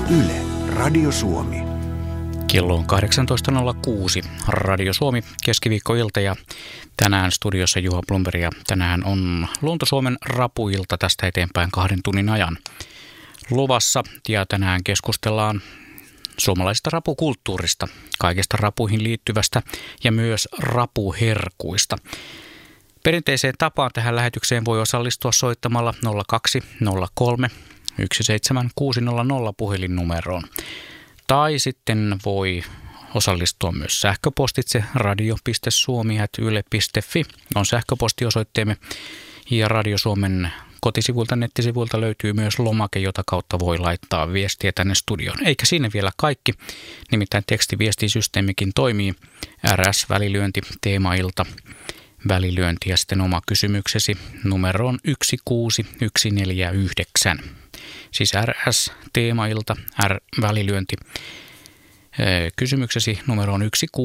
Yle, Radio Suomi. Kello on 18.06. Radio Suomi, keskiviikkoilta ja tänään studiossa Juha Blomberg ja tänään on Luonto-Suomen rapuilta tästä eteenpäin 2 tunnin ajan luvassa ja tänään keskustellaan suomalaisesta rapukulttuurista, kaikesta rapuihin liittyvästä ja myös rapuherkuista. Perinteiseen tapaan tähän lähetykseen voi osallistua soittamalla 0203 17600 puhelinnumeroon. Tai sitten voi osallistua myös sähköpostitse radio.suomi@yle.fi on sähköpostiosoitteemme ja Radio Suomen kotisivuilta, nettisivuilta löytyy myös lomake, jota kautta voi laittaa viestiä tänne studioon. Eikä siinä vielä kaikki, nimittäin tekstiviestisysteemikin toimii. RS-välilyönti, teemailta, välilyönti ja sitten oma kysymyksesi numeroon 16149. Siis RS, teemailta, välilyönti. Kysymyksesi numeroon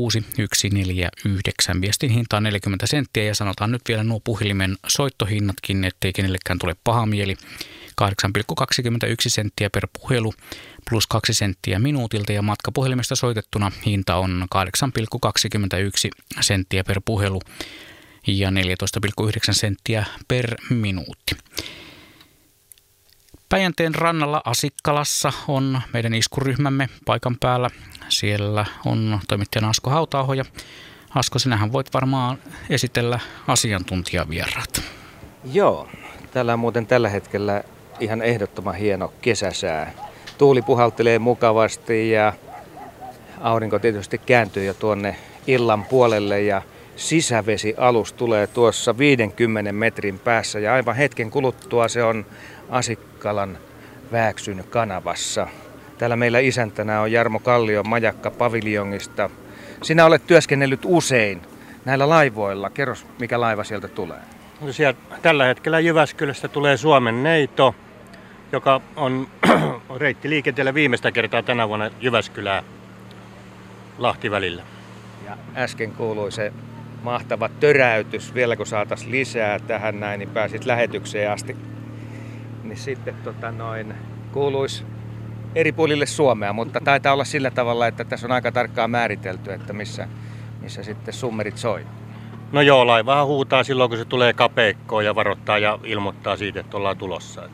16149. Viestin hinta on 40 senttiä ja sanotaan nyt vielä nuo puhelimen soittohinnatkin, ettei kenellekään tule paha mieli. 8,21 senttiä per puhelu plus 2 senttiä minuutilta ja matkapuhelimesta soitettuna hinta on 8,21 senttiä per puhelu ja 14,9 senttiä per minuutti. Päijänteen rannalla Asikkalassa on meidän iskuryhmämme paikan päällä. Siellä on toimittajana Asko Hauta-aho ja Asko, sinähän voit varmaan esitellä asiantuntijavieraat. Joo, täällä on muuten tällä hetkellä ihan ehdottoman hieno kesäsää. Tuuli puhaltelee mukavasti ja aurinko tietysti kääntyy jo tuonne illan puolelle ja sisävesialus tulee tuossa 50 metrin päässä ja aivan hetken kuluttua se on Asikkalan Vääksyn kanavassa. Täällä meillä isäntänä on Jarmo Kallio majakka paviljongista. Sinä olet työskennellyt usein näillä laivoilla. Kerros, mikä laiva sieltä tulee? No sieltä, tällä hetkellä Jyväskylästä tulee Suomen Neito, joka on reittiliikenteellä viimeistä kertaa tänä vuonna Jyväskylää Lahti-välillä. Ja äsken kuului se mahtava töräytys. Vielä kun saataisiin lisää tähän näin, niin pääsit lähetykseen asti. Niin sitten kuuluisi eri puolille Suomea, mutta taitaa olla sillä tavalla, että tässä on aika tarkkaan määritelty, että missä sitten summerit soi. No joo, laivahan huutaa silloin, kun se tulee kapeikkoon ja varoittaa ja ilmoittaa siitä, että ollaan tulossa.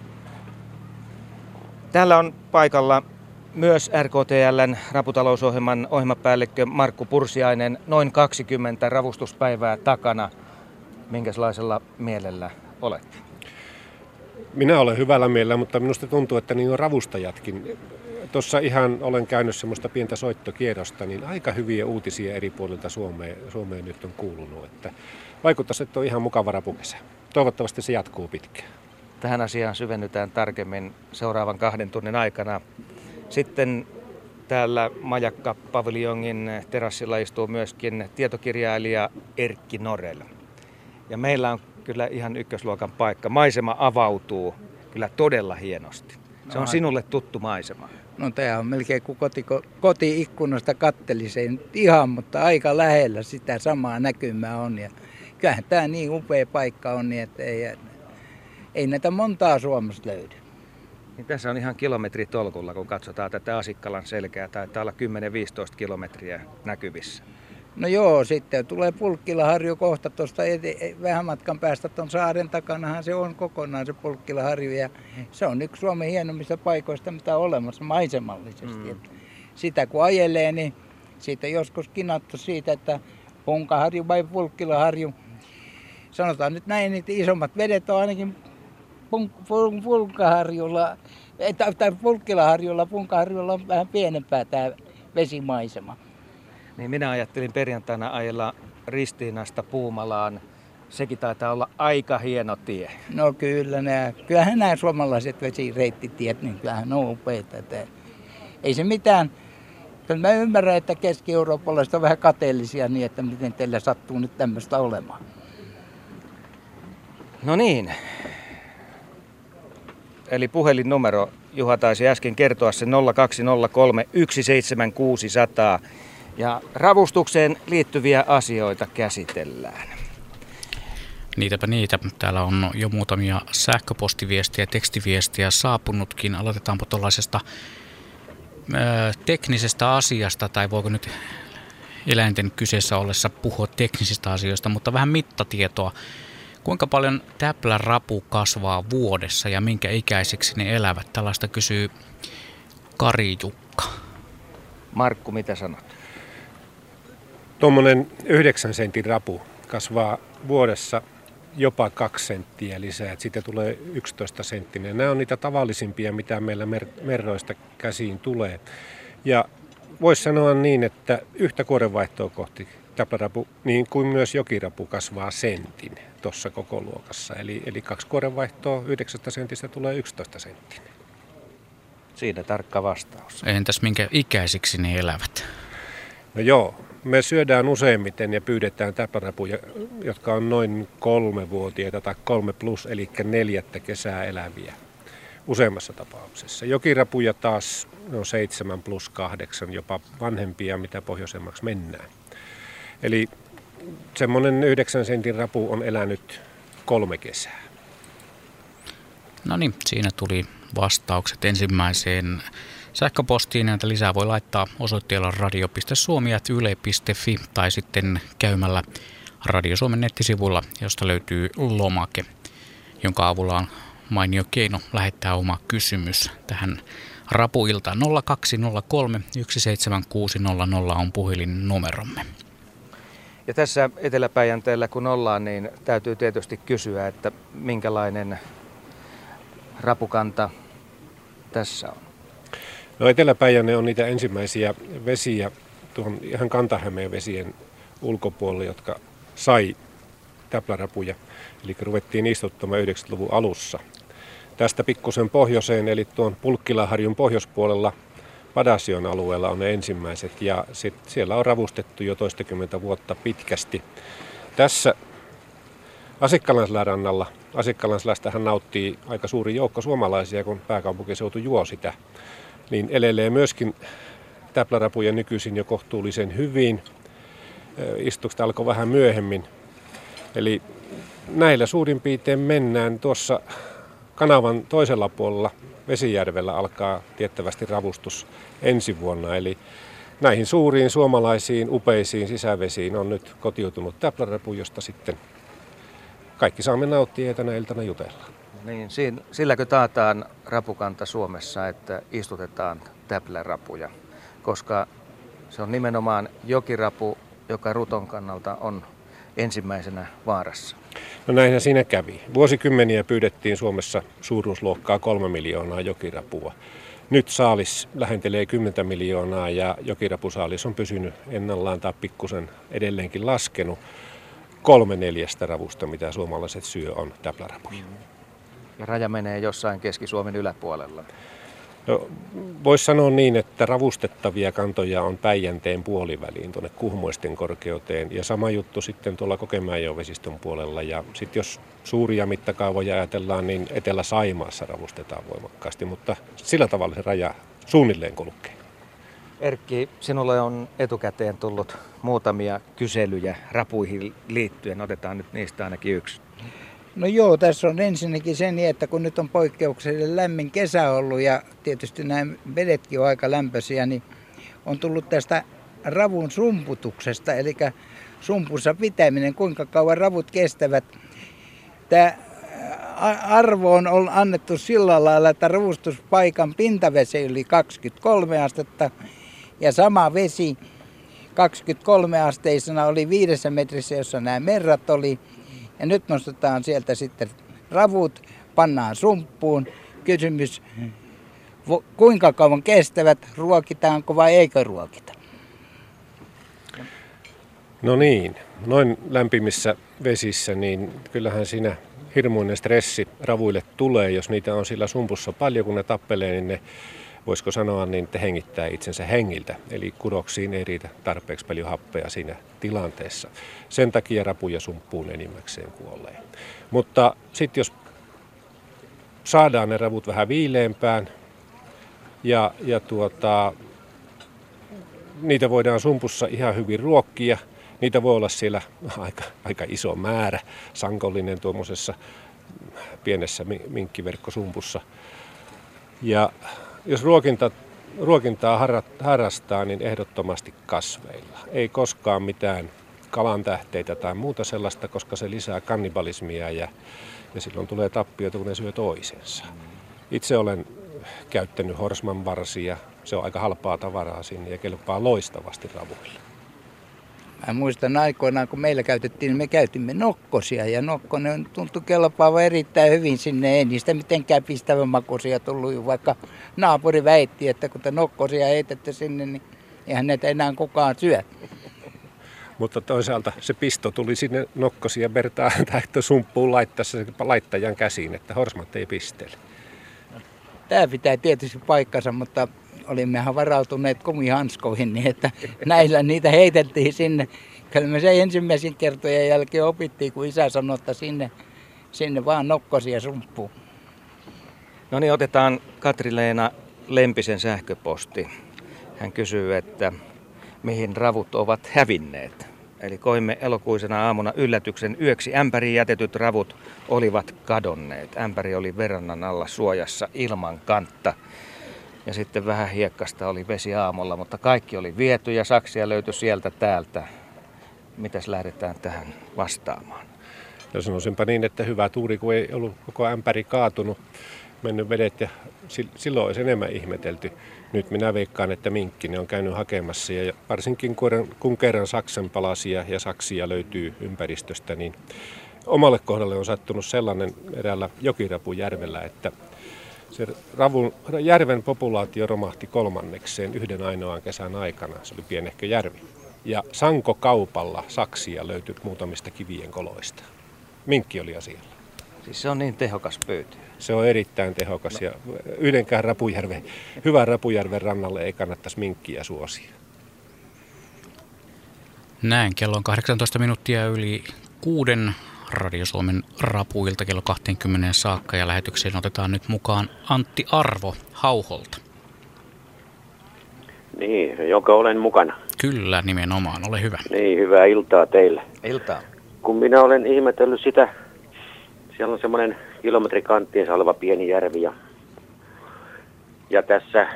Täällä on paikalla myös RKTL:n raputalousohjelman ohjelmapäällikkö Markku Pursiainen. Noin 20 ravustuspäivää takana. Minkälaisella mielellä olette? Minä olen hyvällä mielellä, mutta minusta tuntuu, että niin on ravustajatkin. Tuossa ihan olen käynyt semmoista pientä soittokierrosta, niin aika hyviä uutisia eri puolilta Suomeen nyt on kuulunut. Että vaikuttaisi, että on ihan mukava rapukesä. Toivottavasti se jatkuu pitkään. Tähän asiaan syvennytään tarkemmin seuraavan 2 tunnin aikana. Sitten täällä majakka-paviljongin terassilla istuu myöskin tietokirjailija Erkki Norell. Ja meillä on kyllä ihan ykkösluokan paikka. Maisema avautuu kyllä todella hienosti. Se on sinulle tuttu maisema. No tämä on melkein kuin koti-ikkunasta kattelisi. Ei nyt ihan, mutta aika lähellä sitä samaa näkymää on. Ja kyllähän tämä niin upea paikka on, niin että ei näitä montaa Suomessa löydy. Niin tässä on ihan kilometritolkulla, kun katsotaan tätä Asikkalan selkää. Taitaa olla 10-15 kilometriä näkyvissä. No joo, sitten tulee Pulkkilaharju kohta tuosta vähän matkan päästä tuon saaren takanahan se on kokonaan se Pulkkilaharju ja se on yksi Suomen hienommista paikoista, mitä on olemassa maisemallisesti. Sitä kun ajelee, niin siitä joskus kinattu siitä, että Punkaharju vai Pulkkilaharju. Sanotaan nyt näin, että isommat vedet on ainakin Punkaharjulla, tai Pulkkilaharjulla, Punkaharjulla on vähän pienempää tämä vesimaisema. Niin minä ajattelin perjantaina ajella Ristiinasta Puumalaan. Sekin taitaa olla aika hieno tie. No kyllähän nämä suomalaiset vesireittitiet, niin kyllähän on upeita. Ei se mitään. Mä ymmärrän, että keski-eurooppalaiset on vähän kateellisia niin, että miten teillä sattuu nyt tämmöistä olemaan. No niin. Eli puhelinnumero, Juha taisi äsken kertoa sen 0203 17600. Ja ravustukseen liittyviä asioita käsitellään. Niitäpä niitä. Täällä on jo muutamia sähköpostiviestiä ja tekstiviestiä saapunutkin. Aloitetaanpa tuollaisesta teknisestä asiasta, tai voiko nyt eläinten kyseessä ollessa puhua teknisistä asioista, mutta vähän mittatietoa. Kuinka paljon täplärapu kasvaa vuodessa ja minkä ikäisiksi ne elävät? Tällaista kysyy Kari Jukka. Markku, mitä sanot? Tuommoinen 9 sentin rapu kasvaa vuodessa jopa 2 senttiä lisää, että siitä tulee 11 senttinen. Nämä on niitä tavallisimpia, mitä meillä merroista käsiin tulee. Ja voisi sanoa niin, että yhtä kuorenvaihtoa kohti täplärapu, niin kuin myös jokirapu, kasvaa sentin tuossa koko luokassa. Eli 2 kuorenvaihtoa 9 sentistä tulee 11 senttinen. Siinä tarkka vastaus. Entäs minkä ikäisiksi ne elävät? No joo, me syödään useimmiten ja pyydetään täplärapuja, jotka on noin 3-vuotiaita tai 3+, eli 4 kesää eläviä useimmassa tapauksessa. Jokirapuja taas on 7+8, jopa vanhempia, mitä pohjoisemmaksi mennään. Eli semmoinen 9 sentin rapu on elänyt 3 kesää. No niin, siinä tuli vastaukset ensimmäiseen sähköpostiin. Näitä lisää voi laittaa osoitteella radio.suomi@yle.fi tai sitten käymällä Radio Suomen nettisivuilla, josta löytyy lomake, jonka avulla on mainio keino lähettää oma kysymys tähän rapuiltaan. 0203 17600 on puhelinnumeromme. Ja tässä Etelä-Päijänteellä kun ollaan, niin täytyy tietysti kysyä, että minkälainen rapukanta tässä on? No Etelä-Päijänne on niitä ensimmäisiä vesiä tuohon ihan Kanta-Hämeen vesien ulkopuolelle, jotka sai täplärapuja. Eli ruvettiin istuttamaan 90-luvun alussa. Tästä pikkusen pohjoiseen, eli tuon Pulkkilaharjun pohjoispuolella Padasion alueella on ne ensimmäiset, ja siellä on ravustettu jo toistakymmentä vuotta pitkästi. Tässä Asikkalanselän rannalla, Asikkalanselästähän nauttii aika suuri joukko suomalaisia, kun pääkaupunkiseutu juo sitä, niin elelee myöskin täplärapuja nykyisin jo kohtuullisen hyvin. Istukset alkoi vähän myöhemmin. Eli näillä suurin piirtein mennään. Tuossa kanavan toisella puolella Vesijärvellä alkaa tiettävästi ravustus ensi vuonna. Eli näihin suuriin suomalaisiin upeisiin sisävesiin on nyt kotiutunut täplärapu, josta sitten kaikki saamme nauttia ja tänä iltana jutella. Niin, silläkö taataan rapukanta Suomessa, että istutetaan täplärapuja, koska se on nimenomaan jokirapu, joka ruton kannalta on ensimmäisenä vaarassa. No näinhän siinä kävi. Vuosikymmeniä pyydettiin Suomessa suuruusluokkaa 3 miljoonaa jokirapua. Nyt saalis lähentelee 10 miljoonaa ja jokirapusaalis on pysynyt ennallaan tai pikkusen edelleenkin laskenut. 3/4 ravusta, mitä suomalaiset syö, on täplärapuja. Ja raja menee jossain Keski-Suomen yläpuolella. No, voisi sanoa niin, että ravustettavia kantoja on Päijänteen puoliväliin tuonne Kuhmoisten korkeuteen. Ja sama juttu sitten tuolla Kokemäenjoen vesistön puolella. Ja sitten jos suuria mittakaavoja ajatellaan, niin Etelä-Saimaassa ravustetaan voimakkaasti. Mutta sillä tavalla se raja suunnilleen kulkee. Erkki, sinulle on etukäteen tullut muutamia kyselyjä rapuihin liittyen. Otetaan nyt niistä ainakin yksi. No joo, tässä on ensinnäkin se niin, että kun nyt on poikkeuksellinen lämmin kesä ollut ja tietysti nämä vedetkin on aika lämpöisiä, niin on tullut tästä ravun sumputuksesta, eli sumpussa pitäminen, kuinka kauan ravut kestävät. Tämä arvo on annettu sillä lailla, että ravustuspaikan pintavesi yli 23 astetta ja sama vesi 23 asteisena oli 5 metrissä, jossa nämä merrat oli. Ja nyt nostetaan sieltä sitten ravut, pannaan sumppuun. Kysymys, kuinka kauan kestävät, ruokitaanko vai eikö ruokita? No niin, noin lämpimissä vesissä, niin kyllähän siinä hirmuinen stressi ravuille tulee. Jos niitä on sillä sumpussa paljon, kun ne tappelee, niin ne, voisiko sanoa, niin te hengittää itsensä hengiltä. Eli kudoksiin ei riitä tarpeeksi paljon happea siinä tilanteessa. Sen takia rapuja sumppuun enimmäkseen kuolee. Mutta sitten jos saadaan ne ravut vähän viileämpään ja niitä voidaan sumpussa ihan hyvin ruokkia. Niitä voi olla siellä aika iso määrä, sankollinen tuommoisessa pienessä minkkiverkkosumpussa. Ja jos ruokinta ruokintaa harrastaa, niin ehdottomasti kasveilla. Ei koskaan mitään kalan tähteitä tai muuta sellaista, koska se lisää kannibalismia ja silloin tulee tappioita, kun ne syö toisensa. Itse olen käyttänyt horsmanvarsia. Se on aika halpaa tavaraa sinne ja kelpaa loistavasti ravuille. Mä muistan aikoinaan, kun meillä käytettiin, niin me käytimme nokkosia ja nokkonen tuntui kelpaava erittäin hyvin sinne. Ei niistä mitenkään pistävän makuisia tullut, vaikka naapuri väitti, että kun te nokkosia heitette sinne, niin eihän näitä enää kukaan syö. Mutta toisaalta se pisto tuli sinne nokkosia vertaan tai sumppuun laittaessa laittajan käsiin, että horsmat ei pistele. Tämä pitää tietysti paikkansa, mutta olimmehan varautuneet kumihanskoihin, niin että näillä niitä heitettiin sinne. Kyllä me se ensimmäisen kertojen jälkeen opittiin, kun isä sanoi, että sinne vaan nokkosia sumppuun. No niin, otetaan Katri-Leena Lempisen sähköposti. Hän kysyy, että mihin ravut ovat hävinneet. Eli koimme elokuisena aamuna yllätyksen yöksi. Ämpäriin jätetyt ravut olivat kadonneet. Ämpäri oli verannan alla suojassa ilman kantta. Ja sitten vähän hiekkasta oli vesi aamulla, mutta kaikki oli viety ja saksia löytyi sieltä täältä. Mitäs lähdetään tähän vastaamaan? Ja sanoisinpa niin, että hyvä tuuri, kun ei ollut koko ämpäri kaatunut, mennyt vedet ja silloin olisi enemmän ihmetelty. Nyt minä veikkaan, että minkki ne on käynyt hakemassa ja varsinkin kun kerran saksenpalasia ja saksia löytyy ympäristöstä, niin omalle kohdalle on sattunut sellainen eräällä Jokirapujärvellä, että se järven populaatio romahti kolmannekseen yhden ainoan kesän aikana. Se oli pienehkö järvi. Ja sankokaupalla saksia löytyi muutamista kivien koloista. Minkki oli asialla. Siis se on niin tehokas pyytö. Se on erittäin tehokas ja yhdenkään hyvän Rapujärven rannalle ei kannattaisi minkkiä suosia. Näin, kello on 18 minuuttia yli 6 Radio Suomen rapuilta kello 20 saakka ja lähetykseen otetaan nyt mukaan Antti Arvo Hauholta. Niin, joka olen mukana. Kyllä, nimenomaan, ole hyvä. Niin, hyvää iltaa teille. Iltaa. Kun minä olen ihmetellyt sitä, siellä on semmoinen kilometrikanttiensa oleva pieni järvi ja tässä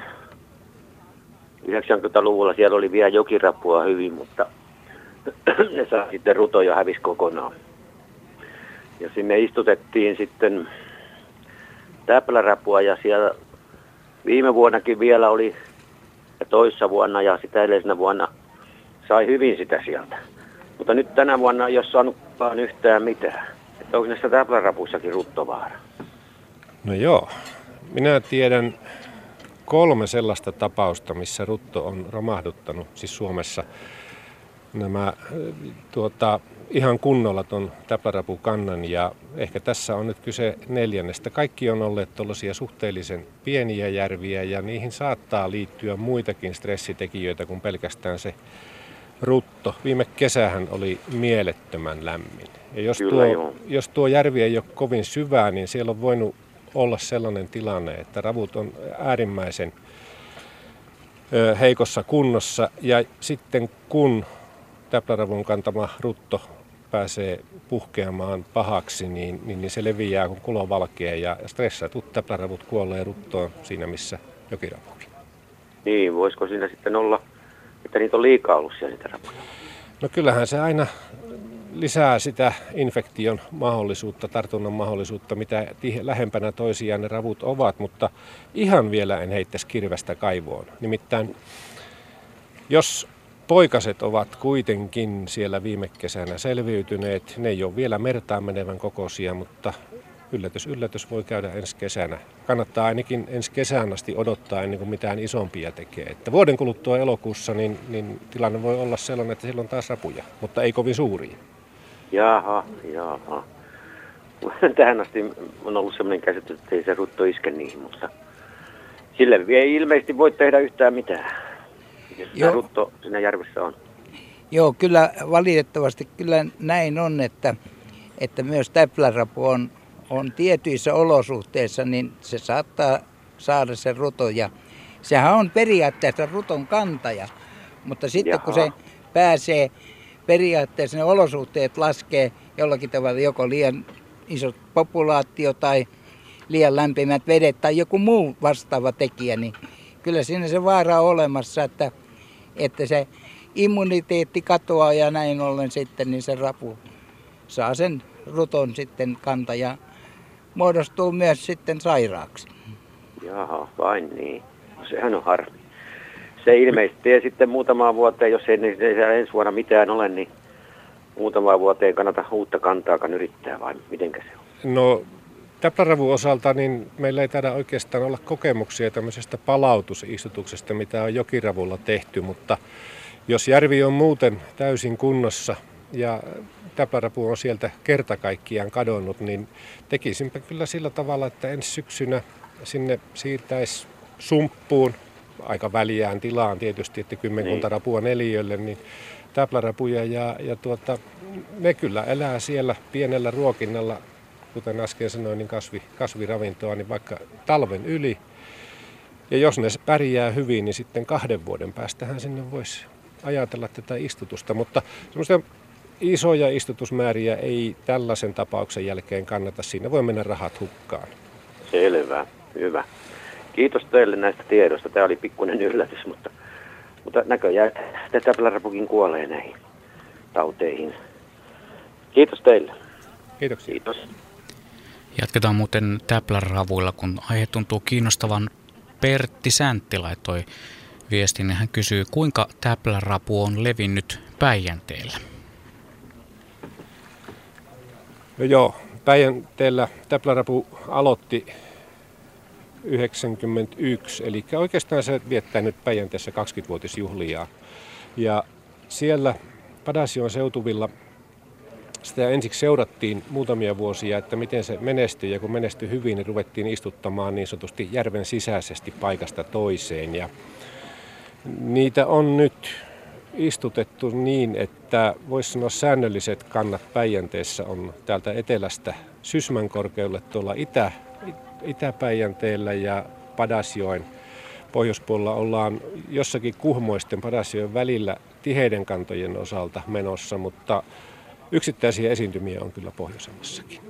90-luvulla siellä oli vielä jokirapua hyvin, mutta ne saa sitten ruto ja hävisi kokonaan. Ja sinne istutettiin sitten täplärapua ja siellä viime vuonnakin vielä oli ja toissa vuonna ja sitä edellisenä vuonna sai hyvin sitä sieltä. Mutta nyt tänä vuonna ei ole saanutkaan yhtään mitään. Että onko näissä täplärapuissakin ruttovaara? No joo. Minä tiedän 3 sellaista tapausta, missä rutto on romahduttanut, siis Suomessa nämä ihan kunnolla ton täplärapukannan ja ehkä tässä on nyt kyse 4. Kaikki on olleet tuollaisia suhteellisen pieniä järviä ja niihin saattaa liittyä muitakin stressitekijöitä kuin pelkästään se rutto. Viime kesähän oli mielettömän lämmin. Ja jos tuo järvi ei ole kovin syvää, niin siellä on voinut olla sellainen tilanne, että ravut on äärimmäisen heikossa kunnossa ja sitten kun täpläravun kantama rutto pääsee puhkeamaan pahaksi, niin se leviää kun kulo valkea ja stressatut täpläravut kuolee ruttoon siinä missä jokirapukin. Niin, voisiko siinä sitten olla, että niitä on liikaa ollut siellä niitä rapuja? No kyllähän se aina lisää sitä infektion mahdollisuutta, tartunnan mahdollisuutta, mitä lähempänä toisiaan ne ravut ovat, mutta ihan vielä en heittäisi kirvestä kaivoon. Nimittäin jos poikaset ovat kuitenkin siellä viime kesänä selviytyneet, ne ei ole vielä mertaan menevän kokoisia, mutta yllätys, yllätys voi käydä ensi kesänä. Kannattaa ainakin ensi kesän asti odottaa ennen kuin mitään isompia tekee. Että vuoden kuluttua elokuussa niin tilanne voi olla sellainen, että silloin taas rapuja, mutta ei kovin suuria. Jaha. Tähän asti on ollut sellainen käsitys, että ei se rutto iske niihin, mutta sille ei ilmeisesti voi tehdä yhtään mitään, jos se rutto siinä järvessä on. Joo, kyllä valitettavasti kyllä näin on, että myös täplärapu on tietyissä olosuhteissa, niin se saattaa saada sen ruton. Ja sehän on periaatteessa ruton kantaja, mutta sitten kun se pääsee periaatteessa, ne olosuhteet laskee jollakin tavalla joko liian iso populaatio tai liian lämpimät vedet tai joku muu vastaava tekijä, niin kyllä siinä se vaara on olemassa, että se immuniteetti katoaa ja näin ollen sitten niin se rapu saa sen ruton sitten kanta ja muodostuu myös sitten sairaaksi. Jaha, vain niin. No, sehän on harmi. Se ilmeisesti ja sitten muutamaan vuoteen, jos ei ensi vuonna mitään ole, niin muutamaan vuoteen kannata uutta kantaakaan yrittää, vai mitenkä se on? No täpläravun osalta niin meillä ei taida oikeastaan olla kokemuksia tämmöisestä palautusistutuksesta, mitä on jokiravulla tehty, mutta jos järvi on muuten täysin kunnossa ja täplärapu on sieltä kerta kaikkiaan kadonnut, niin tekisinpä kyllä sillä tavalla, että ensi syksynä sinne siirtäisi sumppuun, aika väljään tilaan tietysti, että kymmenkunta rapua neliölle, niin täplärapuja ja ne kyllä elää siellä pienellä ruokinnalla, kuten äsken sanoin, niin kasviravintoa, niin vaikka talven yli. Ja jos ne pärjää hyvin, niin sitten 2 vuoden päästähän sinne voisi ajatella tätä istutusta, mutta semmoisia isoja istutusmääriä ei tällaisen tapauksen jälkeen kannata. Siinä voi mennä rahat hukkaan. Selvä, hyvä. Kiitos teille näistä tiedoista. Tämä oli pikkuinen yllätys, mutta näköjään täplärapukin kuolee näihin tauteihin. Kiitos teille. Kiitoksia. Kiitos. Jatketaan muuten täpläravuilla, kun aihe tuntuu kiinnostavan. Pertti Säntti laittoi viestin ja hän kysyy, kuinka täplärapu on levinnyt Päijänteellä? No joo, Päijänteellä täplärapu aloitti 1991, eli oikeastaan se viettää nyt Päijänteessä 20-vuotisjuhliaa. Ja siellä Padasjoen seutuvilla sitä ensiksi seurattiin muutamia vuosia, että miten se menestyi, ja kun menestyi hyvin, niin ruvettiin istuttamaan niin sanotusti järven sisäisesti paikasta toiseen. Ja niitä on nyt istutettu niin, että voisi sanoa säännölliset kannat Päijänteessä on täältä etelästä Sysmänkorkeudelle tuolla Itä-Päijänteellä ja Padasjoen pohjoispuolella ollaan jossakin Kuhmoisten Padasjoen välillä tiheiden kantojen osalta menossa, mutta yksittäisiä esiintymiä on kyllä pohjoisemmassakin.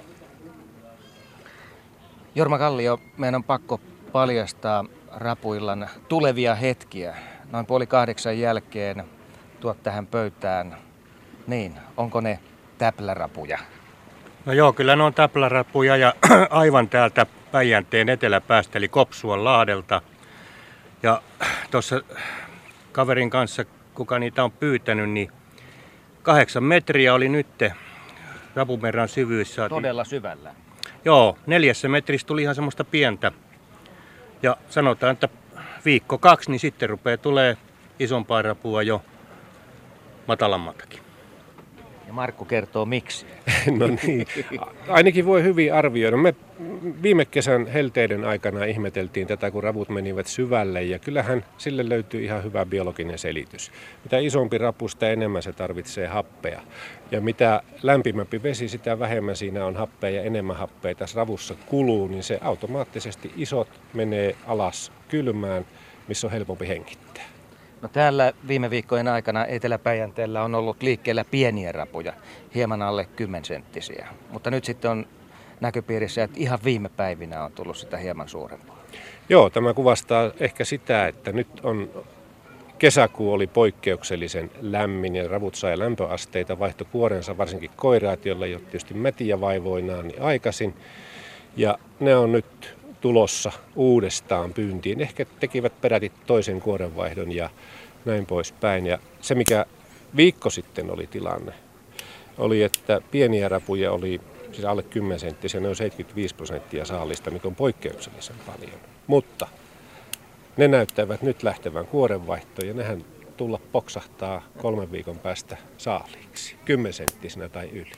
Jorma Kallio, meidän on pakko paljastaa rapuillan tulevia hetkiä. Noin 7:30 jälkeen tuot tähän pöytään. Niin, onko ne täplärapuja? No joo, kyllä ne on täplärapuja ja aivan täältä Päijänteen eteläpäästä, eli Kopsuanlahdelta. Ja tuossa kaverin kanssa, kuka niitä on pyytänyt, niin 8 metriä oli nyt rapumerran syvyys. Todella syvällä. Joo, 4 metrissä tuli ihan semmoista pientä. Ja sanotaan, että 1-2 niin sitten rupeaa tulee isompaa rapua jo matalammaltakin. Ja Markku kertoo miksi. No niin, ainakin voi hyvin arvioida. Me viime kesän helteiden aikana ihmeteltiin tätä, kun ravut menivät syvälle, ja kyllähän sille löytyy ihan hyvä biologinen selitys. Mitä isompi rapu, sitä enemmän se tarvitsee happea. Ja mitä lämpimämpi vesi, sitä vähemmän siinä on happea ja enemmän happea tässä ravussa kuluu, niin se automaattisesti isot menee alas kylmään, missä on helpompi hengittää. No täällä viime viikkojen aikana Etelä-Päijänteellä on ollut liikkeellä pieniä rapuja, hieman alle 10-senttisiä. Mutta nyt sitten on näköpiirissä, että ihan viime päivinä on tullut sitä hieman suurempaa. Joo, tämä kuvastaa ehkä sitä, että nyt on kesäkuu oli poikkeuksellisen lämmin ja ravut sai lämpöasteita, vaihtoi kuorensa varsinkin koiraat, joilla ei ole tietysti mätiä vaivoinaan niin aikaisin. Ja ne on nyt tulossa uudestaan pyyntiin. Ehkä tekivät peräti toisen kuorenvaihdon ja näin poispäin. Ja se, mikä viikko sitten oli tilanne, oli, että pieniä rapuja oli siis alle 10 senttisiä, ne on 75% saalista, mikä on poikkeuksellisen paljon. Mutta ne näyttävät nyt lähtevän kuorenvaihtoon ja nehän tulla poksahtaa 3 viikon päästä saaliiksi, 10-senttisenä tai yli.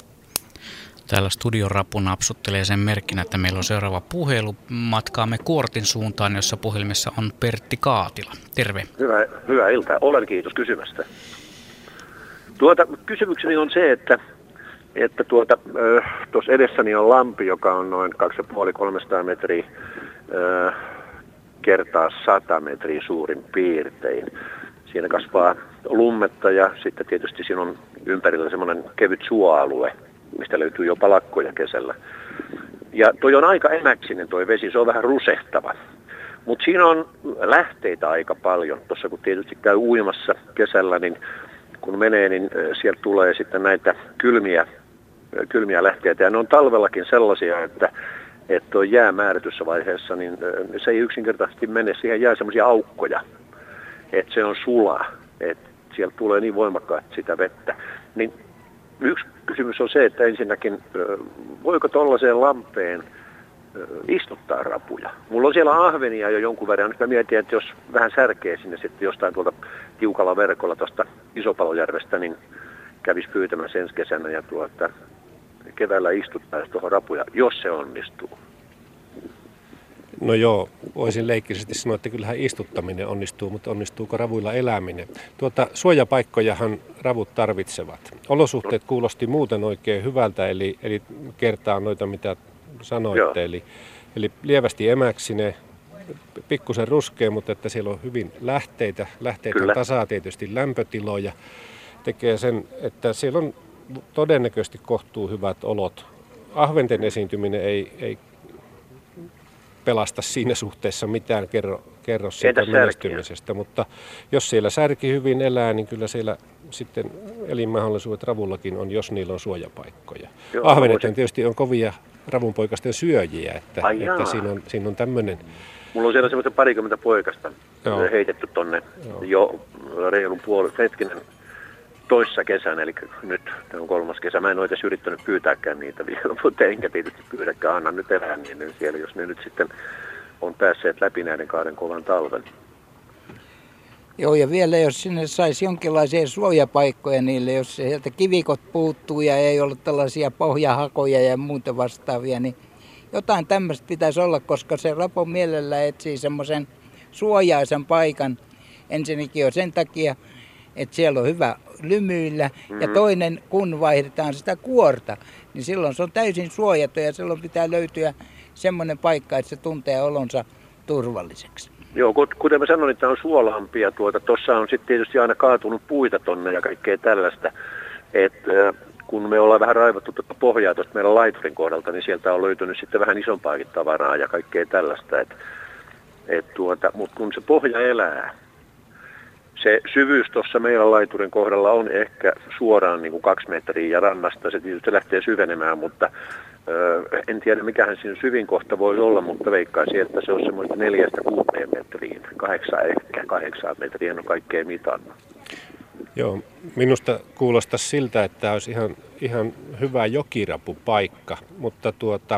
Täällä studiorapu napsuttelee sen merkkinä, että meillä on seuraava puhelu. Matkaamme Kuortin suuntaan, jossa puhelimessa on Pertti Kaatila. Terve. Hyvää iltaa. Olen kiitos kysymästä. Kysymykseni on se, että tuossa edessäni on lampi, joka on noin 250-300 metriä kertaa 100 metriä suurin piirtein. Siinä kasvaa lummetta ja sitten tietysti siinä on ympärillä semmoinen kevyt suoalue, mistä löytyy jopa lakkoja kesällä. Ja toi on aika emäksinen toi vesi, se on vähän rusehtava. Mutta siinä on lähteitä aika paljon. Tuossa kun tietysti käy uimassa kesällä, niin kun menee, niin sieltä tulee sitten näitä kylmiä lähteitä. Ja ne on talvellakin sellaisia, että on jäämäärityssä vaiheessa, niin se ei yksinkertaisesti mene. Siihen jää semmoisia aukkoja, että se on sulaa, että sieltä tulee niin voimakkaasti sitä vettä. Niin yksi kysymys on se, että ensinnäkin, voiko tuollaiseen lampeen istuttaa rapuja? Mulla on siellä ahvenia jo jonkun verran. Nyt mä mietin, että jos vähän särkee sinne sitten jostain tuolta tiukalla verkolla tuosta Isopalojärvestä, niin kävisi pyytämässä ensi kesänä ja keväällä istuttaisi tuohon rapuja, jos se onnistuu. No joo, voisin leikkisesti sanoa, että kyllähän istuttaminen onnistuu, mutta onnistuuko ravuilla eläminen? Suojapaikkojahan ravut tarvitsevat. Olosuhteet kuulosti muuten oikein hyvältä, eli kertaa noita mitä sanoitte. Eli lievästi emäksinen, pikkusen ruskea, mutta että siellä on hyvin lähteitä. Lähteet on tasaa tietysti lämpötiloja. Tekee sen, että siellä on todennäköisesti kohtuu hyvät olot. Ahventen esiintyminen ei pelasta siinä suhteessa mitään, kerro siitä menestymisestä, mutta jos siellä särki hyvin elää, niin kyllä siellä sitten elinmahdollisuudet ravullakin on, jos niillä on suojapaikkoja. Ahvenet tietysti on kovia ravunpoikasten syöjiä, että siinä on tämmöinen. Mulla on siellä semmoista 20 poikasta heitetty tonne jo reilun hetkinen toissa kesänä, eli nyt on 3. kesä. Mä en ole edes yrittänyt pyytääkään niitä vielä, mutta enkä tietysti pyydäkään, anna nyt elää niin siellä, jos ne nyt sitten on päässeet läpi näiden 2 kovan talven. Joo, ja vielä jos sinne saisi jonkinlaisia suojapaikkoja niille, jos sieltä kivikot puuttuu ja ei ole tällaisia pohjahakoja ja muuta vastaavia, niin jotain tämmöistä pitäisi olla, koska se rapo mielellä etsii semmoisen suojaisen paikan ensinnäkin jo sen takia, että siellä on hyvä lymyillä. Ja toinen, kun vaihdetaan sitä kuorta, niin silloin se on täysin suojattu ja silloin pitää löytyä semmoinen paikka, että se tuntee olonsa turvalliseksi. Joo, kuten mä sanoin, niin tämä on suolaampi ja tuossa on sitten tietysti aina kaatunut puita tonne ja kaikkea tällaista. Kun me ollaan vähän raivattu tuota pohjaa tuosta meidän laiturin kohdalta, niin sieltä on löytynyt sitten vähän isompaakin tavaraa ja kaikkea tällaista. Mutta kun se pohja elää, se syvyys tuossa meidän laiturin kohdalla on ehkä suoraan niin kuin 2 metriä ja rannasta se tietysti lähtee syvenemään, mutta en tiedä mikähän siinä syvin kohta voi olla, mutta veikkaisin, että se on semmoista 4-6 metriin, 8 metriä, en ole kaikkea mitannut. Joo, minusta kuulostaisi siltä, että olisi ihan hyvä jokirapupaikka, mutta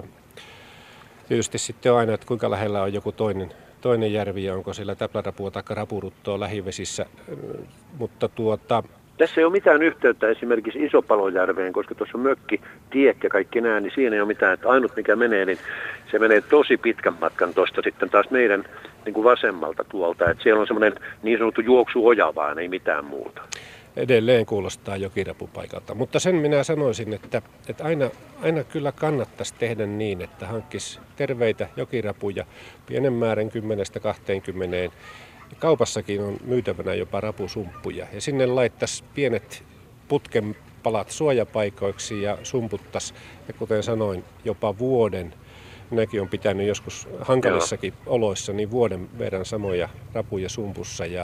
tietysti sitten on aina, että kuinka lähellä on joku toinen järvi ja onko siellä täplärapua tai rapuruttoa lähivesissä, mutta Tässä ei ole mitään yhteyttä esimerkiksi Isopalojärveen, koska tuossa on mökkitiet ja kaikki nämä, niin siinä ei ole mitään, että ainut mikä menee, niin se menee tosi pitkän matkan tuosta sitten taas meidän niin kuin vasemmalta tuolta, että siellä on semmoinen niin sanottu juoksuoja vaan, ei mitään muuta. Edelleen kuulostaa jokirapupaikalta, mutta sen minä sanoisin, että aina kyllä kannattaisi tehdä niin, että hankkisi terveitä jokirapuja pienen määrän 10-20. Kaupassakin on myytävänä jopa rapusumppuja ja sinne laittaisi pienet putkenpalat suojapaikoiksi ja sumputtaisi, ja kuten sanoin, jopa vuoden. Minäkin olen pitänyt joskus hankalissakin oloissa niin vuoden verran samoja rapuja sumpussa ja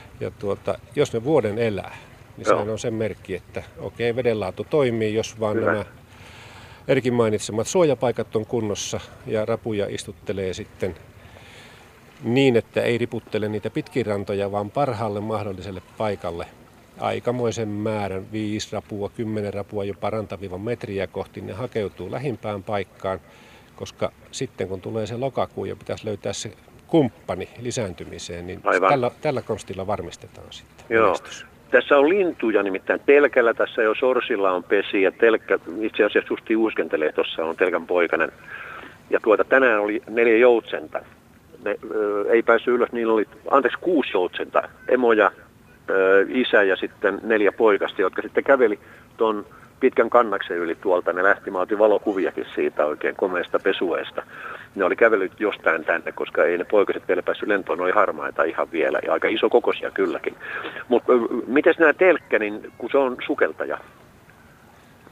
jos ne vuoden elää, niin sehän on sen merkki, että okei, vedenlaatu toimii, jos vaan nämä Erkin mainitsemat suojapaikat on kunnossa ja rapuja istuttelee sitten niin, että ei riputtele niitä pitkin rantoja, vaan parhaalle mahdolliselle paikalle aikamoisen määrän, 5 rapua, 10 rapua, jopa rantaviivan metriä kohti, ne hakeutuu lähimpään paikkaan, koska sitten kun tulee se lokakuu ja pitäisi löytää se kumppani lisääntymiseen, niin tällä konstilla varmistetaan sitten. Joo. Tässä on lintuja, nimittäin telkällä tässä jo sorsilla on pesi ja telkkä itse asiassa justi uuskentelee, tuossa on telkän poikainen. Ja tänään oli 4 joutsenta. Ne ei päässyt ylös, niillä oli 6 joutsenta, emo ja isä ja sitten 4 poikasta, jotka sitten käveli tuon pitkän kannaksen yli tuolta. Ne lähti, mä otin valokuviakin siitä oikein komeasta pesueesta. Ne oli kävellyt jostain tänne, koska ei ne poikaset vielä päässyt lentoon, ne oli harmaita ihan vielä ja aika iso kokoisia kylläkin. Mutta mites nämä telkkä, niin kun se on sukeltaja?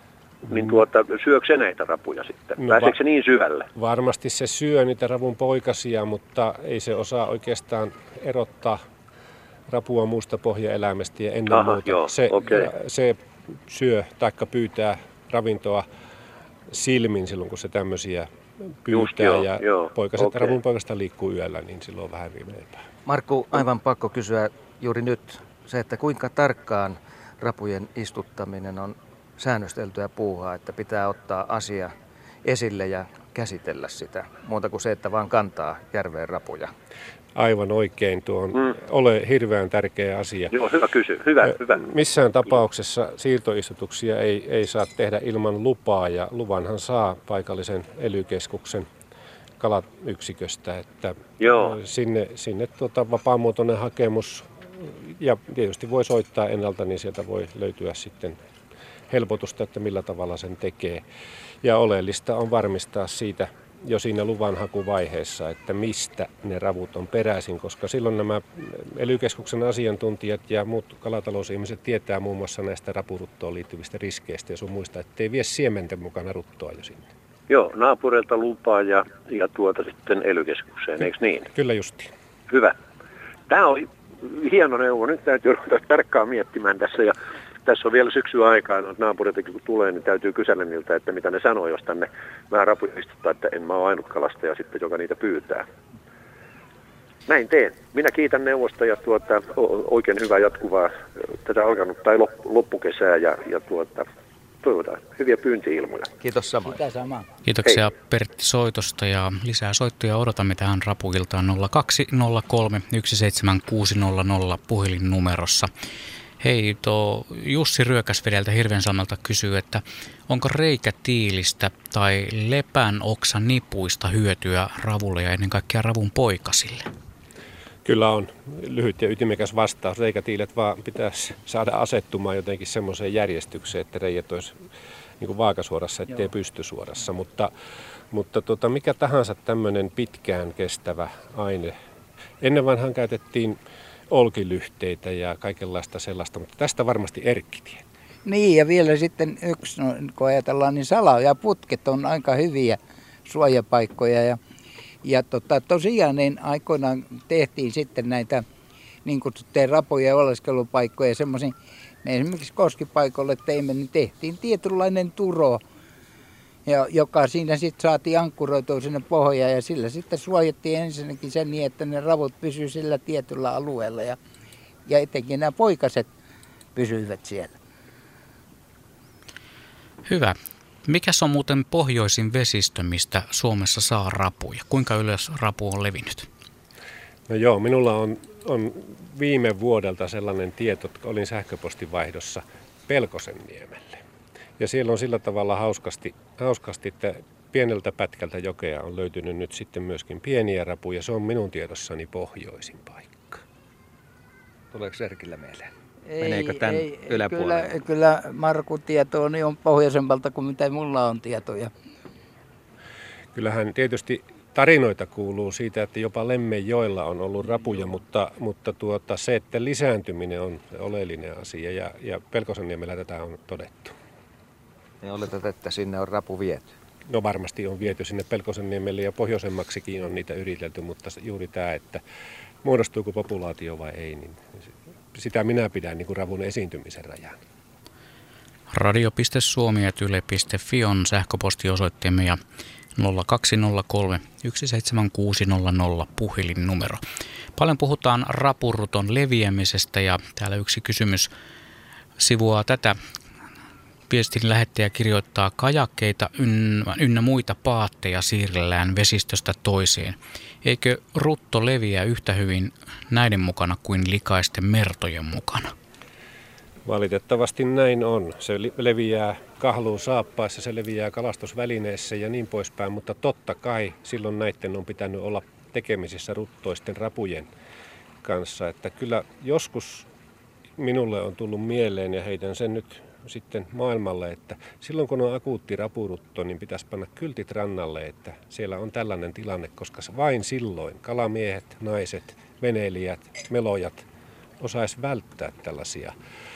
niin syökö se näitä rapuja sitten? Pääseekö se niin syvälle? Varmasti se syö niitä ravun poikasia, mutta ei se osaa oikeastaan erottaa rapua muusta pohjaeläimestä ja ennen muuta se syö taikka pyytää ravintoa silmin silloin, kun se tämmöisiä pyytää ravun poikasta liikkuu yöllä, niin silloin on vähän viimeempää. Markku, aivan pakko kysyä juuri nyt se, että kuinka tarkkaan rapujen istuttaminen on säännösteltyä puuhaa, että pitää ottaa asia esille ja käsitellä sitä, muuta kuin se, että vaan kantaa järveen rapuja. Aivan oikein, tuo on ole hirveän tärkeä asia. Joo, hyvä kysy. Hyvä. Missään tapauksessa siirtoistutuksia ei saa tehdä ilman lupaa, ja luvanhan saa paikallisen ELY-keskuksen kalayksiköstä, että sinne vapaamuotoinen hakemus, ja tietysti voi soittaa ennalta, niin sieltä voi löytyä sitten helpotusta, että millä tavalla sen tekee. Ja oleellista on varmistaa siitä jo siinä luvanhakuvaiheessa, että mistä ne ravut on peräisin, koska silloin nämä ELY-keskuksen asiantuntijat ja muut kalatalousihmiset tietää muun muassa näistä rapuruttoon liittyvistä riskeistä ja sun muista, ettei vie siementen mukana ruttoa jo sinne. Joo, naapureilta lupaa ja sitten ELY-keskukseen, eikö niin? Kyllä justiin. Hyvä. Tämä oli hieno neuvo. Nyt täytyy ruveta tarkkaan miettimään tässä, ja tässä on vielä syksy aikaa, että naapureiltakin kun tulee, niin täytyy kysellä niiltä, että mitä ne sanoo, jos tänne vähän rapuja istuttaa, että en mä ole ainut kalastaja sitten, joka niitä pyytää. Näin teen. Minä kiitän neuvosta ja oikein hyvää jatkuvaa tätä alkanut tai loppukesää ja toivotaan hyviä pyynti-ilmoja. Kiitos samoin. Sitä samaa. Kiitoksia Pertti soitosta, ja lisää soittoja odotamme tähän rapuiltaan 0203 17600 puhelinnumerossa. Hei, Jussi Ryökäsvedeltä Hirvensalmelta kysyy, että onko reikätiilistä tai lepän oksan nipuista hyötyä ravulle ja ennen kaikkea ravun poikasille? Kyllä on lyhyt ja ytimekäs vastaus. Reikätiilet vaan pitäisi saada asettumaan jotenkin semmoiseen järjestykseen, että reijät olisi niin kuin vaakasuorassa, ettei pystysuorassa. Mutta mikä tahansa tämmöinen pitkään kestävä aine. Ennen vanhaan käytettiin olkilyhteitä ja kaikenlaista sellaista, mutta tästä varmasti Erkki tietää. Niin, ja vielä sitten yksi, kun ajatellaan, niin sala ja putket on aika hyviä suojapaikkoja. Ja tosiaan niin aikoinaan tehtiin sitten näitä niin kutsuttuja rapuja ja oleskelupaikkoja semmoisiin, me esimerkiksi koskipaikoille teimme, niin tehtiin tietynlainen turo, joka siinä sitten saatiin ankkuroitua sinne pohjaan, ja sillä sitten suojattiin ensinnäkin sen niin, että ne ravut pysyivät sillä tietyllä alueella ja etenkin nämä poikaset pysyivät siellä. Hyvä. Mikäs on muuten pohjoisin vesistö, mistä Suomessa saa rapuja? Kuinka ylös rapu on levinnyt? No joo, minulla on viime vuodelta sellainen tieto, että olin sähköpostivaihdossa Pelkosenniemelle. Ja siellä on sillä tavalla hauskasti, että pieneltä pätkältä jokea on löytynyt nyt sitten myöskin pieniä rapuja. Se on minun tiedossani pohjoisin paikka. Tuleeko Erkillä mieleen? Meneekö tämän yläpuolelle? Kyllä Markun tieto on pohjoisempalta kuin mitä mulla on tietoja. Kyllähän tietysti tarinoita kuuluu siitä, että jopa Lemmenjoella on ollut rapuja, mutta se, että lisääntyminen on oleellinen asia ja Pelkosenniemellä tätä on todettu. Ja oletat, että sinne on rapu viety? No varmasti on viety sinne Pelkosenniemelle ja pohjoisemmaksikin on niitä yritelty, mutta juuri tämä, että muodostuuko populaatio vai ei, niin sitä minä pidän niin kuin ravun esiintymisen rajan. Radio.suomi@yle.fi on sähköpostiosoitteemme ja 0203 17600 puhelinnumero. Paljon puhutaan rapuruton leviämisestä ja täällä yksi kysymys sivuaa tätä. Viestin lähettäjä kirjoittaa: kajakkeita ynnä muita paatteja siirrellään vesistöstä toiseen. Eikö rutto leviä yhtä hyvin näiden mukana kuin likaisten mertojen mukana? Valitettavasti näin on. Se leviää kahluun saappaissa, se leviää kalastusvälineessä ja niin poispäin, mutta totta kai silloin näiden on pitänyt olla tekemisissä ruttoisten rapujen kanssa. Että kyllä joskus minulle on tullut mieleen ja heitän sen nyt sitten maailmalle, että silloin kun on akuutti rapurutto, niin pitäisi panna kyltit rannalle, että siellä on tällainen tilanne, koska vain silloin kalamiehet, naiset, veneilijät, melojat osais välttää tällaisia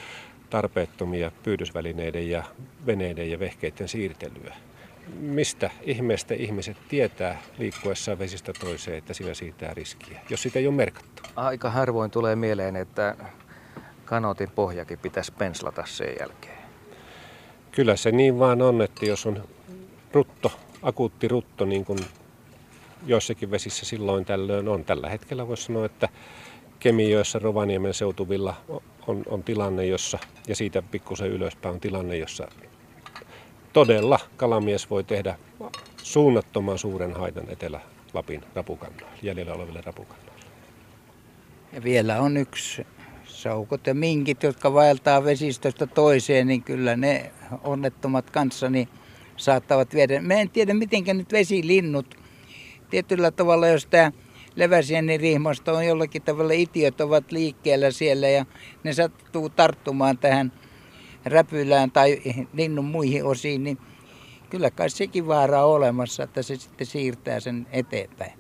tarpeettomia pyydysvälineiden ja veneiden ja vehkeiden siirtelyä. Mistä ihmeestä ihmiset tietää liikkuessaan vesistä toiseen, että siinä siirtää riskiä, jos sitä ei ole merkattu? Aika harvoin tulee mieleen, että kanootin pohjakin pitäisi penslata sen jälkeen. Kyllä se niin vaan on, että jos on akuutti rutto, niin kuin joissakin vesissä silloin tällöin on. Tällä hetkellä voisi sanoa, että Kemijoessa Rovaniemen seutuvilla on tilanne, jossa, ja siitä pikkusen ylöspäin on tilanne, jossa todella kalamies voi tehdä suunnattoman suuren haitan Etelä-Lapin rapukannoille, jäljellä oleville rapukannoille. Ja vielä on yksi saukot ja minkit, jotka vaeltaa vesistöstä toiseen, niin kyllä ne onnettomat kanssa niin saattavat viedä. Mä en tiedä, miten nyt vesilinnut, tietyllä tavalla, jos tämä leväsienirihmasto on jollakin tavalla, itiöt ovat liikkeellä siellä ja ne sattuu tarttumaan tähän räpylään tai linnun muihin osiin, niin kyllä kai sekin vaara on olemassa, että se sitten siirtää sen eteenpäin.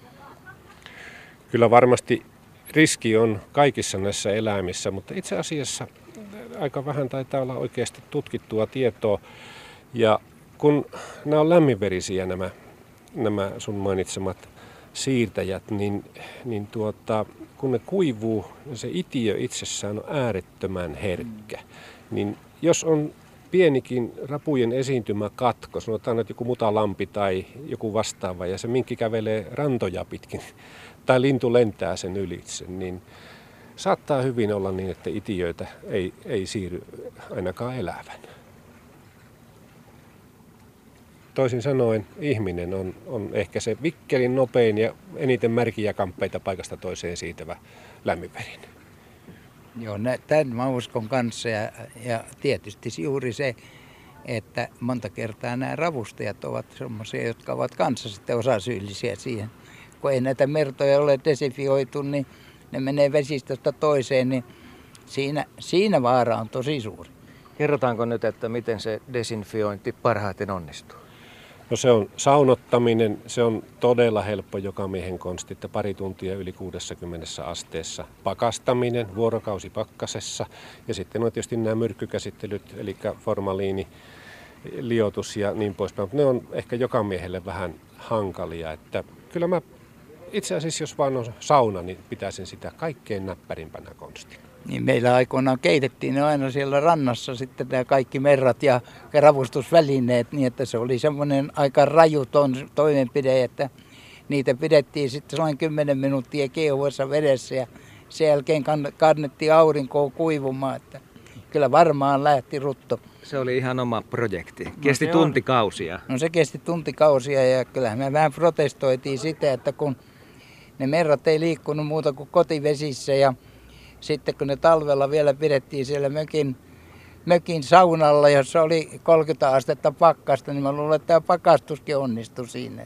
Kyllä varmasti riski on kaikissa näissä eläimissä, mutta itse asiassa aika vähän taitaa olla oikeasti tutkittua tietoa. Ja kun nämä on lämminverisiä nämä sun mainitsemat siirtäjät, niin kun ne kuivuu, se itiö itsessään on äärettömän herkkä. Niin jos on pienikin rapujen esiintymäkatko, sanotaan, että joku mutalampi tai joku vastaava, ja se minkki kävelee rantoja pitkin, tai lintu lentää sen ylitse, niin saattaa hyvin olla niin, että itiöitä ei siirry ainakaan elävän. Toisin sanoen ihminen on ehkä se vikkelin nopein ja eniten märkiä kamppeita paikasta toiseen siirtävä lämminverinen. Joo, tämän mä uskon kanssa ja tietysti juuri se, että monta kertaa nämä ravustajat ovat sellaisia, jotka ovat kanssa sitten osasyyllisiä siihen. Kun ei näitä mertoja ole desinfioitu, niin ne menee vesistöstä toiseen, niin siinä vaara on tosi suuri. Kerrotaanko nyt, että miten se desinfiointi parhaiten onnistuu? No se on saunottaminen, se on todella helppo jokamiehen konsti, että pari tuntia yli 60 asteessa. Pakastaminen vuorokausi pakkasessa ja sitten on tietysti nämä myrkkykäsittelyt, eli formaliini, liotus ja niin poispäin. Mutta ne on ehkä jokamiehelle vähän hankalia, että kyllä mä itse asiassa jos vaan on sauna, niin pitäisin sitä kaikkein näppärimpänä konstina. Niin meillä aikoinaan keitettiin ne aina siellä rannassa sitten nämä kaikki merrat ja ravustusvälineet, niin että se oli semmoinen aika raju toimenpide, että niitä pidettiin sitten noin 10 minuuttia kiehuvassa vedessä ja sen jälkeen kannettiin aurinkoon kuivumaan, että kyllä varmaan lähti rutto. Se oli ihan oma projekti. Kesti tuntikausia. No se kesti tuntikausia ja kyllähän me vähän protestoitiin sitä, että kun ne merrat ei liikkunut muuta kuin kotivesissä ja sitten kun ne talvella vielä pidettiin siellä mökin saunalla, jossa oli 30 astetta pakkasta, niin mä luulen, että tämä pakastuskin onnistui siinä.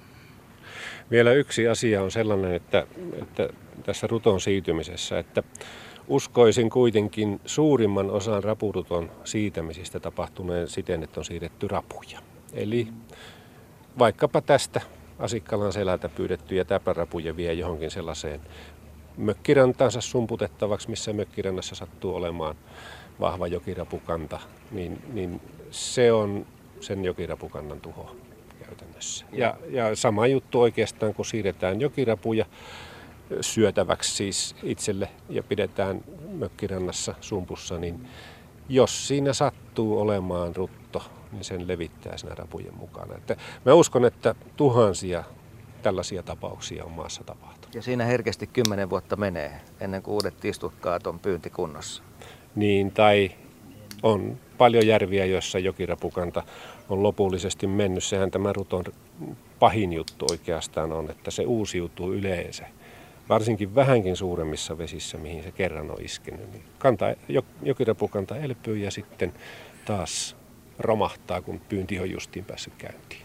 Vielä yksi asia on sellainen, että tässä ruton siirtymisessä, että uskoisin kuitenkin suurimman osan rapuruton siirtämisistä tapahtuneen siten, että on siirretty rapuja. Eli vaikkapa tästä Asikkalan selältä pyydettyjä täplärapuja vie johonkin sellaiseen mökkirantaansa sumputettavaksi, missä mökkirannassa sattuu olemaan vahva jokirapukanta, niin se on sen jokirapukannan tuho käytännössä. Ja sama juttu oikeastaan, kun siirretään jokirapuja syötäväksi siis itselle ja pidetään mökkirannassa sumpussa, niin jos siinä sattuu olemaan rutto, niin sen levittää siinä rapujen mukana. Että mä uskon, että tuhansia tällaisia tapauksia on maassa tapahtunut. Ja siinä herkästi 10 vuotta menee ennen kuin uudet istutkaat on pyyntikunnossa. Niin, tai on paljon järviä, joissa jokirapukanta on lopullisesti mennyt. Sehän tämä ruton pahin juttu oikeastaan on, että se uusiutuu yleensä. Varsinkin vähänkin suuremmissa vesissä, mihin se kerran on iskenyt. Niin jokirapukanta elpyy ja sitten taas romahtaa, kun pyynti on justiin päässyt käyntiin.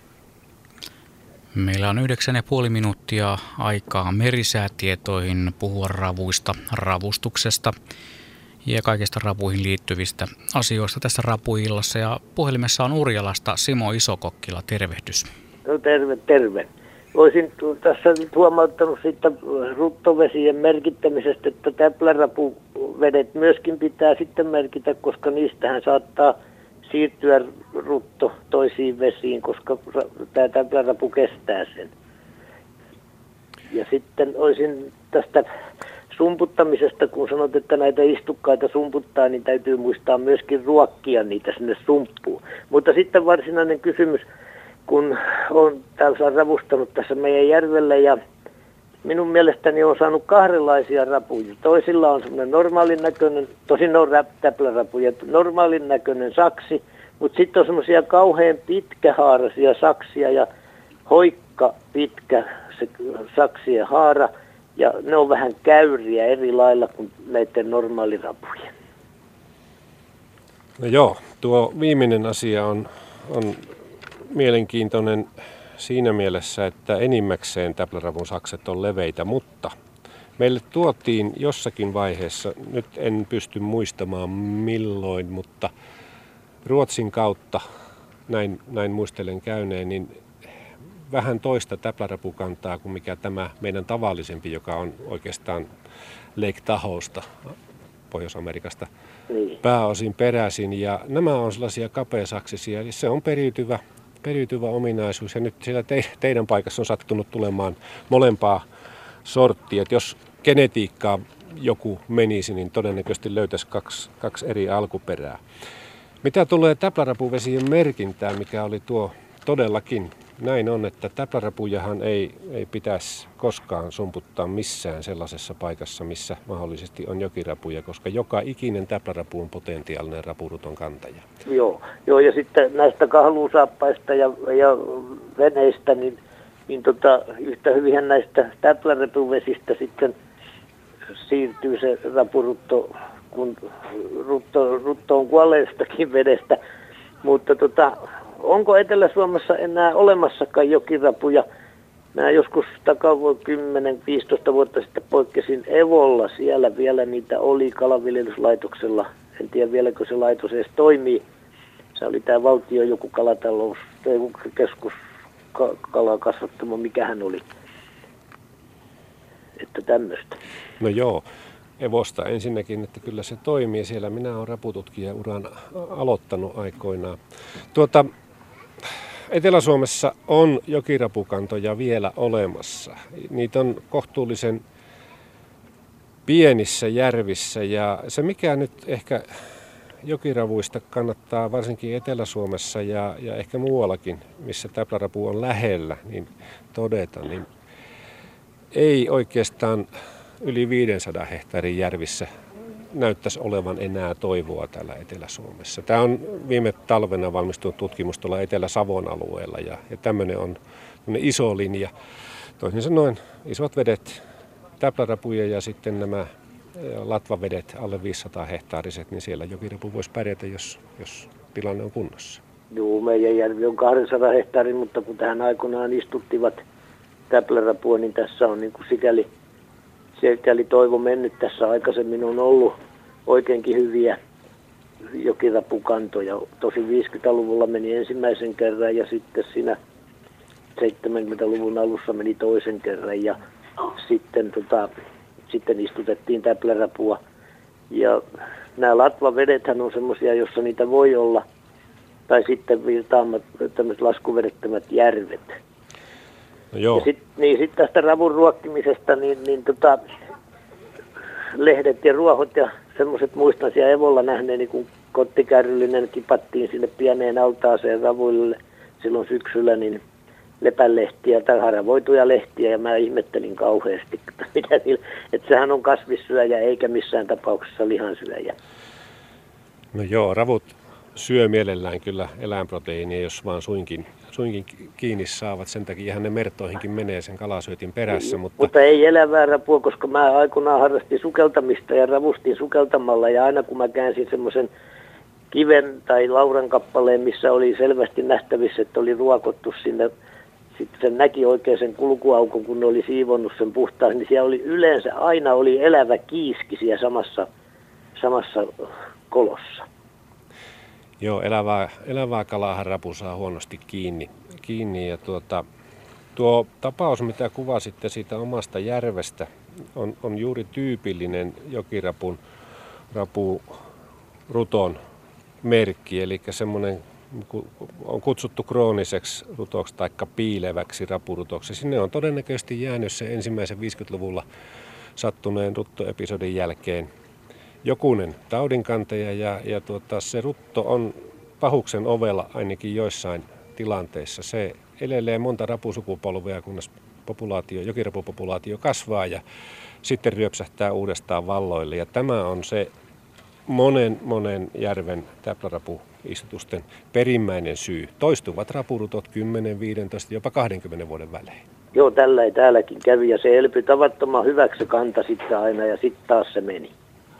Meillä on 9,5 minuuttia aikaa merisäätietoihin puhua ravuista, ravustuksesta ja kaikista rapuihin liittyvistä asioista tässä rapuillassa. Ja puhelimessa on Urjalasta Simo Isokokkila, tervehdys. No terve. Olisin tässä nyt huomauttanut siitä ruttovesien merkittämisestä, että täplärapu latvavedet myöskin pitää sitten merkitä, koska niistähän saattaa siirtyä rutto toisiin vesiin, koska tämä täplärapu kestää sen. Ja sitten olisin tästä sumputtamisesta, kun sanot, että näitä istukkaita sumputtaa, niin täytyy muistaa myöskin ruokkia niitä sinne sumppuun. Mutta sitten varsinainen kysymys, kun olen täällä ravustanut tässä meidän järvellä ja minun mielestäni on saanut kahdenlaisia rapuja. Toisilla on semmoinen normaalin näköinen, tosin ne on täplärapuja, normaalin näköinen saksi, mutta sitten on semmoisia kauhean pitkähaaraisia saksia ja hoikka pitkä se saksien haara. Ja ne on vähän käyriä eri lailla kuin näiden normaalirapujen. No joo, tuo viimeinen asia on mielenkiintoinen siinä mielessä, että enimmäkseen täplärapun sakset on leveitä, mutta meille tuotiin jossakin vaiheessa, nyt en pysty muistamaan milloin, mutta Ruotsin kautta, näin muistelen käyneen, niin vähän toista täplärapukantaa kuin mikä tämä meidän tavallisempi, joka on oikeastaan Lake Tahoesta, Pohjois-Amerikasta pääosin peräisin. Ja nämä on sellaisia kapeasaksisia, eli se on periytyvä ominaisuus. Ja nyt siellä teidän paikassa on sattunut tulemaan molempaa sorttia. Että jos genetiikkaa joku menisi, niin todennäköisesti löytäisi kaksi eri alkuperää. Mitä tulee täplärapuvesien merkintään, mikä oli tuo todellakin, näin on, että täplärapujahan ei pitäisi koskaan sumputtaa missään sellaisessa paikassa, missä mahdollisesti on jokirapuja, koska joka ikinen täplärapu on potentiaalinen rapuruton kantaja. Joo, ja sitten näistä kahluusaappaista ja veneistä, niin yhtä hyvinhän näistä täplärapuvesistä sitten siirtyy se rapurutto, kun rutto on kuolleestakin vedestä, mutta onko Etelä-Suomessa enää olemassakaan jokirapuja? Mä joskus 10-15 vuotta sitten poikkesin Evolla. Siellä vielä niitä oli kalanviljelyslaitoksella. En tiedä vieläkö se laitos edes toimii. Se oli tämä valtion joku kalatalous, keskus kalakasvattamo, mikähän oli. Että tämmöistä. No joo. Evosta ensinnäkin, että kyllä se toimii. Siellä minä olen rapututkija-uran aloittanut aikoinaan. Etelä-Suomessa on jokirapukantoja vielä olemassa. Niitä on kohtuullisen pienissä järvissä ja se mikä nyt ehkä jokiravuista kannattaa varsinkin Etelä-Suomessa ja ehkä muuallakin, missä täplärapu on lähellä, niin todeta, niin ei oikeastaan yli 500 hehtaarin järvissä näyttäisi olevan enää toivoa täällä Etelä-Suomessa. Tämä on viime talvena valmistunut tutkimus tuolla Etelä-Savon alueella ja tämmöinen on iso linja. Toisin sanoen isot vedet, täplärapuja ja sitten nämä latvavedet alle 500 hehtaariset, niin siellä jokirapu voisi pärjätä, jos tilanne on kunnossa. Joo, meidän järvi on 200 hehtaarin, mutta kun tähän aikoinaan istuttivat täplärapua, niin tässä on niin kuin sikäli toivo mennyt. Tässä aikaisemmin on ollut oikeinkin hyviä jokirapukantoja. Tosi 50-luvulla meni ensimmäisen kerran ja sitten siinä 70-luvun alussa meni toisen kerran ja sitten istutettiin täplärapua. Ja nämä latvavedethän on semmoisia, jossa niitä voi olla, tai sitten virtaamat tämmöiset laskuvedettömät järvet. No joo. Ja sitten tästä ravun ruokkimisesta, niin lehdet ja ruohot ja semmoiset muistan siellä Evolla nähneeni, kun kottikärryllinen kipattiin sinne pieneen altaaseen ravuille silloin syksyllä, niin lepänlehtiä tai haravoituja lehtiä, ja mä ihmettelin kauheasti, että sehän on kasvissyöjä eikä missään tapauksessa lihansyöjä. No joo, ravut syö mielellään kyllä eläinproteiinia, jos vaan suinkin kiinni saavat. Sen takia ne mertoihinkin menee sen kalasyötin perässä. Mutta ei elävää rapua, koska mä aikoinaan harrastin sukeltamista ja ravustin sukeltamalla. Ja aina kun mä käänsin semmoisen kiven tai lauran kappaleen, missä oli selvästi nähtävissä, että oli ruokottu sinne, sitten sen näki oikein sen kulkuaukon, kun ne oli siivonnut sen puhtaan, niin siellä oli yleensä aina oli elävä kiiski siellä samassa kolossa. Joo, elävää kalaahan rapu saa huonosti kiinni ja tuo tapaus, mitä kuvasitte siitä omasta järvestä, on juuri tyypillinen jokirapun rapuruton merkki, eli semmoinen on kutsuttu krooniseksi rutoksi tai piileväksi rapurutoksi. Sinne on todennäköisesti jäänyt se ensimmäisen 50-luvulla sattuneen ruttoepisodin jälkeen jokunen taudinkantaja ja se rutto on pahuksen ovella ainakin joissain tilanteissa. Se elelee monta rapusukupolvea, kunnes jokirapupopulaatio kasvaa ja sitten ryöpsähtää uudestaan valloille. Ja tämä on se monen järven täplärapuistutusten perimmäinen syy. Toistuvat rapurutot 10, 15, jopa 20 vuoden välein. Joo, täälläkin kävi ja se elpyi tavattoman hyväksi se kanta sitten aina ja sitten taas se meni.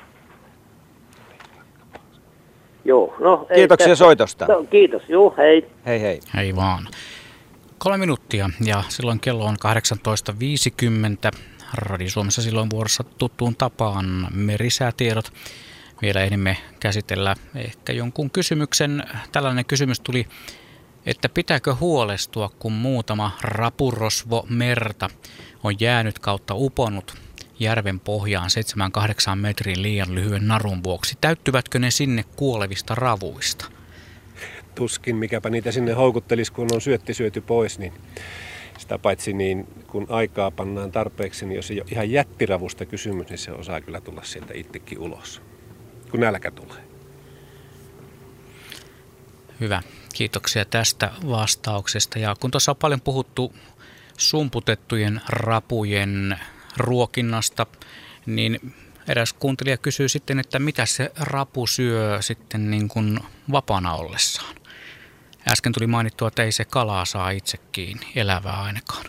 Joo, no, Kiitoksia soitosta. No, kiitos, joo, hei. Hei hei. Hei vaan. 3 minuuttia ja silloin kello on 18.50. Radio Suomessa silloin vuorossa tuttuun tapaan merisäätiedot. Vielä ehdimme käsitellä ehkä jonkun kysymyksen. Tällainen kysymys tuli, että pitääkö huolestua, kun muutama rapurosvo merta on jäänyt kautta uponnut järven pohjaan 7-8 metrin liian lyhyen narun vuoksi. Täyttyvätkö ne sinne kuolevista ravuista? Tuskin, mikäpä niitä sinne houkuttelisi, kun on syöty pois, niin sitä paitsi niin kun aikaa pannaan tarpeeksi, niin jos ei ole ihan jättiravusta kysymys, niin se osaa kyllä tulla sieltä itsekin ulos, kun nälkä tulee. Hyvä. Kiitoksia tästä vastauksesta. Ja kun tuossa on paljon puhuttu sumputettujen rapujen ruokinnasta, niin eräs kuuntelija kysyy sitten, että mitä se rapu syö sitten niin kuin vapaana ollessaan. Äsken tuli mainittua, että ei se kalaa saa itse kiinni, elävää ainakaan.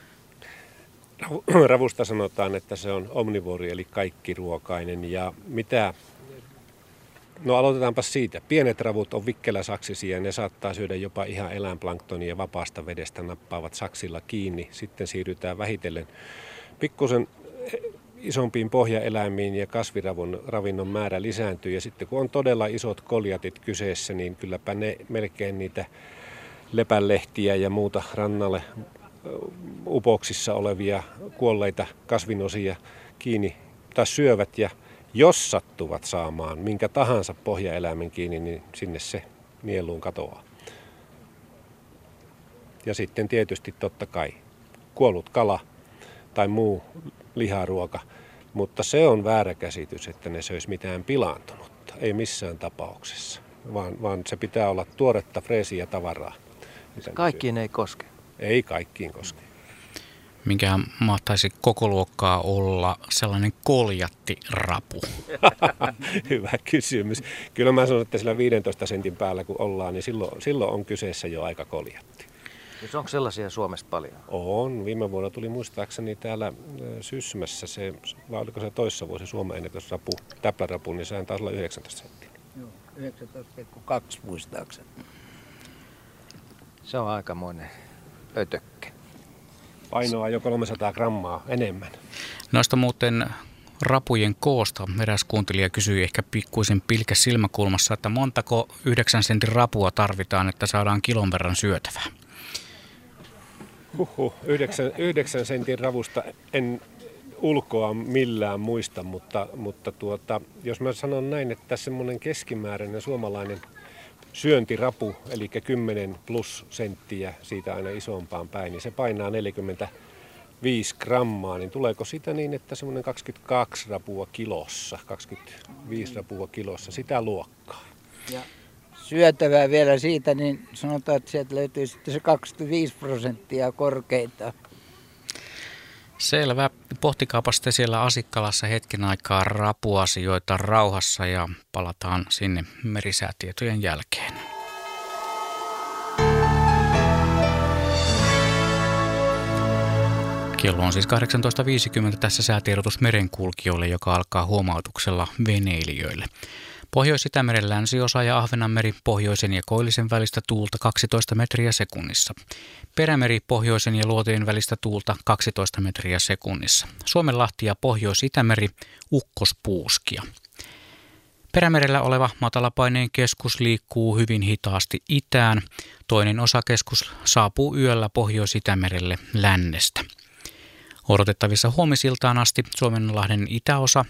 Ravusta sanotaan, että se on omnivori eli kaikkiruokainen. Ja no aloitetaanpa siitä. Pienet ravut on vikkeläsaksisia ja ne saattaa syödä jopa ihan eläinplanktonia vapaasta vedestä nappaavat saksilla kiinni. Sitten siirrytään vähitellen pikkusen isompiin pohjaeläimiin ja kasviravinnon määrä lisääntyy. Ja sitten kun on todella isot koljatit kyseessä, niin kylläpä ne melkein niitä lepänlehtiä ja muuta rannalle upoksissa olevia kuolleita kasvinosia kiinni tai syövät. Ja jos sattuvat saamaan minkä tahansa pohjaeläimen kiinni, niin sinne se nieluun katoaa. Ja sitten tietysti totta kai kuollut kala tai muu liharuoka, mutta se on väärä käsitys, että ne söisi mitään pilaantunutta, ei missään tapauksessa, vaan se pitää olla tuoretta, freesiä tavaraa. Kaikkiin ei koske. Ei kaikkiin koske. Minkä mahtaisi koko luokkaa olla sellainen koljattirapu? Hyvä kysymys. Kyllä mä sanon, että sillä 15 sentin päällä kun ollaan, niin silloin on kyseessä jo aika koljatti. Onko sellaisia Suomessa paljon? On. Viime vuonna tuli muistaakseni täällä Sysmässä vai oliko se toissa vuosi Suomen ennätysrapu, täplärapu, niin sehän taisi olla 19 senttiä. Joo, 19,2 muistaakseni. Se on aikamoinen ötökkä. Painoa jo 300 grammaa enemmän. Noista muuten rapujen koosta eräs kuuntelija kysyi ehkä pikkuisen pilkä silmäkulmassa, että montako 9 sentin rapua tarvitaan, että saadaan kilon verran syötävää? 9 sentin ravusta en ulkoa millään muista, mutta jos mä sanon näin, että semmoinen keskimääräinen suomalainen syöntirapu, eli 10 plus senttiä siitä aina isompaan päin, niin se painaa 45 grammaa, niin tuleeko sitä niin, että semmoinen 22 rapua kilossa, 25 rapua kilossa, sitä luokkaa? Ja syötävää vielä siitä, niin sanotaan, että sieltä löytyy sitten se 25% korkeinta. Selvä. Pohtikaapa sitten siellä Asikkalassa hetken aikaa rapuasioita rauhassa ja palataan sinne merisäätietojen jälkeen. Kello on siis 18.50 tässä säätiedotus merenkulkijoille, joka alkaa huomautuksella veneilijöille. Pohjois-Itämeren länsiosa ja Ahvenanmeri pohjoisen ja koillisen välistä tuulta 12 metriä sekunnissa. Perämeri pohjoisen ja luotojen välistä tuulta 12 metriä sekunnissa. Suomenlahti ja Pohjois-Itämeri ukkospuuskia. Perämerellä oleva matalapaineen keskus liikkuu hyvin hitaasti itään. Toinen osakeskus saapuu yöllä Pohjois-Itämerelle lännestä. Odotettavissa huomisiltaan asti Suomenlahden itäosa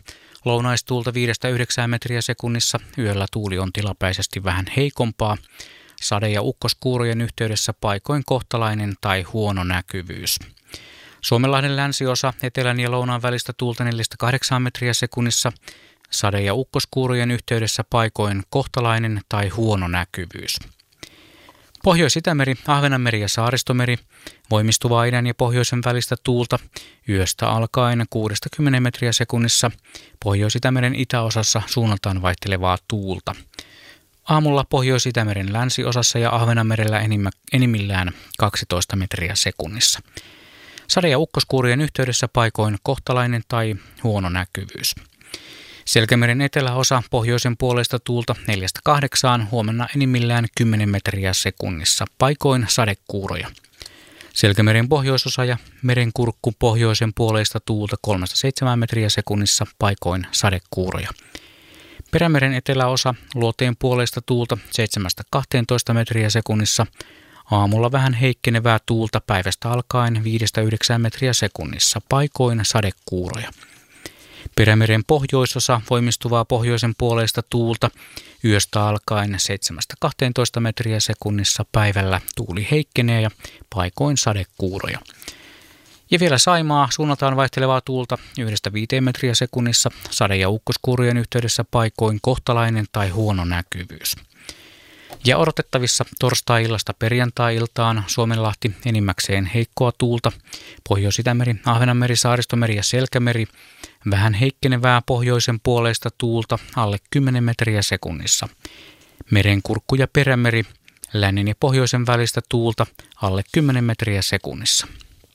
Lounaistuulta 5-9 metriä sekunnissa. Yöllä tuuli on tilapäisesti vähän heikompaa. Sade- ja ukkoskuurojen yhteydessä paikoin kohtalainen tai huono näkyvyys. Suomenlahden länsiosa etelän ja lounaan välistä tuulta 4-8 metriä sekunnissa. Sade- ja ukkoskuurojen yhteydessä paikoin kohtalainen tai huono näkyvyys. Pohjois-Itämeri, Ahvenanmeri ja Saaristomeri, voimistuvaa idän ja pohjoisen välistä tuulta, yöstä alkaen 60 metriä sekunnissa, Pohjois-Itämeren itäosassa suunnaltaan vaihtelevaa tuulta. Aamulla Pohjois-Itämeren länsiosassa ja Ahvenanmerellä enimmillään 12 metriä sekunnissa. Sade- ja ukkoskuurojen yhteydessä paikoin kohtalainen tai huono näkyvyys. Selkämeren eteläosa pohjoisen puolesta tuulta 4-8, huomenna enimmillään 10 metriä sekunnissa, paikoin sadekuuroja. Selkämeren pohjoisosa ja merenkurkku pohjoisen puolesta tuulta 3-7 metriä sekunnissa, paikoin sadekuuroja. Perämeren eteläosa luoteen puolesta tuulta 7-12 metriä sekunnissa, aamulla vähän heikkenevää tuulta päivästä alkaen 5-9 metriä sekunnissa, paikoin sadekuuroja. Perämeren pohjoisosa voimistuvaa pohjoisen puoleista tuulta yöstä alkaen 7-12 metriä sekunnissa, päivällä tuuli heikkenee ja paikoin sadekuuroja. Ja vielä Saimaa suunnataan vaihtelevaa tuulta 1-5 metriä sekunnissa, sade- ja ukkoskuurojen yhteydessä paikoin kohtalainen tai huono näkyvyys. Ja odotettavissa torstai-illasta perjantai-iltaan Suomenlahti enimmäkseen heikkoa tuulta, Pohjois-Itämeri, Ahvenanmeri, Saaristomeri ja Selkämeri, vähän heikkenevää pohjoisen puoleista tuulta alle 10 metriä sekunnissa. Merenkurkku ja Perämeri, lännen ja pohjoisen välistä tuulta alle 10 metriä sekunnissa.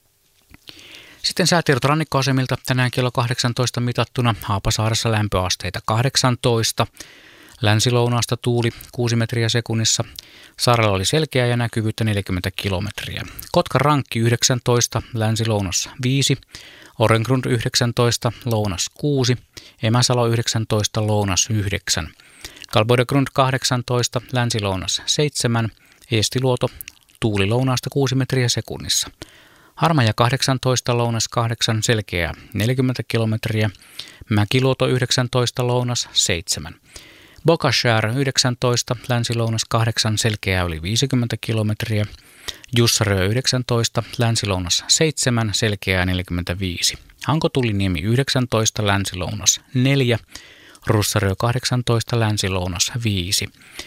Sitten säätiedot rannikkoasemilta tänään kello 18 mitattuna Haapasaaressa lämpöasteita 18. Länsi-lounaasta tuuli 6 metriä sekunnissa. Saarella oli selkeää ja näkyvyyttä 40 kilometriä. Kotka-Rankki 19, länsi-lounas 5. Orengrund 19, lounas 6. Emäsalo 19, lounas 9. Kalboidegrund 18, länsi-lounas 7. Eestiluoto tuuli lounaasta 6 metriä sekunnissa. Harmaja 18, lounas 8, selkeää 40 kilometriä. Mäkiluoto 19, lounas 7. Bokashär 19, länsi-lounas 8, selkeää yli 50 kilometriä. Jussarö 19, länsi-lounas 7, selkeää 45. Hankotuliniemi 19, länsi-lounas 4. Russarö 18, länsi-lounas 5.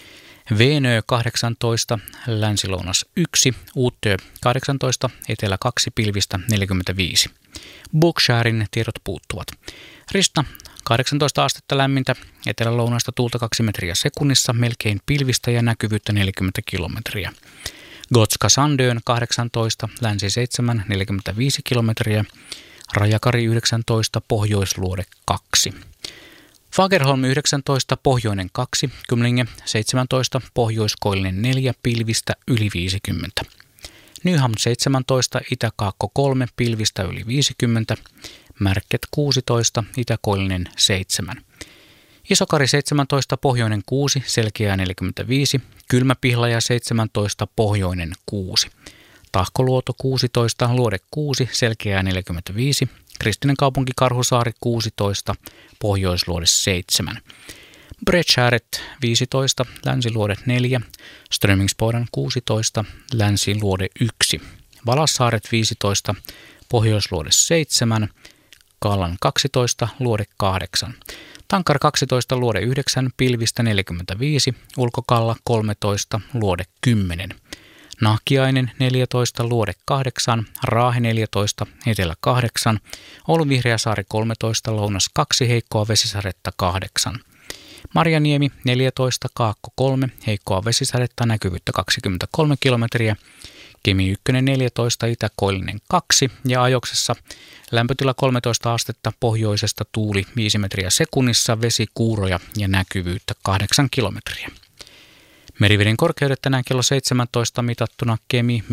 Veenö 18, länsi-lounas 1. Uutö 18, etelä 2, pilvistä 45. Bokskärin tiedot puuttuvat. Rista 18 astetta lämmintä, etelä-lounaista tuulta 2 metriä sekunnissa, melkein pilvistä ja näkyvyyttä 40 kilometriä. Gotska Sandön 18, länsi 7, 45 kilometriä. Rajakari 19, pohjoisluode 2. Fagerholm 19, pohjoinen 2, Kymlinge 17, pohjoiskoillinen 4, pilvistä yli 50. Nyhamn 17, itäkaakko 3, pilvistä yli 50. Märket 16, itäkoillinen 7. Isokari 17, pohjoinen 6, selkeää 45. Kylmäpihlaja 17, pohjoinen 6. Tahkoluoto 16, luode 6, selkeää 45. Kristinen kaupunki Karhusaari 16, pohjoisluode 7. Bredshäret 15, länsiluode 4. Strömingspodden 16, länsiluode 1. Valassaaret 15, pohjoisluode 7. Kallan 12, luode 8. Tankar 12, luode 9, pilvistä 45, Ulkokalla 13, luode 10. Nahkiainen 14, luode 8, Raahe 14, etelä 8, Oulun-Vihreäsaari 13, lounas 2, heikkoa vesisadetta 8. Marjaniemi 14, Kaakko 3, heikkoa vesisadetta, näkyvyyttä 23 kilometriä. Kemi 1 14, itäkoillinen 2 ja Ajoksessa lämpötila 13 astetta, pohjoisesta tuuli 5 metriä sekunnissa, vesi kuuroja ja näkyvyyttä 8 kilometriä. Meriveden korkeudet tänään kello 17 mitattuna Kemi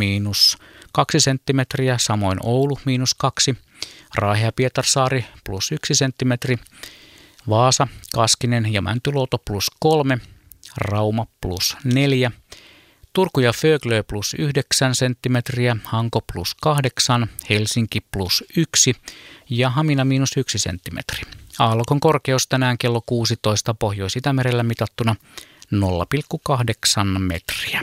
-2 senttimetriä, samoin Oulu -2, Raahe ja Pietarsaari +1 senttimetri, Vaasa, Kaskinen ja Mäntyluoto +3, Rauma +4, Turku ja Föglö +9 senttimetriä, Hanko +8, Helsinki +1 ja Hamina -1 senttimetri. Aallokon korkeus tänään kello 16 Pohjois-Itämerellä mitattuna 0,8 metriä.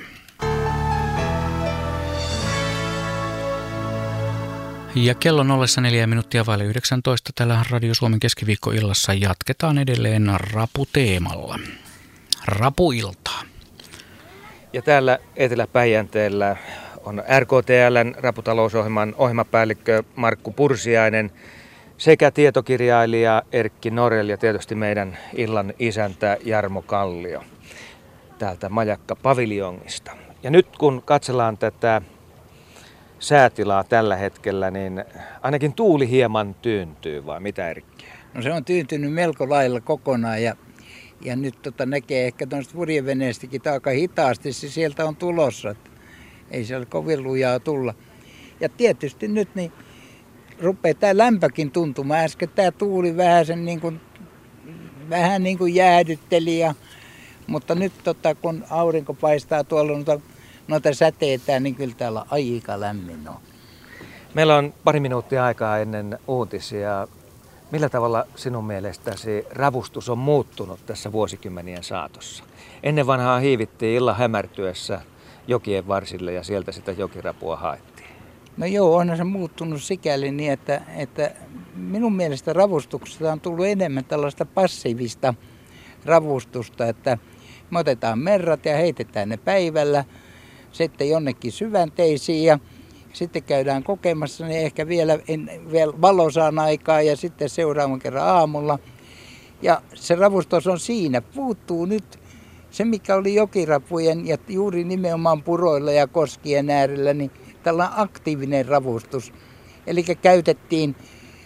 Ja kello 04:19 täällä Radio Suomen keskiviikkoillassa jatketaan edelleen raputeemalla. Rapuiltaa. Ja täällä Etelä-Päijänteellä on RKTL:n raputalousohjelman ohjelmapäällikkö Markku Pursiainen sekä tietokirjailija Erkki Norell ja tietysti meidän illan isäntä Jarmo Kallio täältä Majakka-paviljongista. Ja nyt kun katsellaan tätä säätilaa tällä hetkellä, niin ainakin tuuli hieman tyyntyy, vai mitä Erkki? No se on tyyntynyt melko lailla kokonaan ja nyt näkee ehkä tuosta purjeveneestäkin aika hitaasti se sieltä on tulossa. Ei siellä kovin lujaa tulla. Ja tietysti nyt niin rupeaa tämä lämpökin tuntumaan. Äsken tämä tuuli vähän niin kuin jäädytteli, mutta nyt kun aurinko paistaa tuolla noita säteitä, niin kyllä täällä aika lämmin on. Meillä on pari minuuttia aikaa ennen uutisia. Millä tavalla sinun mielestäsi ravustus on muuttunut tässä vuosikymmenien saatossa? Ennen vanhaa hiivittiin illan hämärtyessä jokien varsille ja sieltä sitä jokirapua haettiin. No joo, onhan se muuttunut sikäli niin, että minun mielestä ravustuksesta on tullut enemmän tällaista passiivista ravustusta, että me otetaan merrat ja heitetään ne päivällä sitten jonnekin syvänteisiin ja sitten käydään kokemassa ne ehkä vielä valosaan aikaa ja sitten seuraavan kerran aamulla. Ja se ravustus on siinä. Puuttuu nyt se, mikä oli jokirapujen ja juuri nimenomaan puroilla ja koskien äärellä, niin tällainen aktiivinen ravustus. Eli käytettiin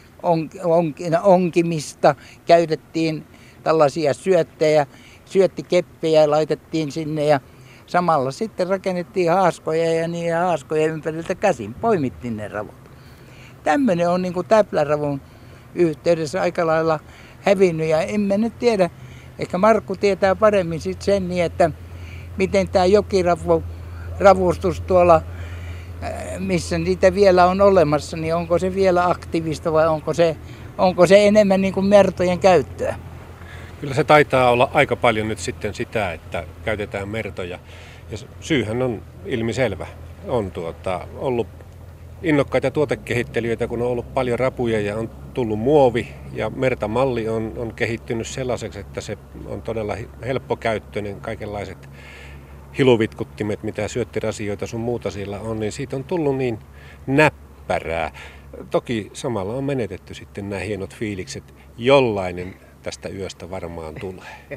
onkimista, käytettiin tällaisia syöttikeppejä laitettiin sinne ja samalla sitten rakennettiin haaskoja ja niiden haaskojen ympäriltä käsin poimittiin ne ravut. Tämmöinen on niin kuin täpläravun yhteydessä aika lailla hävinnyt ja emme nyt tiedä, ehkä Markku tietää paremmin sitten sen niin, että miten tämä jokiravustus tuolla, missä niitä vielä on olemassa, niin onko se vielä aktiivista vai onko se enemmän niin kuin mertojen käyttöä? Kyllä se taitaa olla aika paljon nyt sitten sitä, että käytetään mertoja. Ja syyhän on ilmiselvä. On ollut innokkaita tuotekehittelijöitä, kun on ollut paljon rapuja ja on tullut muovi. Ja mertamalli on kehittynyt sellaiseksi, että se on todella helppokäyttöinen. Kaikenlaiset hiluvitkuttimet, mitä syöttirasioita sun muuta siellä on, niin siitä on tullut niin näppärää. Toki samalla on menetetty sitten nämä hienot fiilikset. Jollainen tästä yöstä varmaan tulee.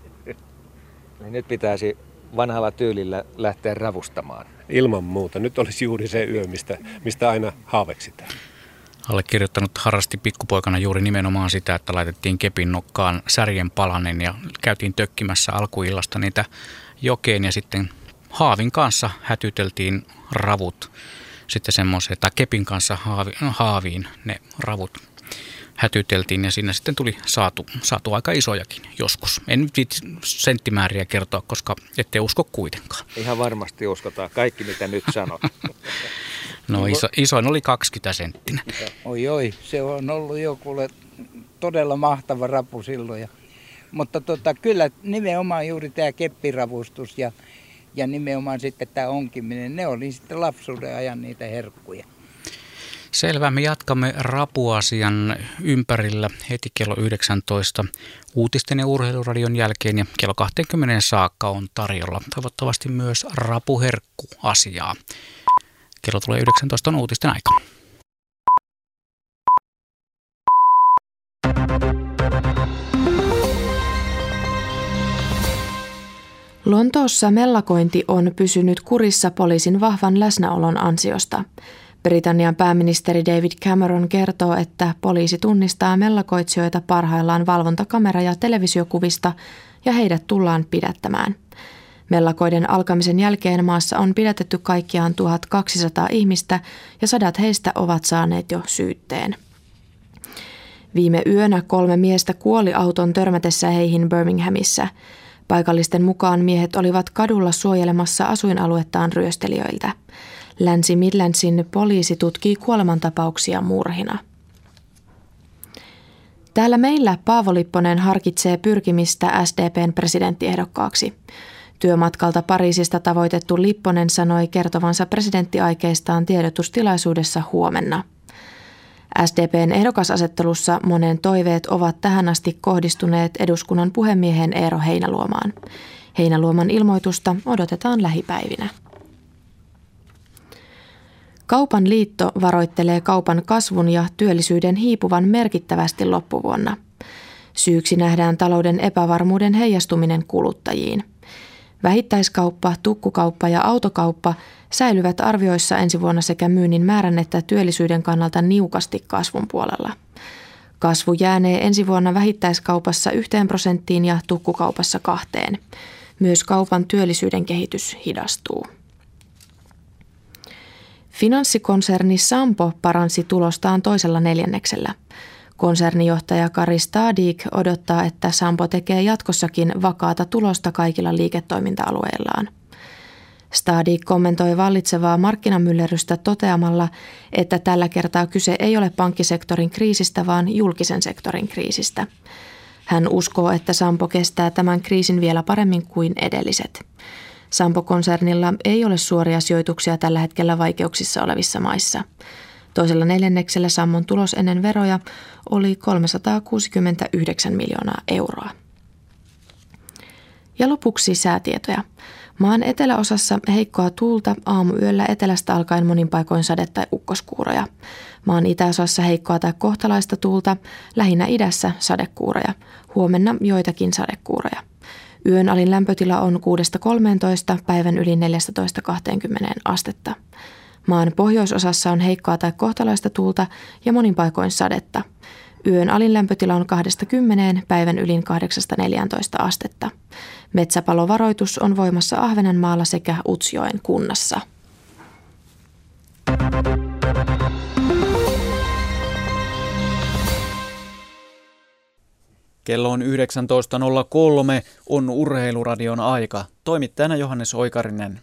Nyt pitäisi vanhalla tyylillä lähteä ravustamaan. Ilman muuta. Nyt olisi juuri se yö, mistä aina haaveksitaan. Allekirjoittanut harrasti pikkupoikana juuri nimenomaan sitä, että laitettiin kepin nokkaan särjen palanen ja käytiin tökkimässä alkuillasta niitä jokeen ja sitten haavin kanssa hätyteltiin ravut. Sitten semmoisen, tai kepin kanssa haaviin ne ravut hätyteltiin ja siinä sitten tuli saatu aika isojakin joskus. En nyt senttimääriä kertoa, koska ette usko kuitenkaan. Ihan varmasti uskotaan kaikki, mitä nyt sanot. No isoin oli 20 senttinen. Oi, se on ollut jo kuule todella mahtava rapu silloin. Mutta kyllä nimenomaan juuri tämä keppiravustus ja nimenomaan sitten tämä onkiminen, ne oli sitten lapsuuden ajan niitä herkkuja. Selvä, me jatkamme rapuasian ympärillä heti kello 19 uutisten ja urheiluradion jälkeen ja kello 20 saakka on tarjolla toivottavasti myös rapuherkkuasiaa. Kello tulee 19 on uutisten aika. Lontoossa mellakointi on pysynyt kurissa poliisin vahvan läsnäolon ansiosta. Britannian pääministeri David Cameron kertoo, että poliisi tunnistaa mellakoitsijoita parhaillaan valvontakamera- ja televisiokuvista ja heidät tullaan pidättämään. Mellakoiden alkamisen jälkeen maassa on pidätetty kaikkiaan 1200 ihmistä ja 100 heistä ovat saaneet jo syytteen. Viime yönä 3 miestä kuoli auton törmätessä heihin Birminghamissa. Paikallisten mukaan miehet olivat kadulla suojelemassa asuinaluettaan ryöstelijöiltä. Länsi-Midlandsin poliisi tutkii kuolemantapauksia murhina. Täällä meillä Paavo Lipponen harkitsee pyrkimistä SDP:n presidenttiehdokkaaksi. Työmatkalta Pariisista tavoitettu Lipponen sanoi kertovansa presidenttiaikeistaan tiedotustilaisuudessa huomenna. SDP:n ehdokasasettelussa monen toiveet ovat tähän asti kohdistuneet eduskunnan puhemiehen Eero Heinäluomaan. Heinäluoman ilmoitusta odotetaan lähipäivinä. Kaupan liitto varoittelee kaupan kasvun ja työllisyyden hiipuvan merkittävästi loppuvuonna. Syyksi nähdään talouden epävarmuuden heijastuminen kuluttajiin. Vähittäiskauppa, tukkukauppa ja autokauppa säilyvät arvioissa ensi vuonna sekä myynnin määrän että työllisyyden kannalta niukasti kasvun puolella. Kasvu jäänee ensi vuonna vähittäiskaupassa 1% ja tukkukaupassa 2%. Myös kaupan työllisyyden kehitys hidastuu. Finanssikonserni Sampo paransi tulostaan toisella neljänneksellä. Konsernijohtaja Kari Stadik odottaa, että Sampo tekee jatkossakin vakaata tulosta kaikilla liiketoiminta-alueillaan. Stadik kommentoi vallitsevaa markkinamyllerrystä toteamalla, että tällä kertaa kyse ei ole pankkisektorin kriisistä, vaan julkisen sektorin kriisistä. Hän uskoo, että Sampo kestää tämän kriisin vielä paremmin kuin edelliset. Sampo-konsernilla ei ole suoria sijoituksia tällä hetkellä vaikeuksissa olevissa maissa. Toisella neljänneksellä Sammon tulos ennen veroja oli 369 miljoonaa euroa. Ja lopuksi säätietoja. Maan eteläosassa heikkoa tuulta, aamuyöllä etelästä alkaen monin paikoin sade- tai ukkoskuuroja. Maan itäosassa heikkoa tai kohtalaista tuulta, lähinnä idässä sadekuuroja. Huomenna joitakin sadekuuroja. Yön alin lämpötila on 6-13, päivän yli 14-20 astetta. Maan pohjoisosassa on heikkoa tai kohtalaista tuulta ja monin paikoin sadetta. Yön alin lämpötila on 2-10, päivän ylin 8-14 astetta. Metsäpalovaroitus on voimassa Ahvenanmaalla sekä Utsjoen kunnassa. Kello on 19.03, on Urheiluradion aika. Toimittajana Johannes Oikarinen.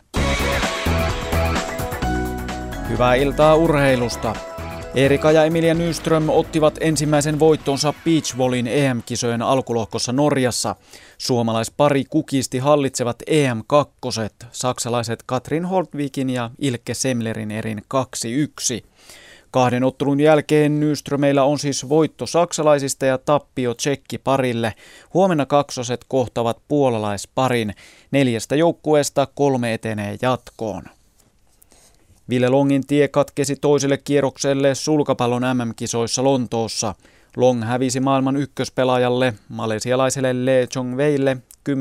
Hyvää iltaa urheilusta. Erika ja Emilia Nyström ottivat ensimmäisen voittonsa beachvolleyn EM-kisojen alkulohkossa Norjassa. Suomalaispari kukisti hallitsevat EM-kakkoset, saksalaiset Katrin Holtvikin ja Ilkka Semlerin erin 2-1. Kahden ottelun jälkeen Nyströmeillä on siis voitto saksalaisista ja tappio tsekkiparille. Huomenna kaksoset kohtavat puolalaisparin. 4 joukkueesta 3 etenee jatkoon. Ville Longin tie katkesi toiselle kierrokselle sulkapallon MM-kisoissa Lontoossa. Long hävisi maailman ykköspelaajalle, malesialaiselle Lee Chong-weille 10-21,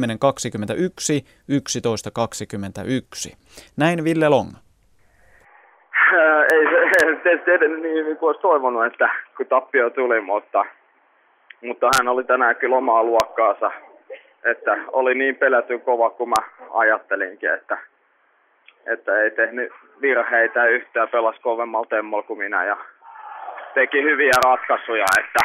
11-21. Näin Ville Long. Ei se edennyt niin kuin olisi toivonut, että kun tappio tuli, mutta hän oli tänään kyllä omaa luokkaansa, että oli niin pelätty kova kuin mä ajattelinkin, että ei tehnyt virheitä yhtään, pelasi kovemmalla temmolla kuin minä ja teki hyviä ratkaisuja, että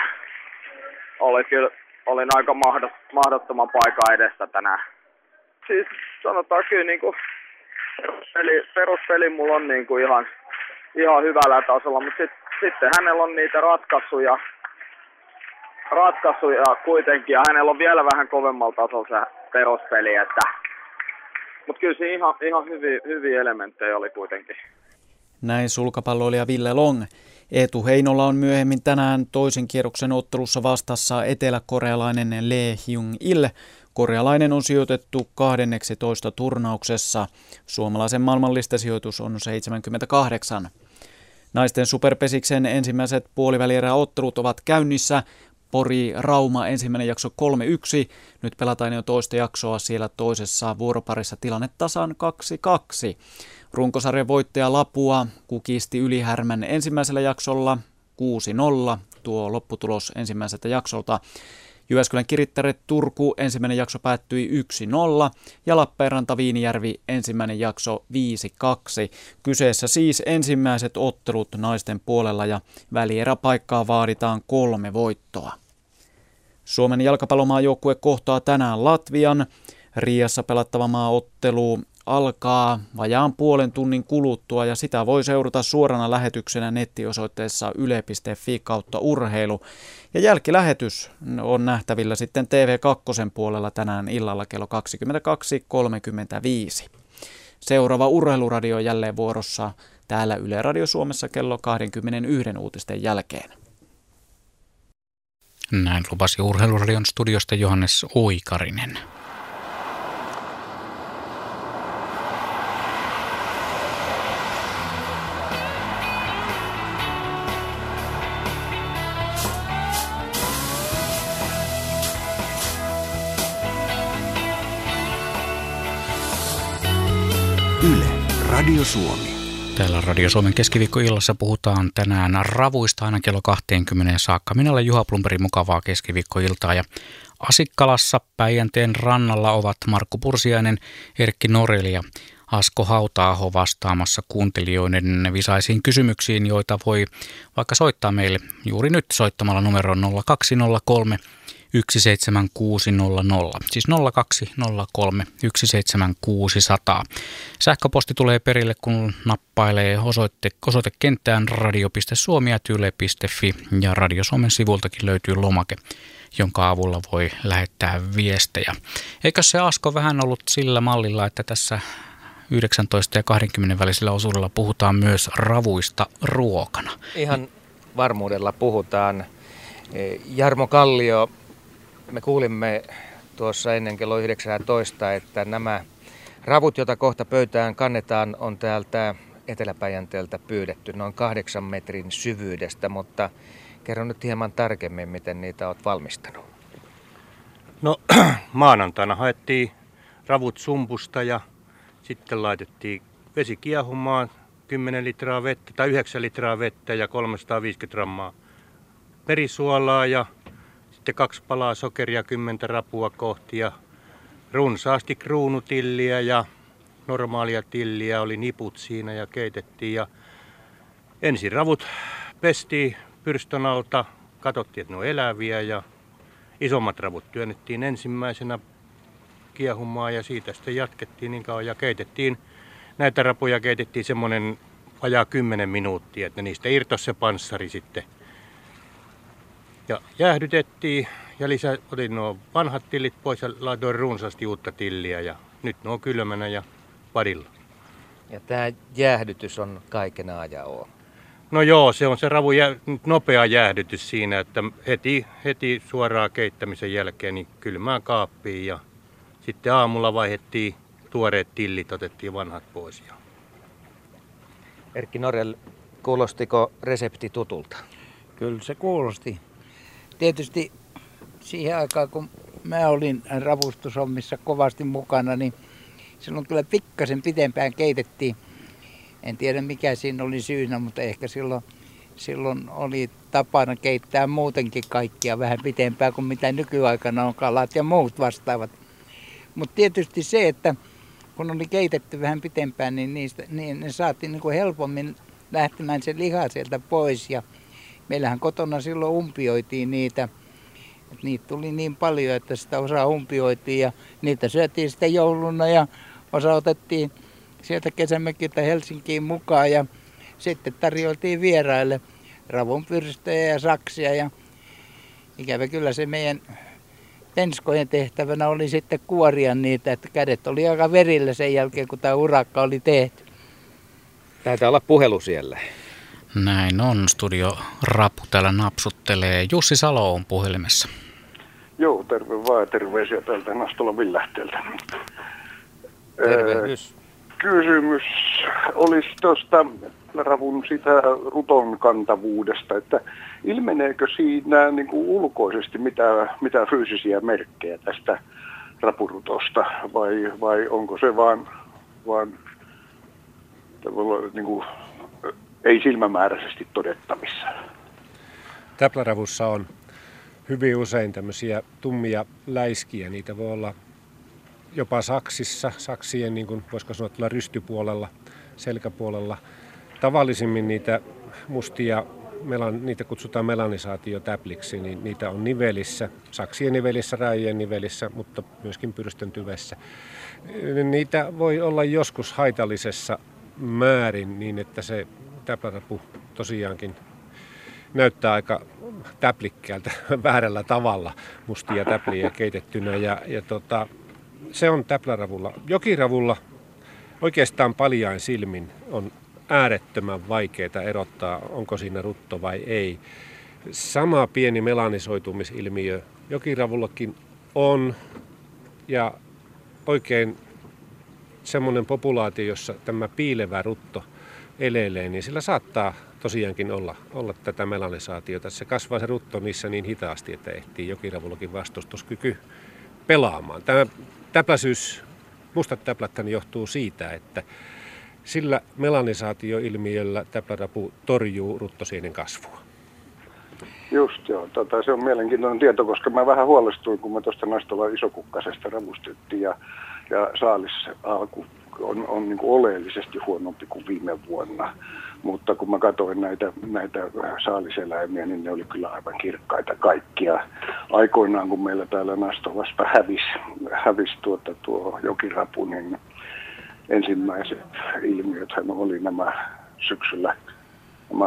olin aika mahdottoman paikan edestä tänään. Siis sanotaan kyllä niin kuin peruspeli mulla on niin kuin ihan hyvällä tasolla, mutta sitten hänellä on niitä ratkaisuja kuitenkin ja hänellä on vielä vähän kovemmalla tasolla se peruspeli, mutta kyllä siinä ihan hyviä elementtejä oli kuitenkin. Näin sulkapalloilija Ville Long. Eetu Heinola on myöhemmin tänään toisen kierroksen ottelussa vastassa eteläkorealainen Lee Hyung-il. Korealainen on sijoitettu 12 turnauksessa. Suomalaisen maailmanlistasijoitus on 78. Naisten superpesiksen ensimmäiset puolivälieräottelut ovat käynnissä. Pori-Rauma ensimmäinen jakso 3-1. Nyt pelataan jo toista jaksoa siellä toisessa vuoroparissa tilanne tasan 2-2. Runkosarjan voittaja Lapua kukisti Ylihärmän ensimmäisellä jaksolla 6-0. Tuo lopputulos ensimmäiseltä jaksolta. Jyväskylän Kirittäret Turku ensimmäinen jakso päättyi 1-0 ja Lappeenranta Viinijärvi ensimmäinen jakso 5-2. Kyseessä siis ensimmäiset ottelut naisten puolella ja välieräpaikkaa vaaditaan 3 voittoa. Suomen jalkapallomaajoukkue kohtaa tänään Latvian. Riassa pelattava maaottelu alkaa vajaan puolen tunnin kuluttua ja sitä voi seurata suorana lähetyksenä nettiosoitteessa yle.fi/urheilu. Ja jälkilähetys on nähtävillä sitten TV2 puolella tänään illalla kello 22.35. Seuraava urheiluradio jälleen vuorossa täällä Yle Radio Suomessa kello 21 uutisten jälkeen. Näin lupasi Urheiluradion studiosta Johannes Oikarinen. Yle, Radio Suomi. Täällä Radio Suomen keskiviikkoillassa puhutaan tänään ravuista aina kello 20 saakka. Minä olen Juha Plumberg, mukavaa keskiviikkoiltaa. Ja Asikkalassa Päijänteen rannalla ovat Markku Pursiainen, Erkki Noreli ja Asko Hauta-aho vastaamassa kuuntelijoiden visaisiin kysymyksiin, joita voi vaikka soittaa meille juuri nyt soittamalla numeroon 0203 17600, siis 0203 17600. Sähköposti tulee perille, kun nappailee osoitekenttään radio.suomi@yle.fi ja Radio Suomen sivultakin löytyy lomake, jonka avulla voi lähettää viestejä. Eikö se Asko vähän ollut sillä mallilla, että tässä 19 ja 20 välisellä osuudella puhutaan myös ravuista ruokana? Ihan varmuudella puhutaan. Jarmo Kallio, me kuulimme tuossa ennen kello 19, että nämä ravut, joita kohta pöytään kannetaan, on täältä Etelä-Päijänteeltä pyydetty noin 8 metrin syvyydestä, mutta kerro nyt hieman tarkemmin, miten niitä olet valmistanut. No maanantaina haettiin ravut sumpusta ja sitten laitettiin vesi kiehumaan 10 litraa vettä tai 9 litraa vettä ja 350 grammaa merisuolaa ja sitten 2 palaa sokeria 10 rapua kohti ja runsaasti kruunutilliä ja normaalia tilliä, oli niput siinä ja keitettiin. Ja ensin ravut pestiin pyrstön alta, katsottiin, että ne on eläviä ja isommat ravut työnnettiin ensimmäisenä kiehumaan ja siitä sitten jatkettiin niin kauan ja keitettiin. Näitä rapuja keitettiin semmoinen vajaa 10 minuuttia, että niistä irtosi se panssari sitten. Ja jäähdytettiin ja otin nuo vanhat tillit pois ja laitoin runsaasti uutta tilliä ja nyt ne on kylmänä ja padilla. Ja tämä jäähdytys on kaiken A ja O. No joo, se on se ravun nopea jäähdytys siinä, että heti suoraan keittämisen jälkeen niin kylmään kaappiin ja sitten aamulla vaihdettiin tuoreet tillit, otettiin vanhat pois. Erkki Norel, kuulostiko resepti tutulta? Kyllä se kuulosti. Tietysti siihen aikaan, kun mä olin ravustushommissa kovasti mukana, niin silloin kyllä pikkasen pitempään keitettiin. En tiedä mikä siinä oli syynä, mutta ehkä silloin oli tapana keittää muutenkin kaikkia vähän pitempään kuin mitä nykyaikana on kalat ja muut vastaavat. Mutta tietysti se, että kun oli keitetty vähän pitempään, niin ne saatiin niin kuin helpommin lähtemään se liha sieltä pois. Ja meillähän kotona silloin umpioitiin niitä. Niitä tuli niin paljon, että sitä osa umpioitiin ja niitä syötiin sitten jouluna ja osa otettiin sieltä kesämökiltä Helsinkiin mukaan ja sitten tarjoltiin vieraille ravunpyrstöjä ja saksia ja ikävä kyllä se meidän penskojen tehtävänä oli sitten kuoria niitä, että kädet oli aika verillä sen jälkeen kun tämä urakka oli tehty. Taitaa olla puhelu siellä. Näin on, studio Rapu täällä napsuttelee. Jussi Salo on puhelimessa. Joo, terve vaan, terveisiä täältä Nastolan Villähteeltä. Tervehdys. Kysymys olisi tuosta ravun sitä ruton kantavuudesta, että ilmeneekö siinä niin kuin ulkoisesti mitä fyysisiä merkkejä tästä rapurutosta vai onko se vaan niin kuin, ei silmämääräisesti todettavissa? Täpläravussa on hyvin usein tämmöisiä tummia läiskiä. Niitä voi olla jopa saksien, niin kuin voisiko sanoa tuolla rystypuolella, selkäpuolella. Tavallisimmin niitä mustia niitä kutsutaan melanisaatiotäpliksi, niin niitä on nivelissä, saksien nivelissä, raajien nivelissä, mutta myöskin pyrstön tyvessä. Niitä voi olla joskus haitallisessa määrin niin, että se täplärapu tosiaankin näyttää aika täplikkäältä väärällä tavalla, mustia täpliä keitettynä. Se on täpläravulla. Jokiravulla oikeastaan paljain silmin on äärettömän vaikeaa erottaa, onko siinä rutto vai ei. Sama pieni melanisoitumisilmiö jokiravullakin on, ja oikein semmoinen populaatio, jossa tämä piilevä rutto elelee, niin sillä saattaa tosiaankin olla tätä melanisaatiota. Se kasvaa se rutto niissä niin hitaasti, että ehtii jokiravullakin vastustuskyky pelaamaan. Tämä täpläisyys, mustat täpläthän johtuu siitä, että sillä melanisaatioilmiöllä täplärapu torjuu ruttosienen kasvua. Just joo, se on mielenkiintoinen tieto, koska mä vähän huolestuin, kun me tuosta Nastolan isokukkasesta ravustettiin ja saalis alku on niin kuin oleellisesti huonompi kuin viime vuonna. Mutta kun mä katsoin näitä saaliseläimiä, niin ne oli kyllä aivan kirkkaita kaikkia. Aikoinaan, kun meillä täällä Nastolasta hävisi tuo jokirapu, niin ensimmäiset ilmiöthän oli nämä syksyllä nämä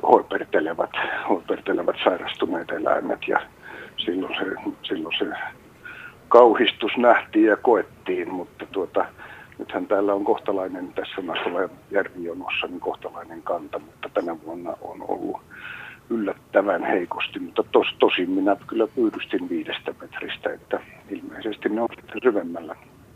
hoipertelevat sairastuneet eläimet, ja silloin se kauhistus nähtiin ja koettiin, mutta nythän täällä on kohtalainen, tässä Nastolan järvijonossa, niin kohtalainen kanta, mutta tänä vuonna on ollut yllättävän heikosti, mutta tosin minä kyllä pyydystin 5 metristä, että ilmeisesti ne on sitten syvemmällä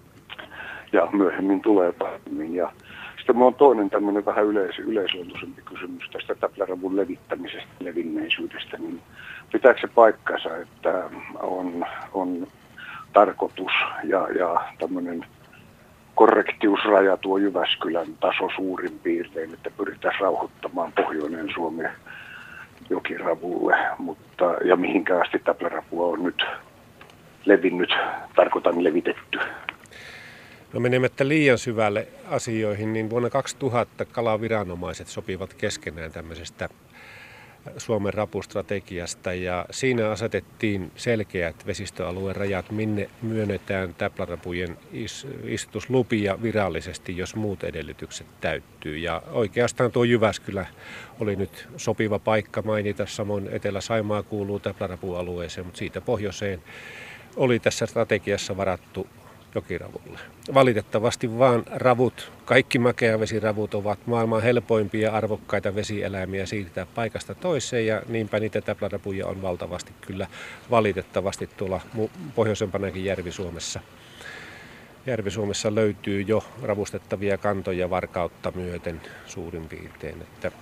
ja myöhemmin tulee paremmin. Ja sitten minulla on toinen tämmöinen vähän yleisluontoisempi kysymys tästä täpläravun levittämisestä, levinneisyydestä, niin pitääkö se paikkansa, että on tarkoitus ja tämmöinen korrektiusraja tuo Jyväskylän taso suurin piirtein, että pyritään rauhoittamaan pohjoinen Suomi jokiravulle, ja mihinkä asti täplärapua on nyt levinnyt, tarkoitan levitetty. No menemättä liian syvälle asioihin, niin vuonna 2000 kalaviranomaiset sopivat keskenään tämmöisestä Suomen rapustrategiasta, ja siinä asetettiin selkeät vesistöalueen rajat, minne myönnetään täplärapujen istutuslupia virallisesti, jos muut edellytykset täyttyy. Ja oikeastaan tuo Jyväskylä oli nyt sopiva paikka mainita, samoin Etelä-Saimaa kuuluu täplärapualueeseen, mutta siitä pohjoiseen oli tässä strategiassa varattu jokiravulle. Valitettavasti vaan kaikki makeavesiravut ovat maailman helpoimpia ja arvokkaita vesieläimiä siirtää paikasta toiseen, ja niinpä niitä täplärapuja on valtavasti kyllä valitettavasti tuolla pohjoisempanakin Järvi-Suomessa. Järvi-Suomessa löytyy jo ravustettavia kantoja Varkautta myöten suurin piirtein.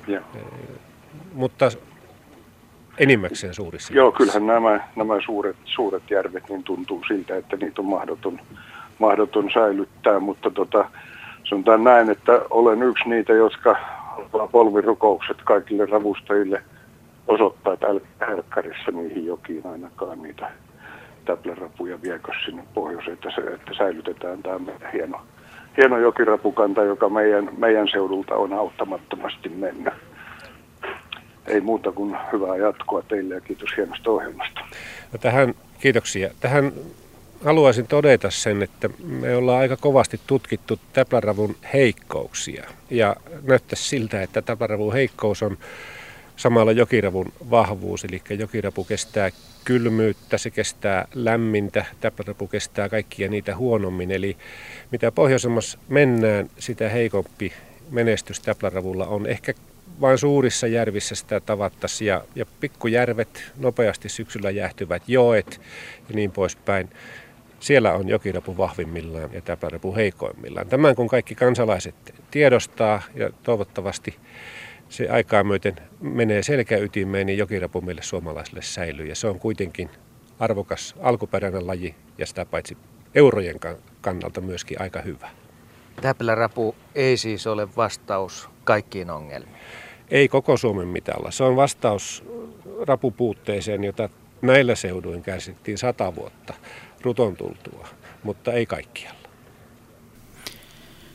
Mutta enimmäkseen suurissa. Joo, kyllähän nämä suuret järvet niin tuntuu siltä, että niitä on mahdoton säilyttää, mutta sanotaan näin, että olen yksi niitä, jotka polvirukoukset kaikille ravustajille osoittaa, että älkää helkkarissa niihin jokiin ainakaan niitä täplärapuja viekö sinne pohjoiseen, että säilytetään tämä hieno jokirapukanta, joka meidän seudulta on auttamattomasti mennyt. Ei muuta kuin hyvää jatkoa teille ja kiitos hienosta ohjelmasta. No kiitoksia. Tähän haluaisin todeta sen, että me ollaan aika kovasti tutkittu täpläravun heikkouksia. Ja näyttäisi siltä, että täpläravun heikkous on samalla jokiravun vahvuus. Eli jokirapu kestää kylmyyttä, se kestää lämmintä, täplärapu kestää kaikkia niitä huonommin. Eli mitä pohjoisemmassa mennään, sitä heikompi menestys täpläravulla on. Ehkä vain suurissa järvissä sitä tavattaisiin, ja pikkujärvet, nopeasti syksyllä jäähtyvät joet ja niin poispäin. Siellä on jokirapu vahvimmillaan ja täplärapu heikoimmillaan. Tämän kun kaikki kansalaiset tiedostaa ja toivottavasti se aikaa myöten menee selkäytimeen, niin jokirapu meille suomalaisille säilyy. Ja se on kuitenkin arvokas alkuperäinen laji ja sitä paitsi eurojen kannalta myöskin aika hyvä. Täplärapu ei siis ole vastaus kaikkiin ongelmiin. Ei koko Suomen mitalla. Se on vastaus rapupuutteeseen, jota näillä seuduin kärsittiin 100 vuotta ruton tultua, mutta ei kaikkialla.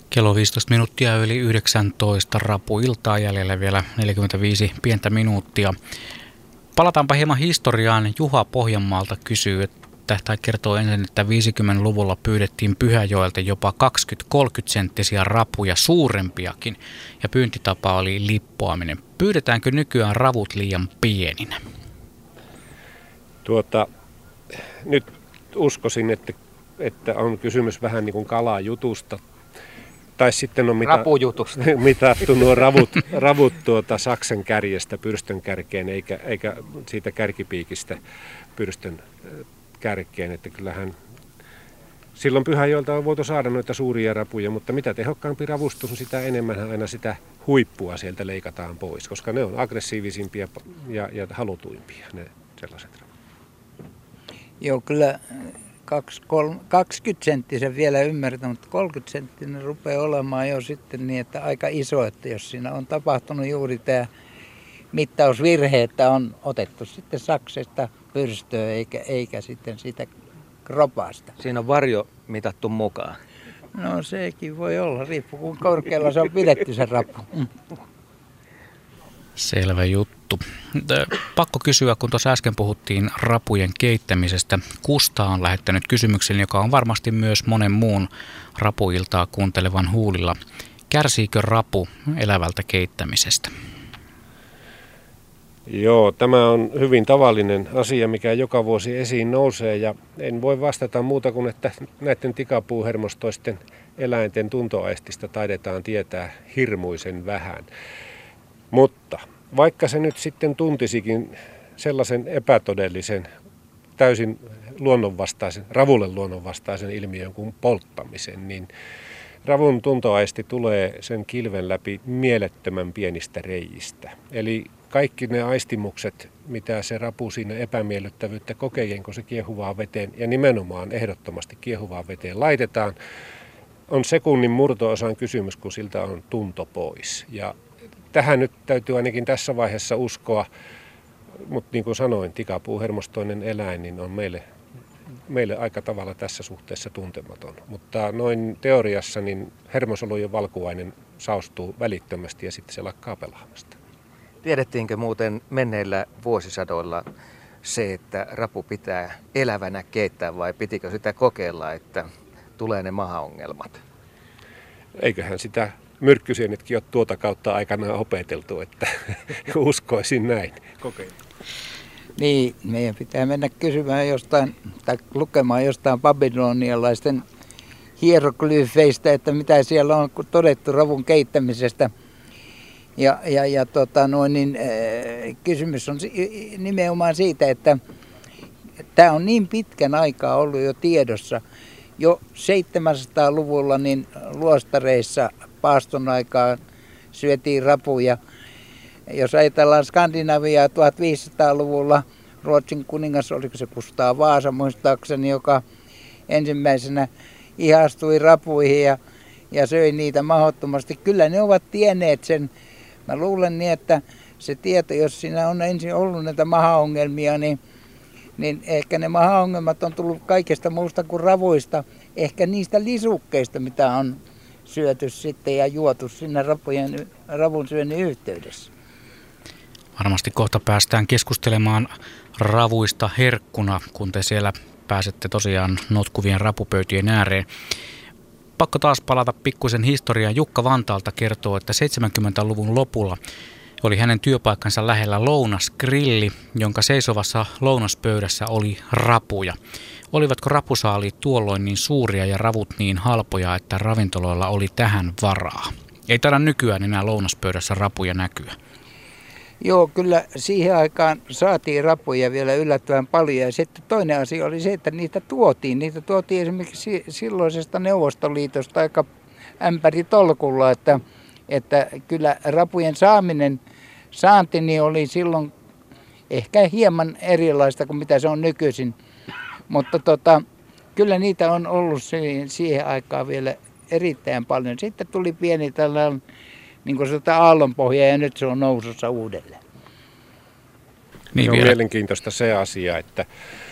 Kello 15 minuuttia yli 19 rapuiltaa, jäljellä vielä 45 pientä minuuttia. Palataanpa hieman historiaan. Juha Pohjanmaalta kysyy, tai kertoo ensin, että 50-luvulla pyydettiin Pyhäjoelta jopa 20-30 senttisiä rapuja, suurempiakin, ja pyyntitapa oli lippoaminen. Pyydetäänkö nykyään ravut liian pieninä? Nyt uskoisin, että on kysymys vähän niin kuin kalajutusta. Tai sitten on mitattu nuo ravut saksen kärjestä pyrstön kärkeen, eikä siitä kärkipiikistä pyrstön kärkeen. Että kyllähän silloin Pyhäjoelta on voitu saada noita suuria rapuja, mutta mitä tehokkaampi ravustus, sitä enemmän aina sitä huippua sieltä leikataan pois, koska ne on aggressiivisimpia ja halutuimpia ne sellaiset ravut. Joo, kyllä 20 senttisen vielä ymmärtää, mutta 30 senttinen rupeaa olemaan jo sitten niin, että aika iso, että jos siinä on tapahtunut juuri tämä mittausvirhe, että on otettu sitten saksesta pyrstöä eikä sitten sitä kropasta. Siinä on varjo mitattu mukaan. No sekin voi olla, riippuu kuinka korkealla se on pidetty se rapu. Selvä juttu. Pakko kysyä, kun tuossa äsken puhuttiin rapujen keittämisestä. Kusta on lähettänyt kysymyksen, joka on varmasti myös monen muun rapuiltaa kuuntelevan huulilla. Kärsiikö rapu elävältä keittämisestä? Joo, tämä on hyvin tavallinen asia, mikä joka vuosi esiin nousee, ja en voi vastata muuta kuin, että näiden tikapuuhermostoisten eläinten tuntoaistista taidetaan tietää hirmuisen vähän. Mutta vaikka se nyt sitten tuntisikin sellaisen epätodellisen, täysin ravulle luonnonvastaisen ilmiön kuin polttamisen, niin ravun tuntoaisti tulee sen kilven läpi mielettömän pienistä reiistä. Eli kaikki ne aistimukset, mitä se rapu siinä epämiellyttävyyttä kokee, kun se kiehuvaan veteen, ja nimenomaan ehdottomasti kiehuvaan veteen laitetaan, on sekunnin murto-osan kysymys, kun siltä on tunto pois. Ja tähän nyt täytyy ainakin tässä vaiheessa uskoa, mutta niin kuin sanoin, tikapuuhermostoinen eläin niin on meille aika tavalla tässä suhteessa tuntematon. Mutta noin teoriassa niin hermosolujen valkuainen saostuu välittömästi ja sitten se lakkaa pelaamasta. Tiedettiinkö muuten menneillä vuosisadoilla se, että rapu pitää elävänä keittää vai pitikö sitä kokeilla, että tulee ne mahaongelmat? Eiköhän sitä myrkkysienetkin ole tuota kautta aikanaan opeteltu, että uskoisin näin. Kokeilla. Niin, meidän pitää mennä kysymään jostain, tai lukemaan jostain babylonialaisten hieroglyfeistä, että mitä siellä on todettu ravun keittämisestä. Kysymys on nimenomaan siitä, että tämä on niin pitkän aikaa ollut jo tiedossa. Jo 700-luvulla niin luostareissa paaston aikaan syötiin rapuja. Jos ajatellaan Skandinaviaa 1500-luvulla, Ruotsin kuningas, oliko se Kustaa Vaasa muistaakseni, joka ensimmäisenä ihastui rapuihin ja söi niitä mahdottomasti. Kyllä ne ovat tienneet sen. Mä luulen niin, että se tieto, jos siinä on ensin ollut näitä mahaongelmia, niin ehkä ne mahaongelmat on tullut kaikesta muusta kuin ravuista. Ehkä niistä lisukkeista, mitä on syöty sitten ja juotu sinne ravun syönnin yhteydessä. Varmasti kohta päästään keskustelemaan ravuista herkkuna, kun te siellä pääsette tosiaan notkuvien rapupöytien ääreen. Pakko taas palata pikkuisen historiaan. Jukka Vantaalta kertoo, että 70-luvun lopulla oli hänen työpaikkansa lähellä lounasgrilli, jonka seisovassa lounaspöydässä oli rapuja. Olivatko rapusaaliit tuolloin niin suuria ja ravut niin halpoja, että ravintoloilla oli tähän varaa? Ei taida nykyään enää lounaspöydässä rapuja näkyä. Joo, kyllä siihen aikaan saatiin rapuja vielä yllättävän paljon. Ja sitten toinen asia oli se, että niitä tuotiin. Niitä tuotiin esimerkiksi silloisesta Neuvostoliitosta aika ämpäritolkulla, että kyllä rapujen saanti oli silloin ehkä hieman erilaista kuin mitä se on nykyisin. Mutta kyllä niitä on ollut siihen aikaan vielä erittäin paljon. Sitten tuli pieni tällainen niin kuin sitä aallonpohja ja nyt se on nousussa uudelleen. Niin se on mielenkiintoista se asia, että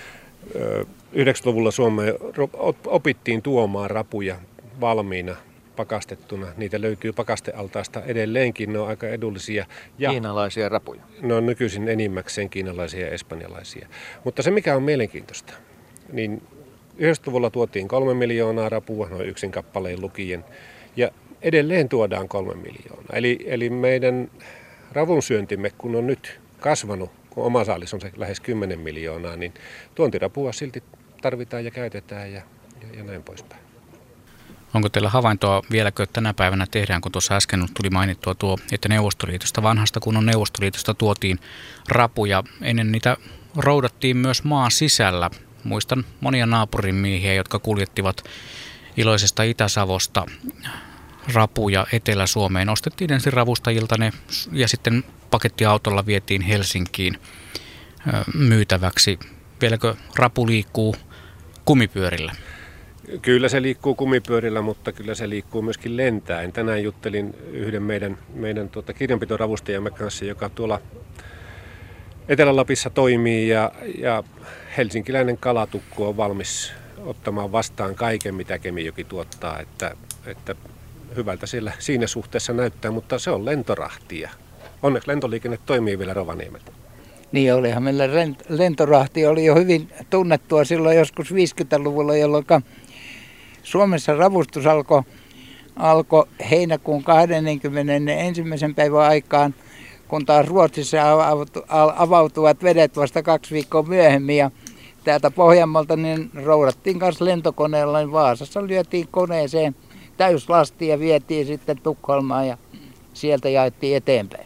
90-luvulla Suomeen opittiin tuomaan rapuja valmiina pakastettuna. Niitä löytyy pakastealtaasta edelleenkin, ne on aika edullisia. Ja kiinalaisia rapuja. Ne on nykyisin enimmäkseen kiinalaisia ja espanjalaisia. Mutta se mikä on mielenkiintoista, niin 90-luvulla tuotiin 3 miljoonaa rapua, noin yksin kappaleen lukien, ja edelleen tuodaan 3 miljoonaa. Eli meidän ravun syöntimme, kun on nyt kasvanut, kun oma saalis on se lähes 10 miljoonaa, niin tuontirapua silti tarvitaan ja käytetään ja näin poispäin. Onko teillä havaintoa vieläkö tänä päivänä tehdään, kun tuossa äsken tuli mainittua tuo, että Neuvostoliitosta, vanhasta kunnon Neuvostoliitosta tuotiin rapuja. Ennen niitä roudattiin myös maan sisällä. Muistan monia naapurin miehiä, jotka kuljettivat iloisesta Itä-Savosta rapuja Etelä-Suomeen. Ostettiin ensin ravustajilta ne ja sitten pakettiautolla vietiin Helsinkiin myytäväksi. Vieläkö rapu liikkuu kumipyörillä? Kyllä se liikkuu kumipyörillä, mutta kyllä se liikkuu myöskin lentäen. Tänään juttelin yhden meidän kirjanpitoravustajamme kanssa, joka tuolla Etelä-Lapissa toimii ja helsinkiläinen kalatukku on valmis ottamaan vastaan kaiken, mitä Kemijoki tuottaa, että hyvältä siellä siinä suhteessa näyttää, mutta se on lentorahtia. Onneksi lentoliikenne toimii vielä Rovaniemeltä. Niin olihan meillä lentorahti oli jo hyvin tunnettua silloin joskus 50-luvulla, jolloin Suomessa ravustus alkoi heinäkuun 21. päivän aikaan, kun taas Ruotsissa avautuvat vedet vasta 2 viikkoa myöhemmin. Ja täältä Pohjanmaalta niin roudattiin kanssa lentokoneella, niin Vaasassa lyötiin koneeseen täyslasti ja vietiin sitten Tukholmaan ja sieltä jaettiin eteenpäin.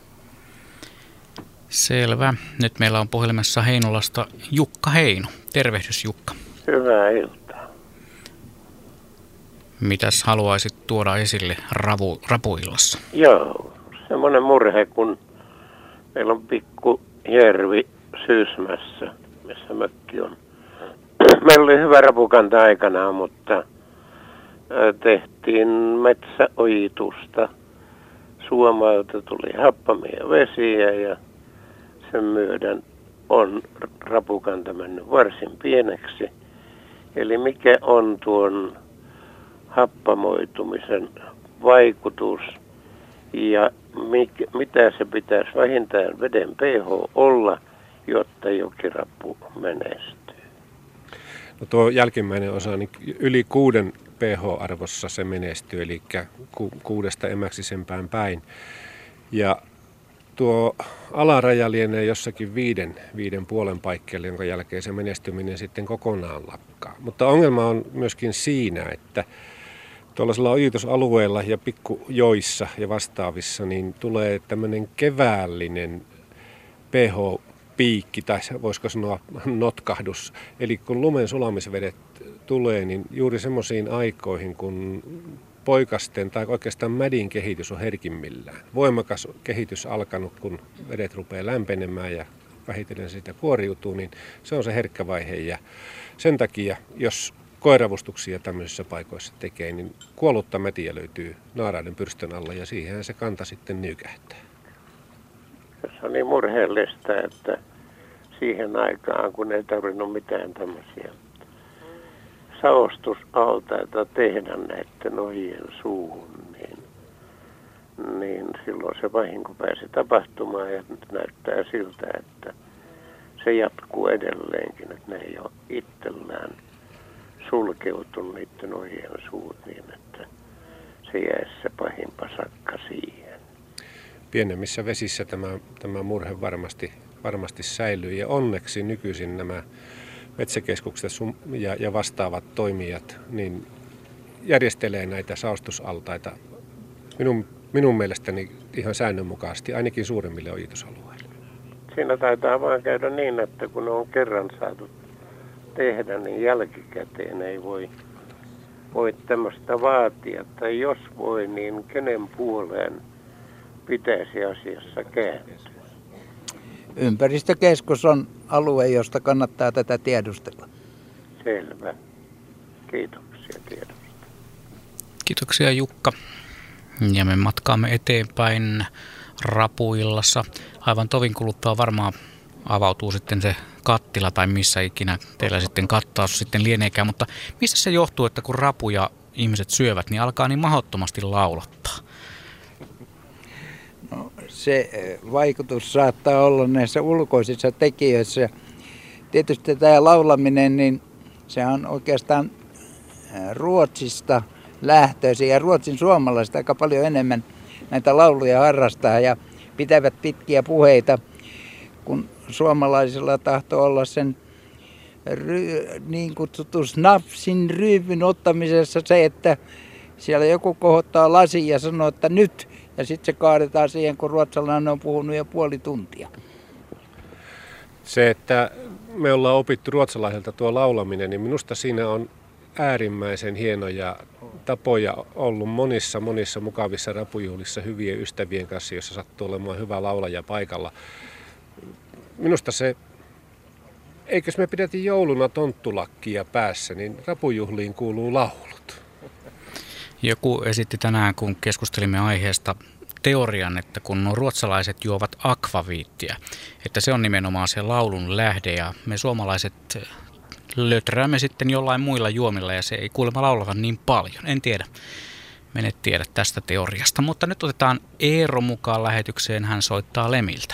Selvä. Nyt meillä on puhelimessa Heinolasta Jukka Heino. Tervehdys Jukka. Hyvää iltaa. Mitäs haluaisit tuoda esille rapuillassa? Joo, semmoinen murhe, kun meillä on pikku järvi Syysmässä, missä mökki on. Meillä oli hyvä rapukanta aikanaan, mutta tehtiin metsäojitusta. Suomalta tuli happamia vesiä ja sen myöden on rapukanta mennyt varsin pieneksi. Eli mikä on tuon happamoitumisen vaikutus ja mitä se pitäisi vähintään veden pH olla, jotta jokirappu menestyy? No tuo jälkimmäinen osa, niin yli 6 pH-arvossa se menestyy, eli 6 emäksisempään päin. Ja tuo alaraja lienee jossakin 5,5 paikkeilla, jonka jälkeen se menestyminen sitten kokonaan lakkaa. Mutta ongelma on myöskin siinä, että tuollaisella ojitusalueella ja pikkujoissa ja vastaavissa niin tulee tämmöinen keväällinen pH-piikki, tai voisiko sanoa notkahdus. Eli kun lumen sulamisvedet tulee, niin juuri semmoisiin aikoihin, kun poikasten tai oikeastaan mädin kehitys on herkimmillään. Voimakas kehitys alkanut, kun vedet rupeaa lämpenemään ja vähitellen siitä kuoriutuu, niin se on se herkkä vaihe. Ja sen takia, jos koeravustuksia tämmöisissä paikoissa tekee, niin kuollutta mätiä löytyy naaraiden pyrstön alla ja siihen se kanta sitten nykähtää. Se on niin murheellista, että siihen aikaan, kun ei tarvinnut mitään tämmöisiä saostusaltaita tehdä näiden ojien suuhun, niin silloin se vahinko pääsi tapahtumaan ja nyt näyttää siltä, että se jatkuu edelleenkin, että ne ei ole itsellään sulkeutunut niiden ojien suut niin, että se jäisi se pahin pasakka siihen. Pienemmissä vesissä tämä murhe varmasti säilyy ja onneksi nykyisin nämä metsäkeskukset ja vastaavat toimijat niin järjestelee näitä saostusaltaita minun mielestäni ihan säännönmukaisesti, ainakin suurimmille ojitusalueille. Siinä taitaa vaan käydä niin, että kun on kerran saatu tehdä, niin jälkikäteen ei voi tämmöistä vaatia. Tai jos voi, niin kenen puoleen pitäisi asiassa kääntyä? Ympäristökeskus on alue, josta kannattaa tätä tiedustella. Selvä. Kiitoksia tiedosta. Kiitoksia Jukka. Ja me matkaamme eteenpäin rapuillassa. Aivan tovin kuluttua varmaan avautuu sitten se kattila tai missä ikinä teillä sitten kattaus sitten lieneekään. Mutta mistä se johtuu, että kun rapuja ihmiset syövät, niin alkaa niin mahdottomasti laulattaa? No, se vaikutus saattaa olla näissä ulkoisissa tekijöissä. Tietysti tämä laulaminen, niin se on oikeastaan Ruotsista lähtöisin ja Ruotsin suomalaiset aika paljon enemmän näitä lauluja harrastaa ja pitävät pitkiä puheita, kun suomalaisilla tahtoo olla sen niin kutsuttu snapsin ryypyn ottamisessa se, että siellä joku kohottaa lasin ja sanoo, että nyt, ja sitten se kaadetaan siihen, kun ruotsalainen on puhunut jo puoli tuntia. Se, että me ollaan opittu ruotsalaiselta tuo laulaminen, niin minusta siinä on äärimmäisen hienoja tapoja ollut monissa mukavissa rapujuhlissa hyvien ystävien kanssa, jossa sattuu olemaan hyvä laulaja paikalla. Minusta se, eikös me pidetä jouluna tonttulakkia päässä, niin rapujuhliin kuuluu laulut. Joku esitti tänään, kun keskustelimme aiheesta, teorian, että kun nuo ruotsalaiset juovat akvaviittiä, että se on nimenomaan se laulun lähde ja me suomalaiset löträämme sitten jollain muilla juomilla ja se ei kuulemma laulavan niin paljon. En tiedä. Me en tiedä tästä teoriasta, mutta nyt otetaan Eero mukaan lähetykseen. Hän soittaa Lemiltä.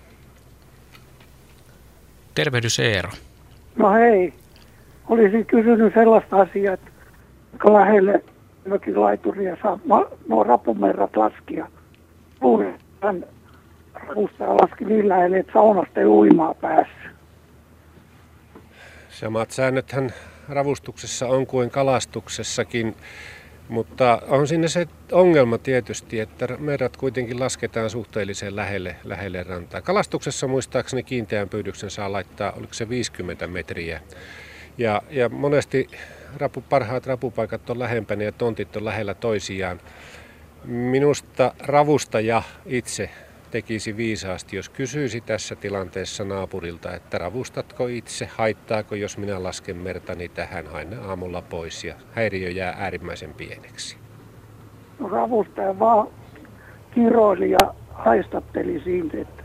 Tervehdys Eero. No hei, olisin kysynyt sellaista asiaa, että lähelle mökin laituria saa nuo rapumerrat laskia. Luulen, hän ravustaja laski niin lähelle, että saunasta ei uimaa päässä. Samat säännöthän ravustuksessa on kuin kalastuksessakin, mutta on siinä se ongelma tietysti, että merrat kuitenkin lasketaan suhteellisen lähelle rantaa. Kalastuksessa muistaakseni kiinteän pyydyksen saa laittaa, oliko se 50 metriä. Ja monesti parhaat rapupaikat on lähempänä ja tontit on lähellä toisiaan. Minusta ravustaja itse tekisi viisaasti, jos kysyisi tässä tilanteessa naapurilta, että ravustatko itse, haittaako, jos minä lasken mertani tähän, hain ne aamulla pois ja häiriö jää äärimmäisen pieneksi. No ravustaja vaan kiroili ja haistatteli siinä, että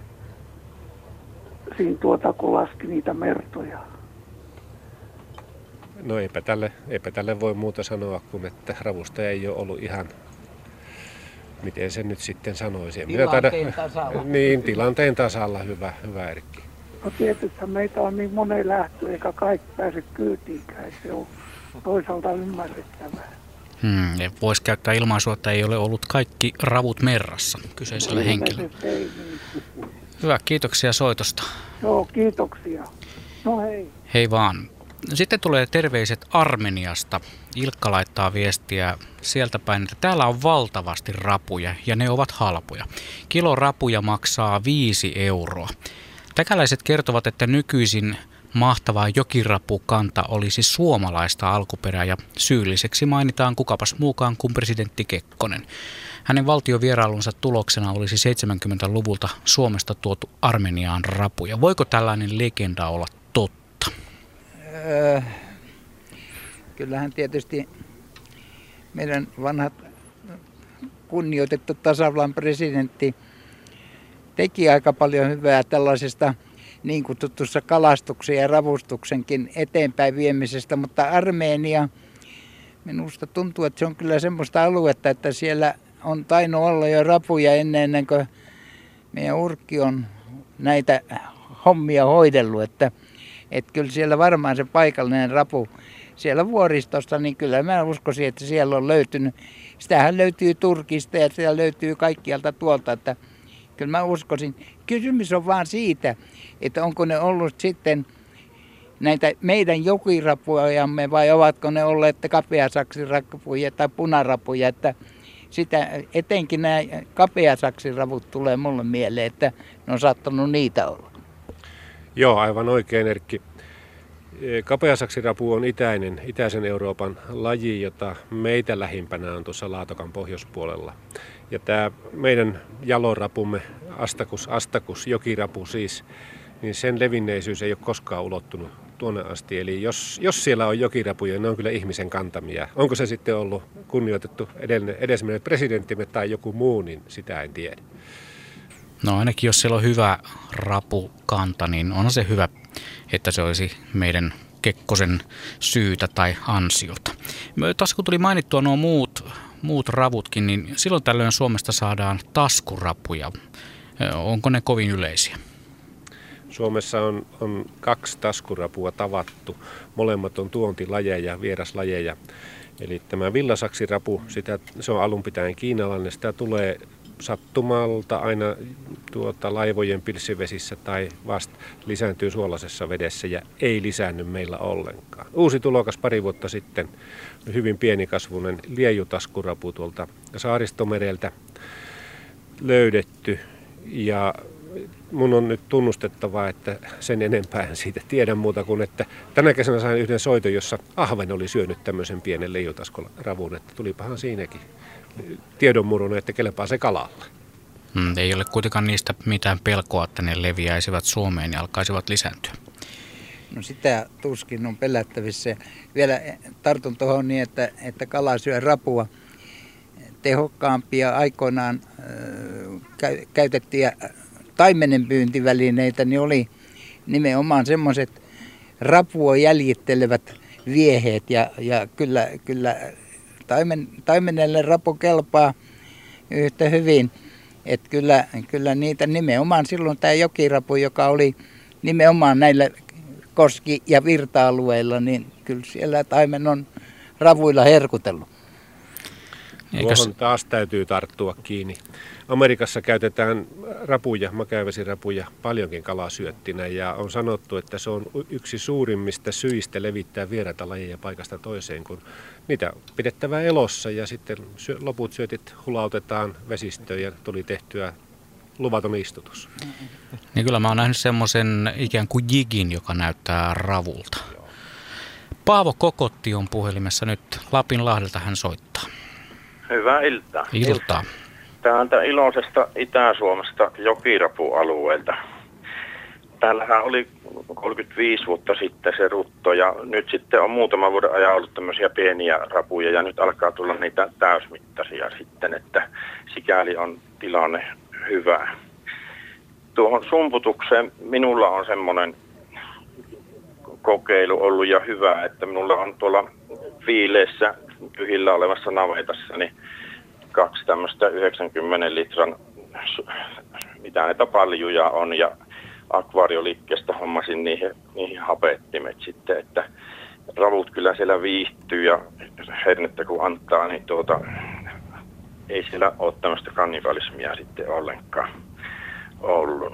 kun laski niitä mertoja. No eipä tälle voi muuta sanoa kuin, että ravustaja ei ole ollut ihan, miten sen nyt sitten sanoisi. Tilanteen tasalla. Niin, tilanteen tasalla. Hyvä Erkki. No tietysti meitä on niin monen lähtö, eikä kaikki pääse kyytiinkään. Se on toisaalta ymmärrettävää. Voisi käyttää ilmaisua, että ei ole ollut kaikki ravut merrassa kyseisellä henkilöllä. Hyvä, kiitoksia soitosta. Joo, kiitoksia. No hei. Hei vaan. Sitten tulee terveiset Armeniasta. Ilkka laittaa viestiä sieltä päin, että täällä on valtavasti rapuja ja ne ovat halpoja. Kilo rapuja maksaa 5 euroa. Täkäläiset kertovat, että nykyisin mahtava jokirapukanta olisi suomalaista alkuperää ja syylliseksi mainitaan kukapas muukaan kuin presidentti Kekkonen. Hänen valtiovierailunsa tuloksena olisi 70-luvulta Suomesta tuotu Armeniaan rapuja. Voiko tällainen legenda olla totta? Kyllähän tietysti meidän vanhat kunnioitettu tasavallan presidentti teki aika paljon hyvää tällaisesta niin kutsutussa kalastuksen ja ravustuksenkin eteenpäin viemisestä, mutta Armenia, minusta tuntuu, että se on kyllä semmoista aluetta, että siellä on tainnut olla jo rapuja ennen kuin meidän Urkki on näitä hommia hoidellut, että kyllä siellä varmaan se paikallinen rapu siellä vuoristossa, niin kyllä mä uskoisin, että siellä on löytynyt. Sitähän löytyy Turkista ja siellä löytyy kaikkialta tuolta, että kyllä mä uskoisin. Kysymys on vaan siitä, että onko ne ollut sitten näitä meidän jokirapujamme vai ovatko ne olleet kapeasaksirapuja tai punarapuja, että sitä, etenkin nämä kapeasaksiravut tulee mulle mieleen, että ne on saattanut niitä olla. Joo, aivan oikein Erkki. Kapeasaksirapu on itäisen Euroopan laji, jota meitä lähimpänä on tuossa Laatokan pohjoispuolella. Ja tämä meidän jalorapumme, astakus, jokirapu siis, niin sen levinneisyys ei ole koskaan ulottunut tuonne asti. Eli jos siellä on jokirapuja, ne on kyllä ihmisen kantamia. Onko se sitten ollut kunnioitettu edesmennyt presidenttimme tai joku muu, niin sitä en tiedä. No ainakin jos siellä on hyvä rapukanta, niin on se hyvä, että se olisi meidän Kekkosen syytä tai ansiota. Tuossa kun tuli mainittua nuo muut ravutkin, niin silloin tällöin Suomesta saadaan taskurapuja. Onko ne kovin yleisiä? Suomessa on 2 taskurapua tavattu. Molemmat on tuontilajeja, vieraslajeja. Eli tämä villasaksirapu, se on alun pitäen kiinalainen. Sitä tulee sattumalta aina laivojen pilssivesissä tai vasta lisääntyy suolaisessa vedessä ja ei lisäänny meillä ollenkaan. Uusi tulokas pari vuotta sitten, hyvin pienikasvuinen liejutaskurappu tuolta Saaristomereltä löydetty ja mun on nyt tunnustettava, että sen enempää en siitä tiedä muuta kuin, että tänä kesänä sain yhden soiton, jossa ahven oli syönyt tämmöisen pienen leijutaskuravun, että tulipahan siinäkin tiedonmuruna, että kelpaa se kalalle. Ei ole kuitenkaan niistä mitään pelkoa, että ne leviäisivät Suomeen ja alkaisivat lisääntyä. No sitä tuskin on pelättävissä. Vielä tartun tuohon niin, että kala syö rapua. Tehokkaampia aikoinaan käytettyjä taimenenpyyntivälineitä, niin oli nimenomaan semmoiset rapua jäljittelevät vieheet. Ja kyllä taimenelle rapu kelpaa yhtä hyvin. Että kyllä niitä nimenomaan silloin tämä jokirapu, joka oli nimenomaan näillä koski- ja virta-alueilla, niin kyllä siellä taimen on ravuilla herkutellut. Tuohon taas täytyy tarttua kiinni. Amerikassa käytetään rapuja, makeavesirapuja paljonkin kalasyöttinä ja on sanottu, että se on yksi suurimmista syistä levittää vieraita lajeja paikasta toiseen, kun niitä on pidettävä elossa ja sitten loput syötit hulautetaan vesistöön ja tuli tehtyä luvaton istutus. Niin kyllä mä oon nähnyt semmoisen ikään kuin jigin, joka näyttää ravulta. Paavo Kokotti on puhelimessa nyt. Lapinlahdelta hän soittaa. Hyvää iltaa. Iltaa. Tämä on iloisesta Itä-Suomesta jokirapualueelta. Täällähän oli 35 vuotta sitten se rutto ja nyt sitten on muutaman vuoden ajan ollut tämmöisiä pieniä rapuja ja nyt alkaa tulla niitä täysmittaisia sitten, että sikäli on tilanne hyvä. Tuohon sumputukseen minulla on semmoinen kokeilu ollut ja hyvä, että minulla on tuolla Viileessä pyhillä olevassa navetassa niin 2 tämmöistä 90 litran, mitä näitä paljuja on ja akvaarioliikkeestä hommasin niihin hapettimet sitten, että ravut kyllä siellä viihtyy ja hernettä kun antaa, niin ei siellä ole tämmöistä kannibalismia sitten ollenkaan ollut.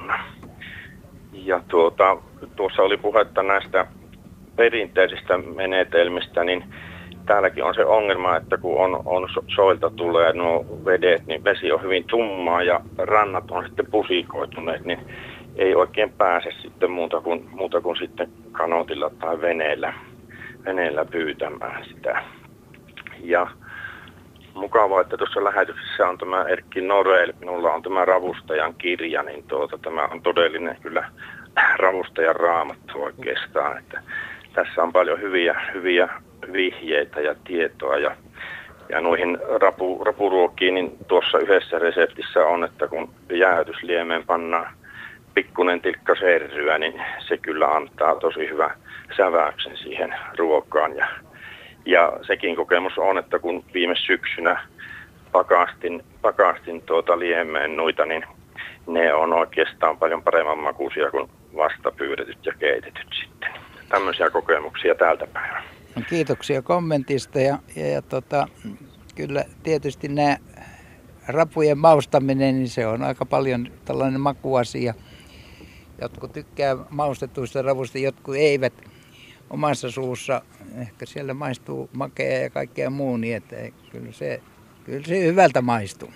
Ja tuossa oli puhetta näistä perinteisistä menetelmistä, niin täälläkin on se ongelma, että kun on soilta tulee nuo vedet, niin vesi on hyvin tummaa ja rannat on sitten pusikoituneet, niin ei oikein pääse sitten muuta kuin sitten kanootilla tai veneellä pyytämään sitä. Ja mukavaa, että tuossa lähetyksessä on tämä Erkki Norell, minulla on tämä ravustajan kirja, niin tämä on todellinen kyllä ravustajan raamattu oikeastaan, että tässä on paljon hyviä vihjeitä ja tietoa ja noihin rapuruokiin, niin tuossa yhdessä reseptissä on, että kun jäähdytysliemeen pannaan pikkunen tilkka serryä, niin se kyllä antaa tosi hyvän säväyksen siihen ruokaan. Ja sekin kokemus on, että kun viime syksynä pakastin liemeen noita, niin ne on oikeastaan paljon paremman makuisia kuin vasta pyydetyt ja keitetyt sitten. Tämmöisiä kokemuksia tältä päivänä. Kiitoksia kommentista ja kyllä tietysti nämä rapujen maustaminen, niin se on aika paljon tällainen makuasia. Jotkut tykkää maustetuista ravusta, jotkut eivät omassa suussa. Ehkä siellä maistuu makea ja kaikkea muu, niin että kyllä se hyvältä maistuu.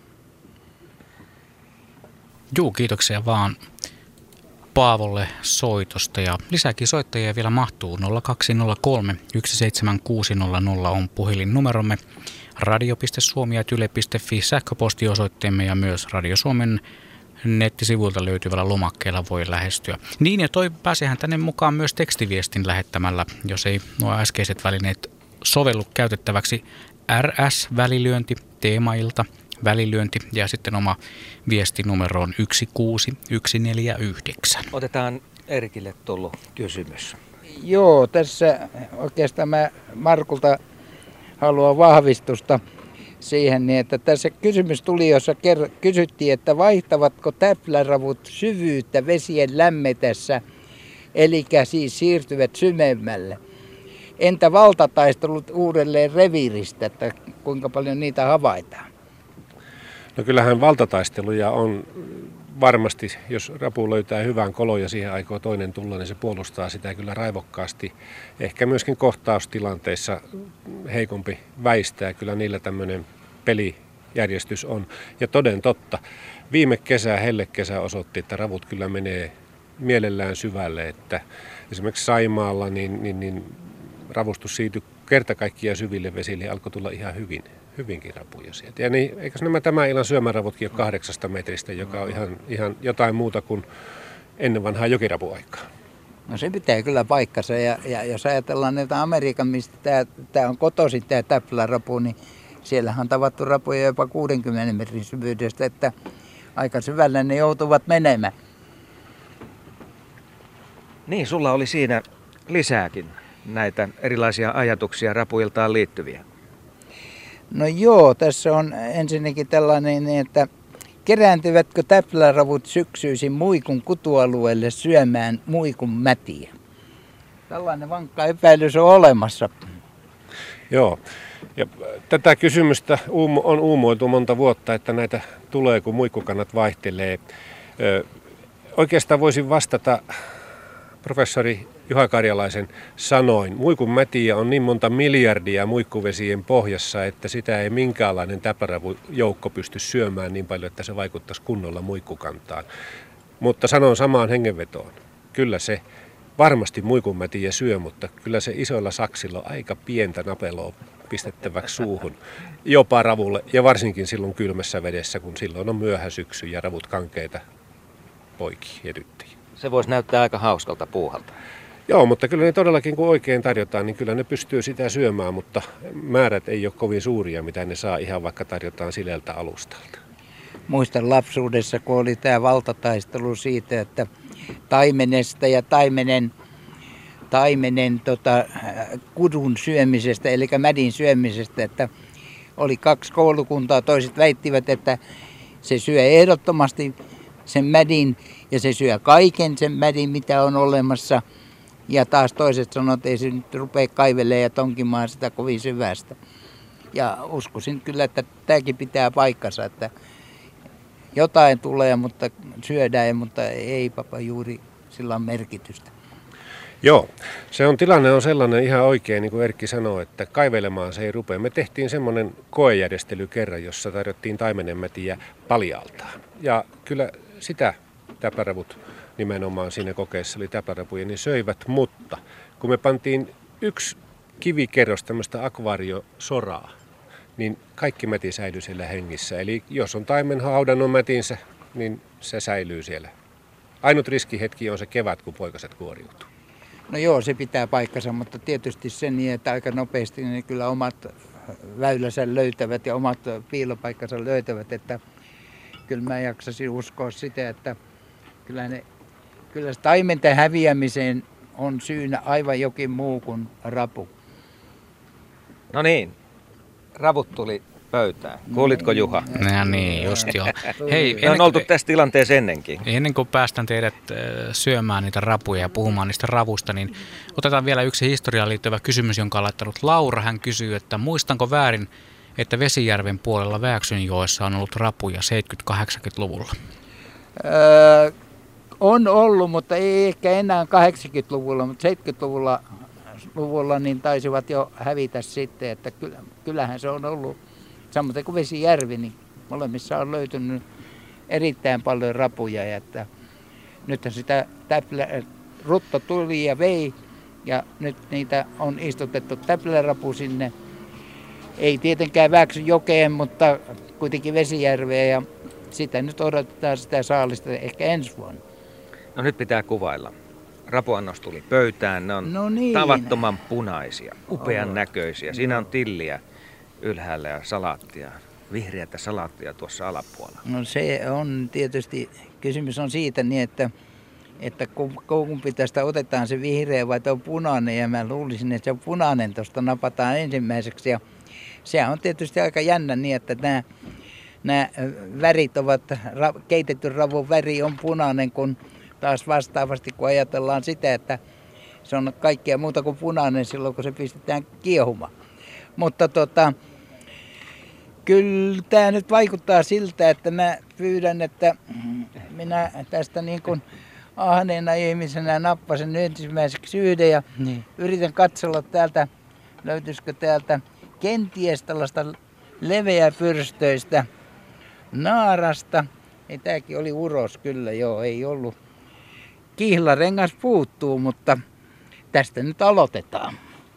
Juu, kiitoksia vaan Paavolle soitosta ja lisääkin soittajia vielä mahtuu. 0203 17600 on puhelinnumeromme. radio.suomi@yle.fi sähköpostiosoitteemme ja myös Radio Suomen nettisivuilta löytyvällä lomakkeella voi lähestyä. Niin ja pääsehän tänne mukaan myös tekstiviestin lähettämällä, jos ei nuo äskeiset välineet sovellu käytettäväksi. RS-välilyönti, teemailta, välilyönti ja sitten oma viestinumero on 16149. Otetaan Erkille tullut kysymys. Joo, tässä oikeastaan mä Markulta haluan vahvistusta siihen, niin että tässä kysymys tuli, jossa kysyttiin, että vaihtavatko täpläravut syvyyttä vesien lämmetessä, eli siis siirtyvät syvemmälle. Entä valtataistelut uudelleen reviiristä, että kuinka paljon niitä havaitaan? No kyllähän valtataisteluja on varmasti, jos rapu löytää hyvän kolon ja siihen aikoo toinen tulla, niin se puolustaa sitä kyllä raivokkaasti. Ehkä myöskin kohtaustilanteissa heikompi väistää, kyllä niillä tämmöinen pelijärjestys on. Ja toden totta, viime hellekesä osoitti, että ravut kyllä menee mielellään syvälle, että esimerkiksi Saimaalla niin ravustus siirtyi kerta kaikkiaan syville vesille, alkoi tulla ihan hyvinkin rapuja sieltä. Ja niin, eikös nämä tämän illan syömäravutkin ole 8 metristä, joka on ihan jotain muuta kuin ennen vanhaa jokirapuaikaa. No se pitää kyllä paikkansa, ja jos ajatellaan näitä Amerikan, mistä tämä on kotoisin tämä täplärapu, niin siellähän on tavattu rapuja jopa 60 metrin syvyydestä, että aika syvällä ne joutuvat menemään. Niin, sulla oli siinä lisääkin näitä erilaisia ajatuksia rapuiltaan liittyviä. No joo, tässä on ensinnäkin tällainen, että kerääntyvätkö täpläravut syksyisin muikun kutualueelle syömään muikun mätiä? Tällainen vankka epäilys on olemassa. Joo, ja tätä kysymystä on uumoiltu monta vuotta, että näitä tulee, kun muikkukannat vaihtelee. Oikeastaan voisin vastata professori Juha Karjalaisen sanoin. Muikun mätiä on niin monta miljardia muikkuvesien pohjassa, että sitä ei minkäänlainen täpäräjoukko pysty syömään niin paljon, että se vaikuttaisi kunnolla muikkukantaan. Mutta sanon samaan hengenvetoon. Kyllä se varmasti muikun mätiä syö, mutta kyllä se isoilla saksilla on aika pientä napeloa pistettäväksi suuhun. Jopa ravulle ja varsinkin silloin kylmässä vedessä, kun silloin on myöhä syksy ja ravut kankeita poikia ja tyttöjä. Se voisi näyttää aika hauskalta puuhalta. Joo, mutta kyllä ne todellakin, kun oikein tarjotaan, niin kyllä ne pystyy sitä syömään, mutta määrät ei ole kovin suuria, mitä ne saa ihan vaikka tarjotaan sileältä alustalta. Muistan lapsuudessa, kun oli tämä valtataistelu siitä, että taimenesta ja taimenen kudun syömisestä, eli mädin syömisestä, että oli 2 koulukuntaa, toiset väittivät, että se syö ehdottomasti sen mädin ja se syö kaiken sen mädin, mitä on olemassa. Ja taas toiset sanoivat, että ei se nyt rupea kaivelemaan ja tonkimaan sitä kovin syvästä. Ja uskoisin kyllä, että tämäkin pitää paikkansa, että jotain tulee, mutta syödään, mutta ei papa juuri sillä on merkitystä. Joo, tilanne on sellainen ihan oikein, niin kuin Erkki sanoi, että kaivelemaan se ei rupea. Me tehtiin semmoinen koejärjestely kerran, jossa tarjottiin taimenenmätiä paljaaltaan. Ja kyllä sitä täpäravut nimenomaan siinä kokeessa oli täpärapuja, niin söivät, mutta kun me pantiin 1 kivikerros tämmöistä akvaariosoraa, niin kaikki mäti säilyi siellä hengissä. Eli jos on taimen haudannut mätinsä, niin se säilyy siellä. Ainut riskihetki on se kevät, kun poikaset kuoriutuu. No joo, se pitää paikkansa, mutta tietysti sen niin, että aika nopeasti ne kyllä omat väylänsä löytävät ja omat piilopaikkansa löytävät, että kyllä mä jaksasin uskoa sitä, että kyllä se taimenten häviämiseen on syynä aivan jokin muu kuin rapu. No niin, ravut tuli pöytään. Kuulitko Juha? No niin, just joo. Hei, on oltu tässä tilanteessa ennenkin. Ennen kuin päästään teidät syömään niitä rapuja ja puhumaan niistä ravusta, niin otetaan vielä yksi historiaan liittyvä kysymys, jonka on laittanut Laura. Hän kysyy, että muistanko väärin, että Vesijärven puolella Vääksynjoessa on ollut rapuja 70-80-luvulla? On ollut, mutta ei ehkä enää 80-luvulla, mutta 70-luvulla niin taisivat jo hävitä sitten, että kyllähän se on ollut, samoin kuin Vesijärvi, niin molemmissa on löytynyt erittäin paljon rapuja, ja että nythän sitä rutto tuli ja vei, ja nyt niitä on istutettu täplärapu sinne, ei tietenkään Vääksynjokeen, mutta kuitenkin Vesijärveen, ja sitä nyt odotetaan sitä saalista ehkä ensi vuonna. No nyt pitää kuvailla. Rapuannos tuli pöytään, ne on tavattoman punaisia, upean näköisiä. Siinä on tilliä ylhäällä ja salaattia, vihreätä salaattia tuossa alapuolella. No se on tietysti, kysymys on siitä niin, että että kumpi tästä otetaan, se vihreä vai tuo punainen, ja mä luulisin, että se punainen tuosta napataan ensimmäiseksi. Ja se on tietysti aika jännä niin, että nämä värit ovat, keitetty ravun väri on punainen, kun taas vastaavasti, kun ajatellaan sitä, että se on kaikkea muuta kuin punainen silloin, kun se pistetään kiehumaan. Mutta kyllä tämä nyt vaikuttaa siltä, että mä pyydän, että minä tästä niin kuin ahneena ihmisenä nappasen ensimmäiseksi yhden ja yritän katsella täältä, löytyisikö täältä kenties tällaista leveäpyrstöistä naarasta. Ei, tämäkin oli uros kyllä, joo, ei ollut. Kihlarengas puuttuu, mutta tästä nyt aloitetaan.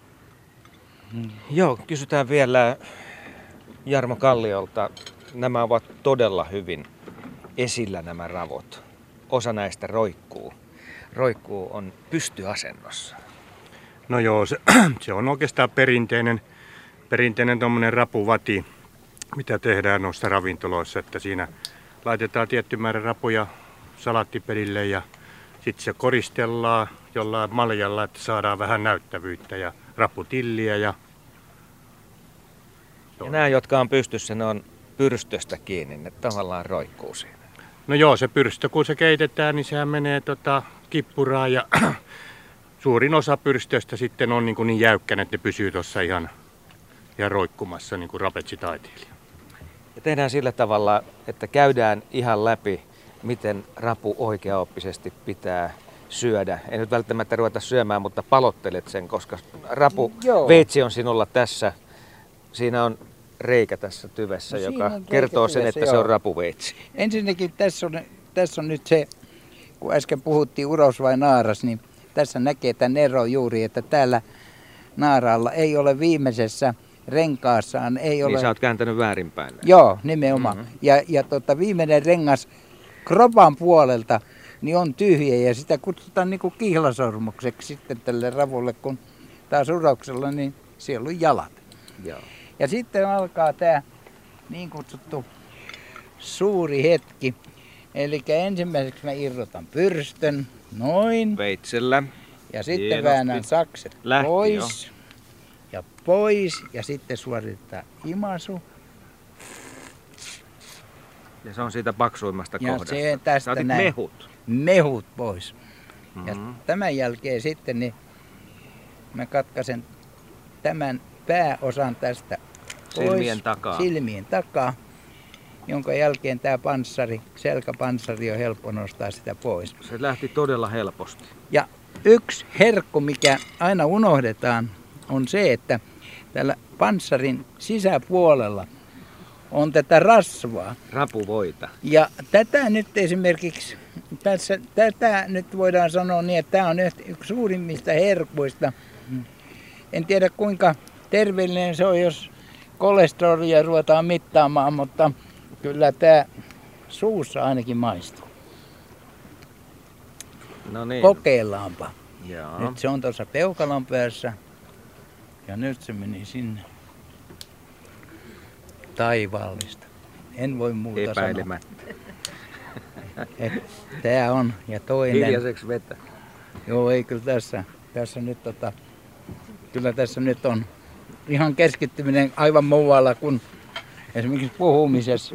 Joo, kysytään vielä Jarmo Kalliolta. Nämä ovat todella hyvin esillä nämä ravut. Osa näistä roikkuu. Roikkuu on pystyasennossa. No joo, se on oikeastaan perinteinen tommonen rapuvati, mitä tehdään noissa ravintoloissa, että siinä laitetaan tietty määrä rapuja salaattipelille ja sitten se koristellaan jollain maljalla, että saadaan vähän näyttävyyttä ja raputilliä. Ja nämä, jotka on pystyssä, ne on pyrstöstä kiinni, ne tavallaan roikkuu siinä. No joo, se pyrstö kun se keitetään, niin sehän menee kippuraan ja suurin osa pyrstöstä sitten on niin jäykkänä, että ne pysyy tuossa ihan roikkumassa niin kuin rapetsitaiteilija. Ja tehdään sillä tavalla, että käydään ihan läpi, miten rapu oikeaoppisesti pitää syödä. Ei nyt välttämättä ruveta syömään, mutta palottelet sen, koska rapuveitsi on sinulla tässä. Siinä on reikä tässä tyvessä, joka kertoo sen, että se on rapuveitsi. Ensinnäkin tässä on nyt se, kun äsken puhuttiin uros vai naaras, niin tässä näkee tämän eron juuri, että täällä naaraalla ei ole viimeisessä renkaassaan. Ei ole... Niin sä oot kääntänyt väärinpäin. Joo, nimenomaan. Mm-hmm. Ja viimeinen rengas kropan puolelta niin on tyhjä ja sitä kutsutaan niin kuin kihlasormukseksi sitten tälle ravulle, kun taas uroksella niin siellä on jalat. Joo. Ja sitten alkaa tämä niin kutsuttu suuri hetki. Eli ensimmäiseksi mä irrotan pyrstön, noin. Veitsellä. Ja sitten väännän sakset pois. Jo. Ja pois. Ja sitten suoritetaan imaisu. Ja se on siitä paksuimmasta kohdasta. Ja se tästä näin. Mehut. Mehut pois. Mm-hmm. Ja tämän jälkeen sitten niin mä katkaisen tämän pääosan tästä pois. Silmien takaa. Jonka jälkeen tämä selkäpanssari on helppo nostaa sitä pois. Se lähti todella helposti. Ja yksi herkku, mikä aina unohdetaan, on se, että tällä panssarin sisäpuolella on tätä rasvaa. Rapuvoita. Ja tätä nyt esimerkiksi, tätä nyt voidaan sanoa niin, että tämä on yksi suurimmista herkuista. En tiedä kuinka terveellinen se on, jos kolesterolia ruvetaan mittaamaan, mutta kyllä tämä suussa ainakin maistuu. No niin. Kokeillaanpa. Jaa. Nyt se on tuossa peukalon päässä. Ja nyt se meni sinne. Taivaallista. En voi muuta epäilemättä sanoa. Tää on. Ja toinen. Hiljaiseksi vetä. Joo, ei kyllä tässä nyt kyllä tässä nyt on ihan keskittyminen aivan muualla kuin esimerkiksi puhumisessa.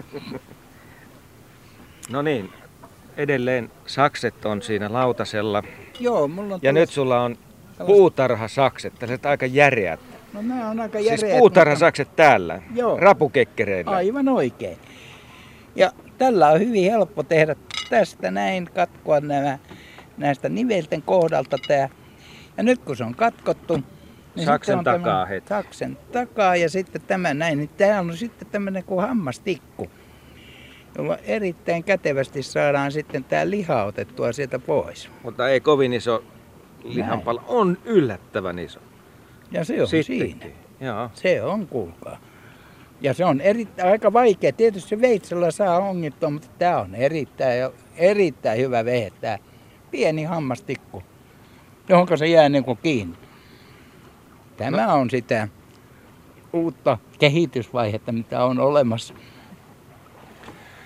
No niin, edelleen sakset on siinä lautasella. Joo, mulla on ja nyt sulla on puutarhasakset, tällaiset aika järeät. No nämä on aika järeät. Siis puutarhasakset täällä, joo, rapukekkereillä. Aivan oikein. Ja tällä on hyvin helppo tehdä tästä näin, katkoa näistä nivelten kohdalta tää. Ja nyt kun se on katkottu, niin saksen takaa heti. Saksen takaa ja sitten tämä näin, niin tämä on sitten tämmöinen kuin hammastikku, jolla erittäin kätevästi saadaan sitten tämä liha otettua sieltä pois. Mutta ei kovin iso lihanpala, on yllättävän iso. Ja se on sittenkin siinä. Joo. Se on, kuulkaa. Ja se on aika vaikea. Tietysti se veitsellä saa ongittua, mutta tämä on erittäin hyvä vehe, tämä pieni hammastikku, johon se jää niin kuin kiinni. Tämä on sitä uutta kehitysvaihetta, mitä on olemassa.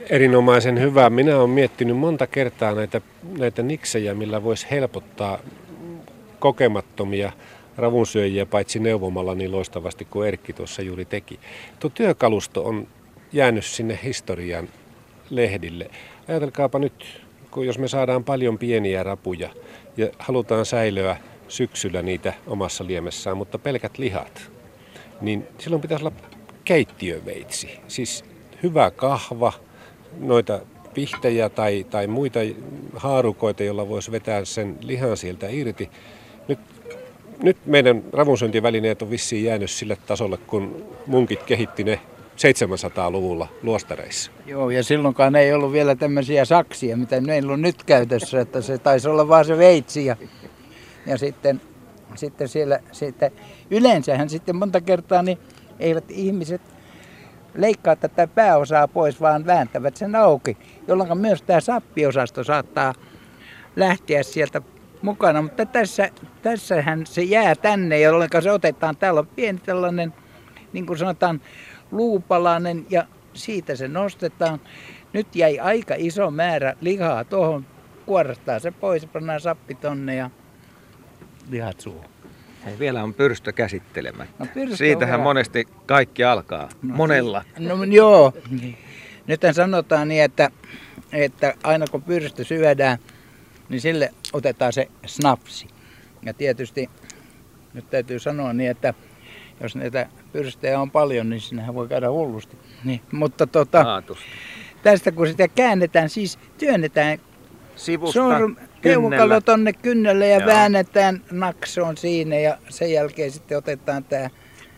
Erinomaisen hyvä. Minä olen miettinyt monta kertaa näitä niksejä, millä voisi helpottaa kokemattomia ravunsyöjiä paitsi neuvomalla niin loistavasti kuin Erkki tuossa juuri teki. Tuo työkalusto on jäänyt sinne historian lehdille. Ajatelkaapa nyt, kun jos me saadaan paljon pieniä rapuja ja halutaan säilöä syksyllä niitä omassa liemessään, mutta pelkät lihat, niin silloin pitäisi olla keittiöveitsi. Siis hyvä kahva, noita pihtejä tai muita haarukoita, joilla voisi vetää sen lihan sieltä irti. Nyt meidän ravunsyöntivälineet on vissiin jäänyt sille tasolle, kun munkit kehitti ne 700-luvulla luostareissa. Joo, ja silloinkaan ei ollut vielä tämmöisiä saksia, mitä meillä on nyt käytössä, että se taisi olla vaan se veitsi. Ja sitten siellä yleensähän sitten monta kertaa niin eivät ihmiset leikkaa tätä pääosaa pois, vaan vääntävät sen auki, jolloin myös tämä sappiosasto saattaa lähteä sieltä mukana. Mutta tässähän se jää tänne, jolloin se otetaan. Täällä on pieni tällainen, niin kuin sanotaan, luupalainen ja siitä se nostetaan. Nyt jäi aika iso määrä lihaa tuohon, kuorastaa se pois, pannaan sappi tonne ja lihat suuhun. Hei, vielä on pyrstö käsittelemättä. No, pyrstö siitähän monesti kaikki alkaa. Monella. No joo. Nythän sanotaan niin, että aina kun pyrstö syödään, niin sille otetaan se snapsi. Ja tietysti nyt täytyy sanoa niin, että jos näitä pyrstöjä on paljon, niin sinnehän voi käydä hullusti. Niin, mutta tästä kun sitä käännetään, siis työnnetään sivusta peukalo tonne kynnelle ja väännetään naksoon siinä ja sen jälkeen sitten otetaan tää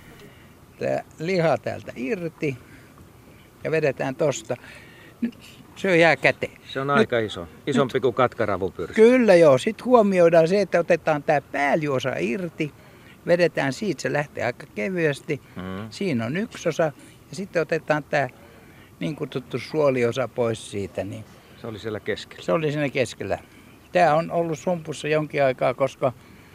liha täältä irti ja vedetään tosta. Se jää käteen. Se on aika iso. Isompi kuin katkaravupyrstö. Kyllä joo. Sitten huomioidaan se, että otetaan tää pääliosa irti. Vedetään siitä, se lähtee aika kevyesti. Siinä on yksi osa. Ja sitten otetaan tää niin kutsuttu suoliosa pois siitä. Niin se oli siellä keskellä. Se oli siinä keskellä. Tää on ollut sumpussa jonkin aikaa, koska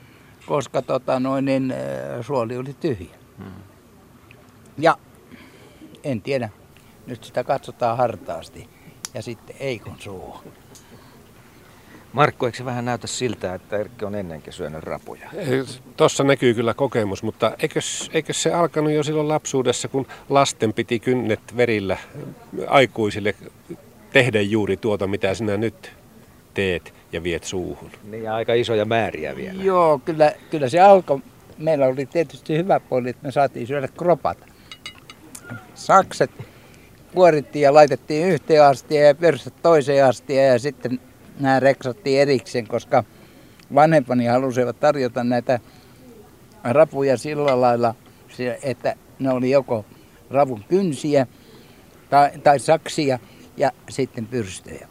suoli oli tyhjä. Ja en tiedä. Nyt sitä katsotaan hartaasti ja sitten Eikon suuhun. Markku, eikö se vähän näytä siltä, että Erkki on ennenkin syönyt rapuja? Tuossa näkyy kyllä kokemus, mutta eikö se alkanut jo silloin lapsuudessa, kun lasten piti kynnet verillä aikuisille tehdä juuri tuota, mitä sinä nyt teet ja viet suuhun? Niin, ja aika isoja määriä vielä. Joo, kyllä se alkoi. Meillä oli tietysti hyvä puoli, että me saatiin syödä kropat. Sakset kuorittiin ja laitettiin yhteen astiaan ja pörsät toiseen astiaan ja sitten nämä reksattiin erikseen, koska vanhempani halusivat tarjota näitä rapuja sillä lailla, että ne oli joko ravun kynsiä tai saksia ja sitten pyrstöjä.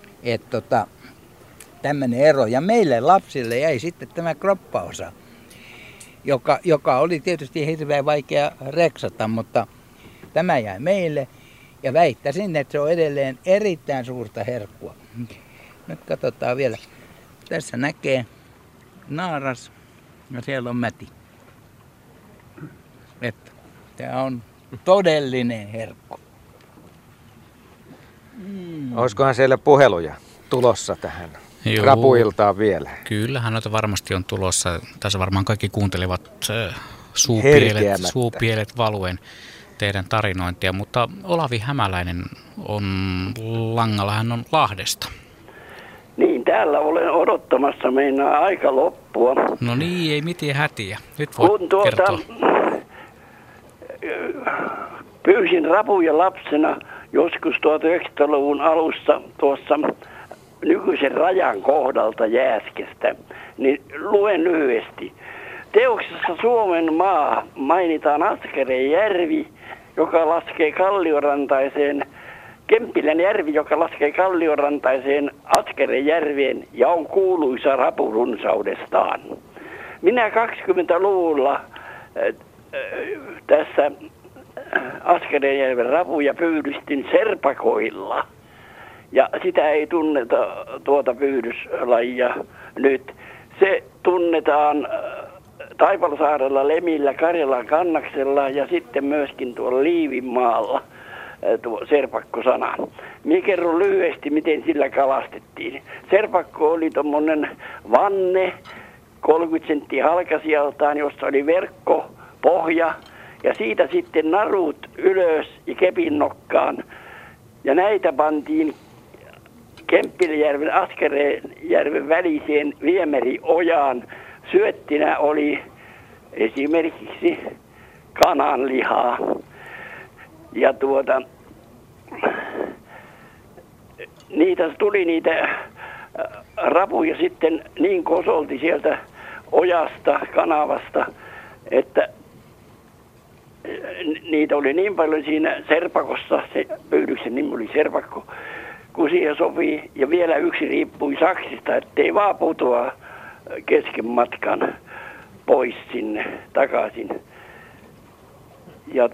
Tämmöinen ero. Ja meille lapsille jäi sitten tämä kroppaosa, joka oli tietysti hirveän vaikea reksata, mutta tämä jäi meille ja väittäisin, että se on edelleen erittäin suurta herkkua. Nyt katsotaan vielä. Tässä näkee naaras ja siellä on mäti. Tämä on todellinen herkku. Olisikohan siellä puheluja tulossa tähän rapuiltaan vielä? Kyllähän noita varmasti on tulossa. Tässä varmaan kaikki kuuntelevat suupielet valuen teidän tarinointia, mutta Olavi Hämäläinen on langalla, hän on Lahdesta. Niin, täällä olen odottamassa, meinaa aika loppua. No niin, ei mitään hätiä. Nyt voit kertoa. Pyysin rapuja lapsena joskus 1900-luvun alussa tuossa nykyisen rajan kohdalta Jääskestä, niin luen lyhyesti. Teoksessa Suomen maa mainitaan Askerejärvi, joka laskee kalliorantaiseen, Kempilän järvi, joka laskee kalliorantaiseen Askerejärveen ja on kuuluisa rapurunsaudestaan. Minä 20-luvulla tässä Askerejärven rapuja pyydystin serpakoilla. Ja sitä ei tunneta tuota pyydyslajia nyt. Se tunnetaan Taipalsaarella, Lemillä, Karjalan kannaksella ja sitten myöskin tuolla Liivinmaalla. serpakko-sanan. Minä kerron lyhyesti, miten sillä kalastettiin. Serpakko oli tuommoinen vanne, 30 senttiä halkasijaltaan, jossa oli verkko, pohja ja siitä sitten narut ylös ja kepin nokkaan. Ja näitä pantiin Kemppiläjärven Askerejärven väliseen viemäriojaan. Syöttinä oli esimerkiksi kananlihaa. Ja niitä rapuja sitten niin kosolti sieltä ojasta, kanavasta, että niitä oli niin paljon siinä serpakossa, se pyydyksen nimi oli serpakko, kun siihen sopii. Ja vielä yksi riippui saksista, ettei vaan putoa kesken matkan pois sinne takaisin. Ja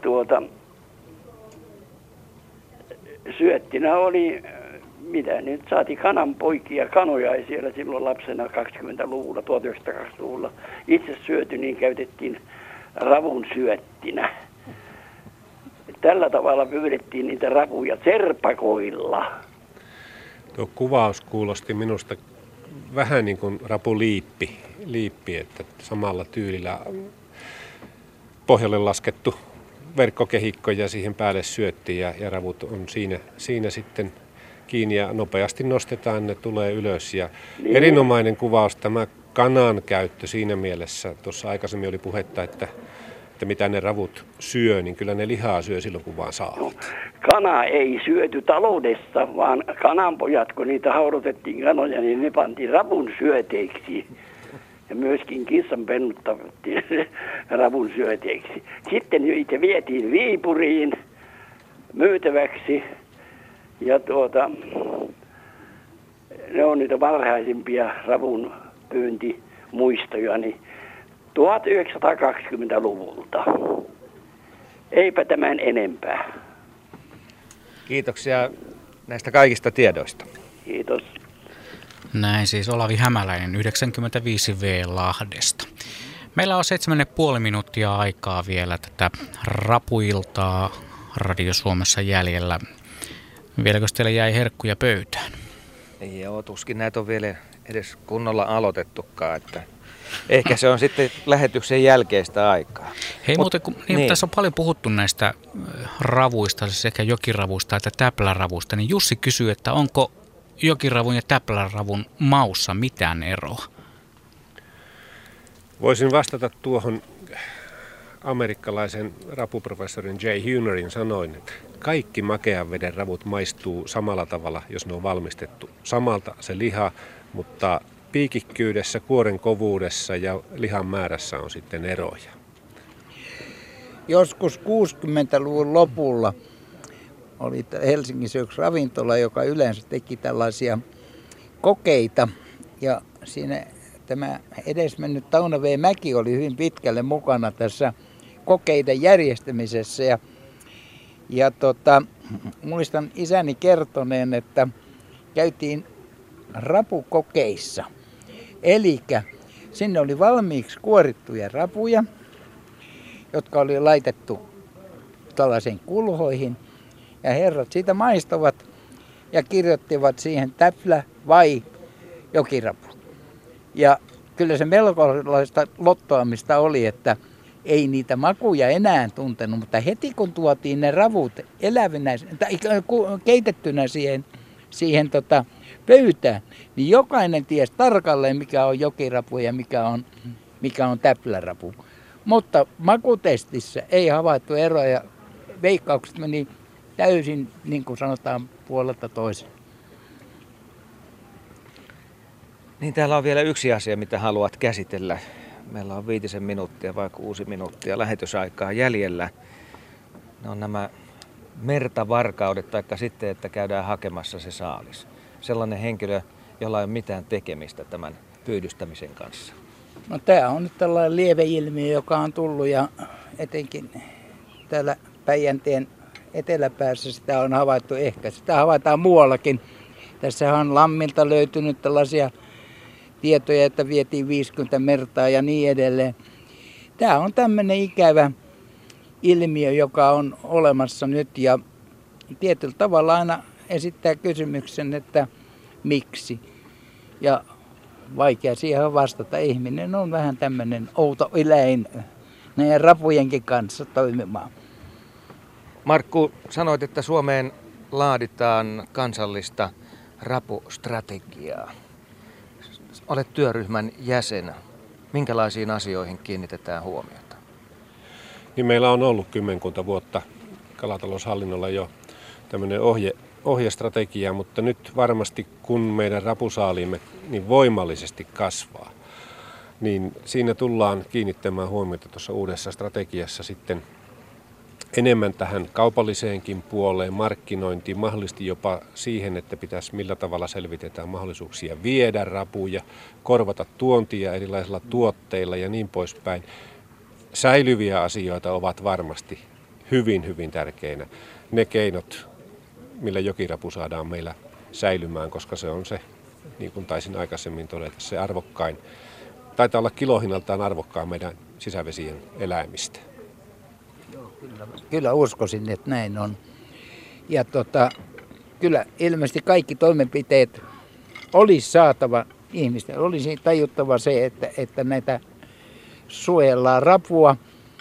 syöttinä oli, mitä nyt saatiin kananpoikia, kanoja siellä silloin lapsena 20-luvulla, 1920-luvulla. Itse syöty, niin käytettiin ravun syöttinä. Tällä tavalla pyydettiin niitä rapuja serpakoilla. Tuo kuvaus kuulosti minusta vähän niin kuin rapuliippi, että samalla tyylillä pohjalle laskettu verkkokehikko ja siihen päälle syötti ja ravut on siinä sitten kiinni ja nopeasti nostetaan, ne tulee ylös. Ja niin. Erinomainen kuvaus tämä kanan käyttö siinä mielessä. Tuossa aikaisemmin oli puhetta, että mitä ne ravut syö, niin kyllä ne lihaa syö silloin, kun vaan saavat. Kana ei syöty taloudessa, vaan kananpojat, kun niitä haudotettiin kanoja, niin ne pantiin ravun syöteiksi. Ja myöskin kissanpennut tapettiin ravun syöteiksi. Sitten niitä vietiin Viipuriin myytäväksi. Ja ne on niitä varhaisimpia ravun pyyntimuistoja, niin 1920-luvulta. Eipä tämän enempää. Kiitoksia näistä kaikista tiedoista. Kiitos. Näin siis Olavi Hämäläinen 95V Lahdesta. Meillä on 7,5 minuuttia aikaa vielä tätä rapuiltaa Radio Suomessa jäljellä. Vieläkö teillä jäi herkkuja pöytään? Joo, tuskin näitä on vielä edes kunnolla aloitettukaan, että ehkä se on sitten lähetyksen jälkeistä aikaa. Hei, muuten kun niin. Tässä on paljon puhuttu näistä ravuista, sekä jokiravuista että täpläravuista, niin Jussi kysyy, että onko jokiravun ja täpläravun maussa mitään eroa? Voisin vastata tuohon amerikkalaisen rapuprofessorin Jay Hunerin sanoin, että kaikki makean veden ravut maistuu samalla tavalla, jos ne on valmistettu samalta se liha, mutta piikikkyydessä, kuoren kovuudessa ja lihan määrässä on sitten eroja. Joskus 60-luvun lopulla oli Helsingissä yksi ravintola, joka yleensä teki tällaisia kokeita. Ja siinä tämä edesmennyt Tauno V. Mäki oli hyvin pitkälle mukana tässä kokeiden järjestämisessä. Ja muistan isäni kertoneen, että käytiin rapukokeissa. Elikkä sinne oli valmiiksi kuorittuja rapuja, jotka oli laitettu tällaisiin kulhoihin. Ja herrat siitä maistavat ja kirjoittivat siihen täplä vai jokirapu. Ja kyllä se melkoista lottoamista oli, että ei niitä makuja enää tuntenut, mutta heti kun tuotiin ne ravut elävinä, tai keitettynä siihen pöytään, niin jokainen tiesi tarkalleen, mikä on jokirapu ja mikä on täplärapu. Mutta makutestissä ei havaittu eroja. Veikkaukset meni täysin, niin kuin sanotaan, puolelta toiseen. Niin täällä on vielä yksi asia, mitä haluat käsitellä. Meillä on 5 minuuttia vai 6 minuuttia lähetysaikaa jäljellä. Ne on nämä mertavarkaudet, taikka sitten, että käydään hakemassa se saalis. Sellainen henkilö, jolla ei ole mitään tekemistä tämän pyydystämisen kanssa. No tämä on nyt tällainen lieveilmiö, joka on tullut ja etenkin täällä Päijänteen eteläpäässä sitä on havaittu ehkä. Sitä havaitaan muuallakin. Tässä on Lammilta löytynyt tällaisia tietoja, että vietiin 50 mertaa ja niin edelleen. Tämä on tämmöinen ikävä ilmiö, joka on olemassa nyt ja tietyllä tavalla aina esittää kysymyksen, että miksi. Ja vaikea siihen vastata. Ihminen on vähän tämmöinen outo eläin näiden rapujenkin kanssa toimimaan. Markku, sanoit, että Suomeen laaditaan kansallista rapustrategiaa. Olet työryhmän jäsen. Minkälaisiin asioihin kiinnitetään huomiota? Niin meillä on ollut 10 vuotta kalataloushallinnolla jo tämmöinen ohjestrategia, mutta nyt varmasti kun meidän rapusaaliimme niin voimallisesti kasvaa, niin siinä tullaan kiinnittämään huomiota tuossa uudessa strategiassa sitten enemmän tähän kaupalliseenkin puoleen, markkinointiin, mahdollisesti jopa siihen, että pitäisi millä tavalla selvitetään mahdollisuuksia viedä rapuja, korvata tuontia erilaisilla tuotteilla ja niin poispäin. Säilyviä asioita ovat varmasti hyvin tärkeinä ne keinot, millä jokirapu saadaan meillä säilymään, koska se on se, niin kuin taisin aikaisemmin todeta, se arvokkain, taitaa olla kilohinnaltaan arvokkaan meidän sisävesien eläimistä. Kyllä uskoisin, että näin on. Ja kyllä ilmeisesti kaikki toimenpiteet olisi saatava ihmisten. Olisi tajuttava se, että näitä suojellaan rapua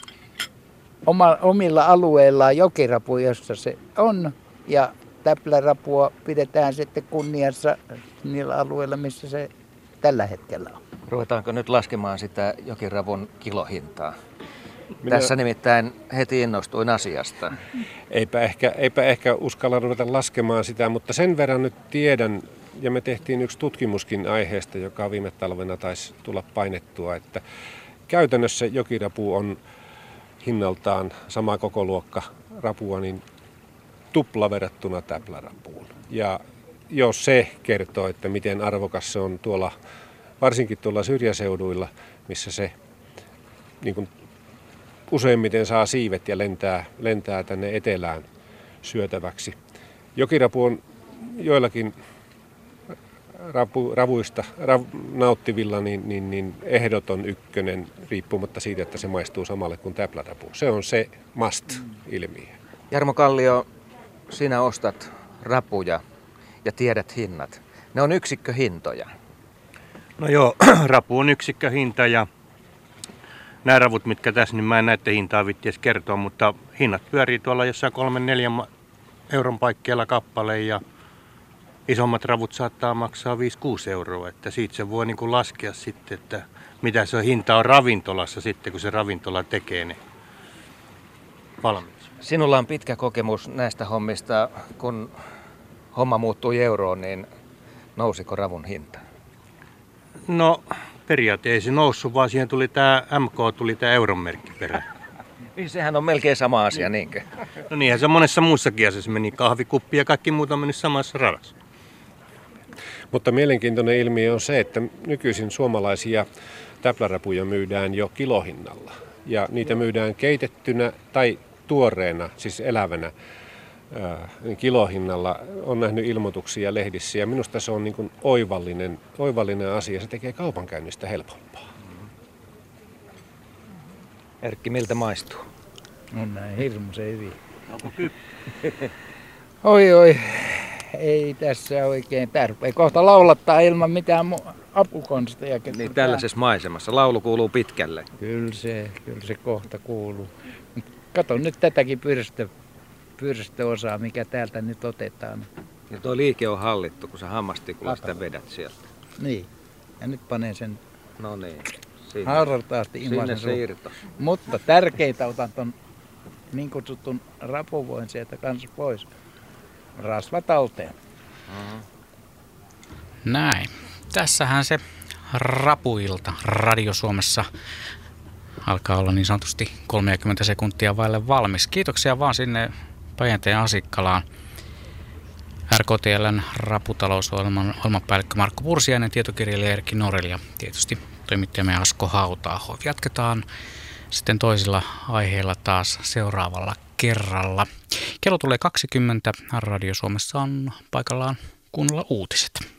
omilla alueillaan, jokirapu, jossa se on. Ja täplärapua pidetään sitten kunniassa niillä alueilla, missä se tällä hetkellä on. Ruvetaanko nyt laskemaan sitä jokiravun kilohintaa? Tässä nimittäin heti innostuin asiasta. Eipä ehkä uskalla ruveta laskemaan sitä, mutta sen verran nyt tiedän, ja me tehtiin yksi tutkimuskin aiheesta, joka viime talvena taisi tulla painettua, että käytännössä jokirapu on hinnaltaan sama kokoluokka rapua, niin tupla verrattuna täplärapuun. Ja jos se kertoo, että miten arvokas se on tuolla, varsinkin tuolla syrjäseuduilla, missä se niin kuin useimmiten saa siivet ja lentää tänne etelään syötäväksi. Jokirapu on joillakin ravuista nauttivilla niin ehdoton ykkönen, riippumatta siitä, että se maistuu samalle kuin täplärapu. Se on se must-ilmiö. Jarmo Kallio, sinä ostat rapuja ja tiedät hinnat. Ne on yksikköhintoja. No joo, rapu on yksikköhinta ja nämä ravut, mitkä tässä, niin mä en näiden hintaa vitties kertoa, mutta hinnat pyörii tuolla jossain 3-4 euron paikkeilla kappale ja isommat ravut saattaa maksaa 5-6 euroa, että siitä se voi niin kuin laskea sitten, että mitä se hinta on ravintolassa sitten, kun se ravintola tekee ne valmiiksi. Sinulla on pitkä kokemus näistä hommista. Kun homma muuttui euroon, niin nousiko ravun hinta? No periaatteessa ei se noussut, vaan siihen tuli tämä euron merkki perään. Niin sehän on melkein sama asia, niinkö? No niinhän se monessa muussakin asiassa meni. Kahvikuppi ja kaikki muuta on mennyt samassa radassa. Mutta mielenkiintoinen ilmiö on se, että nykyisin suomalaisia täplärapuja myydään jo kilohinnalla. Ja niitä myydään keitettynä tai tuoreena, siis elävänä kilohinnalla. On nähnyt ilmoituksia lehdissä ja minusta se on niin kuin oivallinen asia. Se tekee kaupankäynnistä helpompaa. Erkki, miltä maistuu? On näin hirmuisen hyvin. Oi, ei tässä oikein tarpeen. Kohta laulattaa ilman mitään apukonsteja. Niin tällaisessa maisemassa. Laulu kuuluu pitkälle. Kyllä se kohta kuuluu. Kato nyt tätäkin pyrstöosaa, mikä täältä nyt otetaan. Ja tuo liike on hallittu, kun sä hammastikulla sitä vedät sieltä. Niin. Ja nyt panee sen hartaasti imaisen suun. Mutta tärkeintä otan ton niin kutsutun rapuvoin sieltä kanssa pois. Rasva talteen. Näin. Tässähän se rapuilta Radio Suomessa alkaa olla niin sanotusti 30 sekuntia vaille valmis. Kiitoksia vaan sinne Päijänteen Asikkalaan. RKTL:n raputalousohjelman ohjelmapäällikkö Markku Pursiainen, tietokirjailija Erkki Norell ja tietysti toimittajamme Asko Hauta-aho. Jatketaan sitten toisilla aiheilla taas seuraavalla kerralla. Kello tulee 20. Radio Suomessa on paikallaan kuunnella uutiset.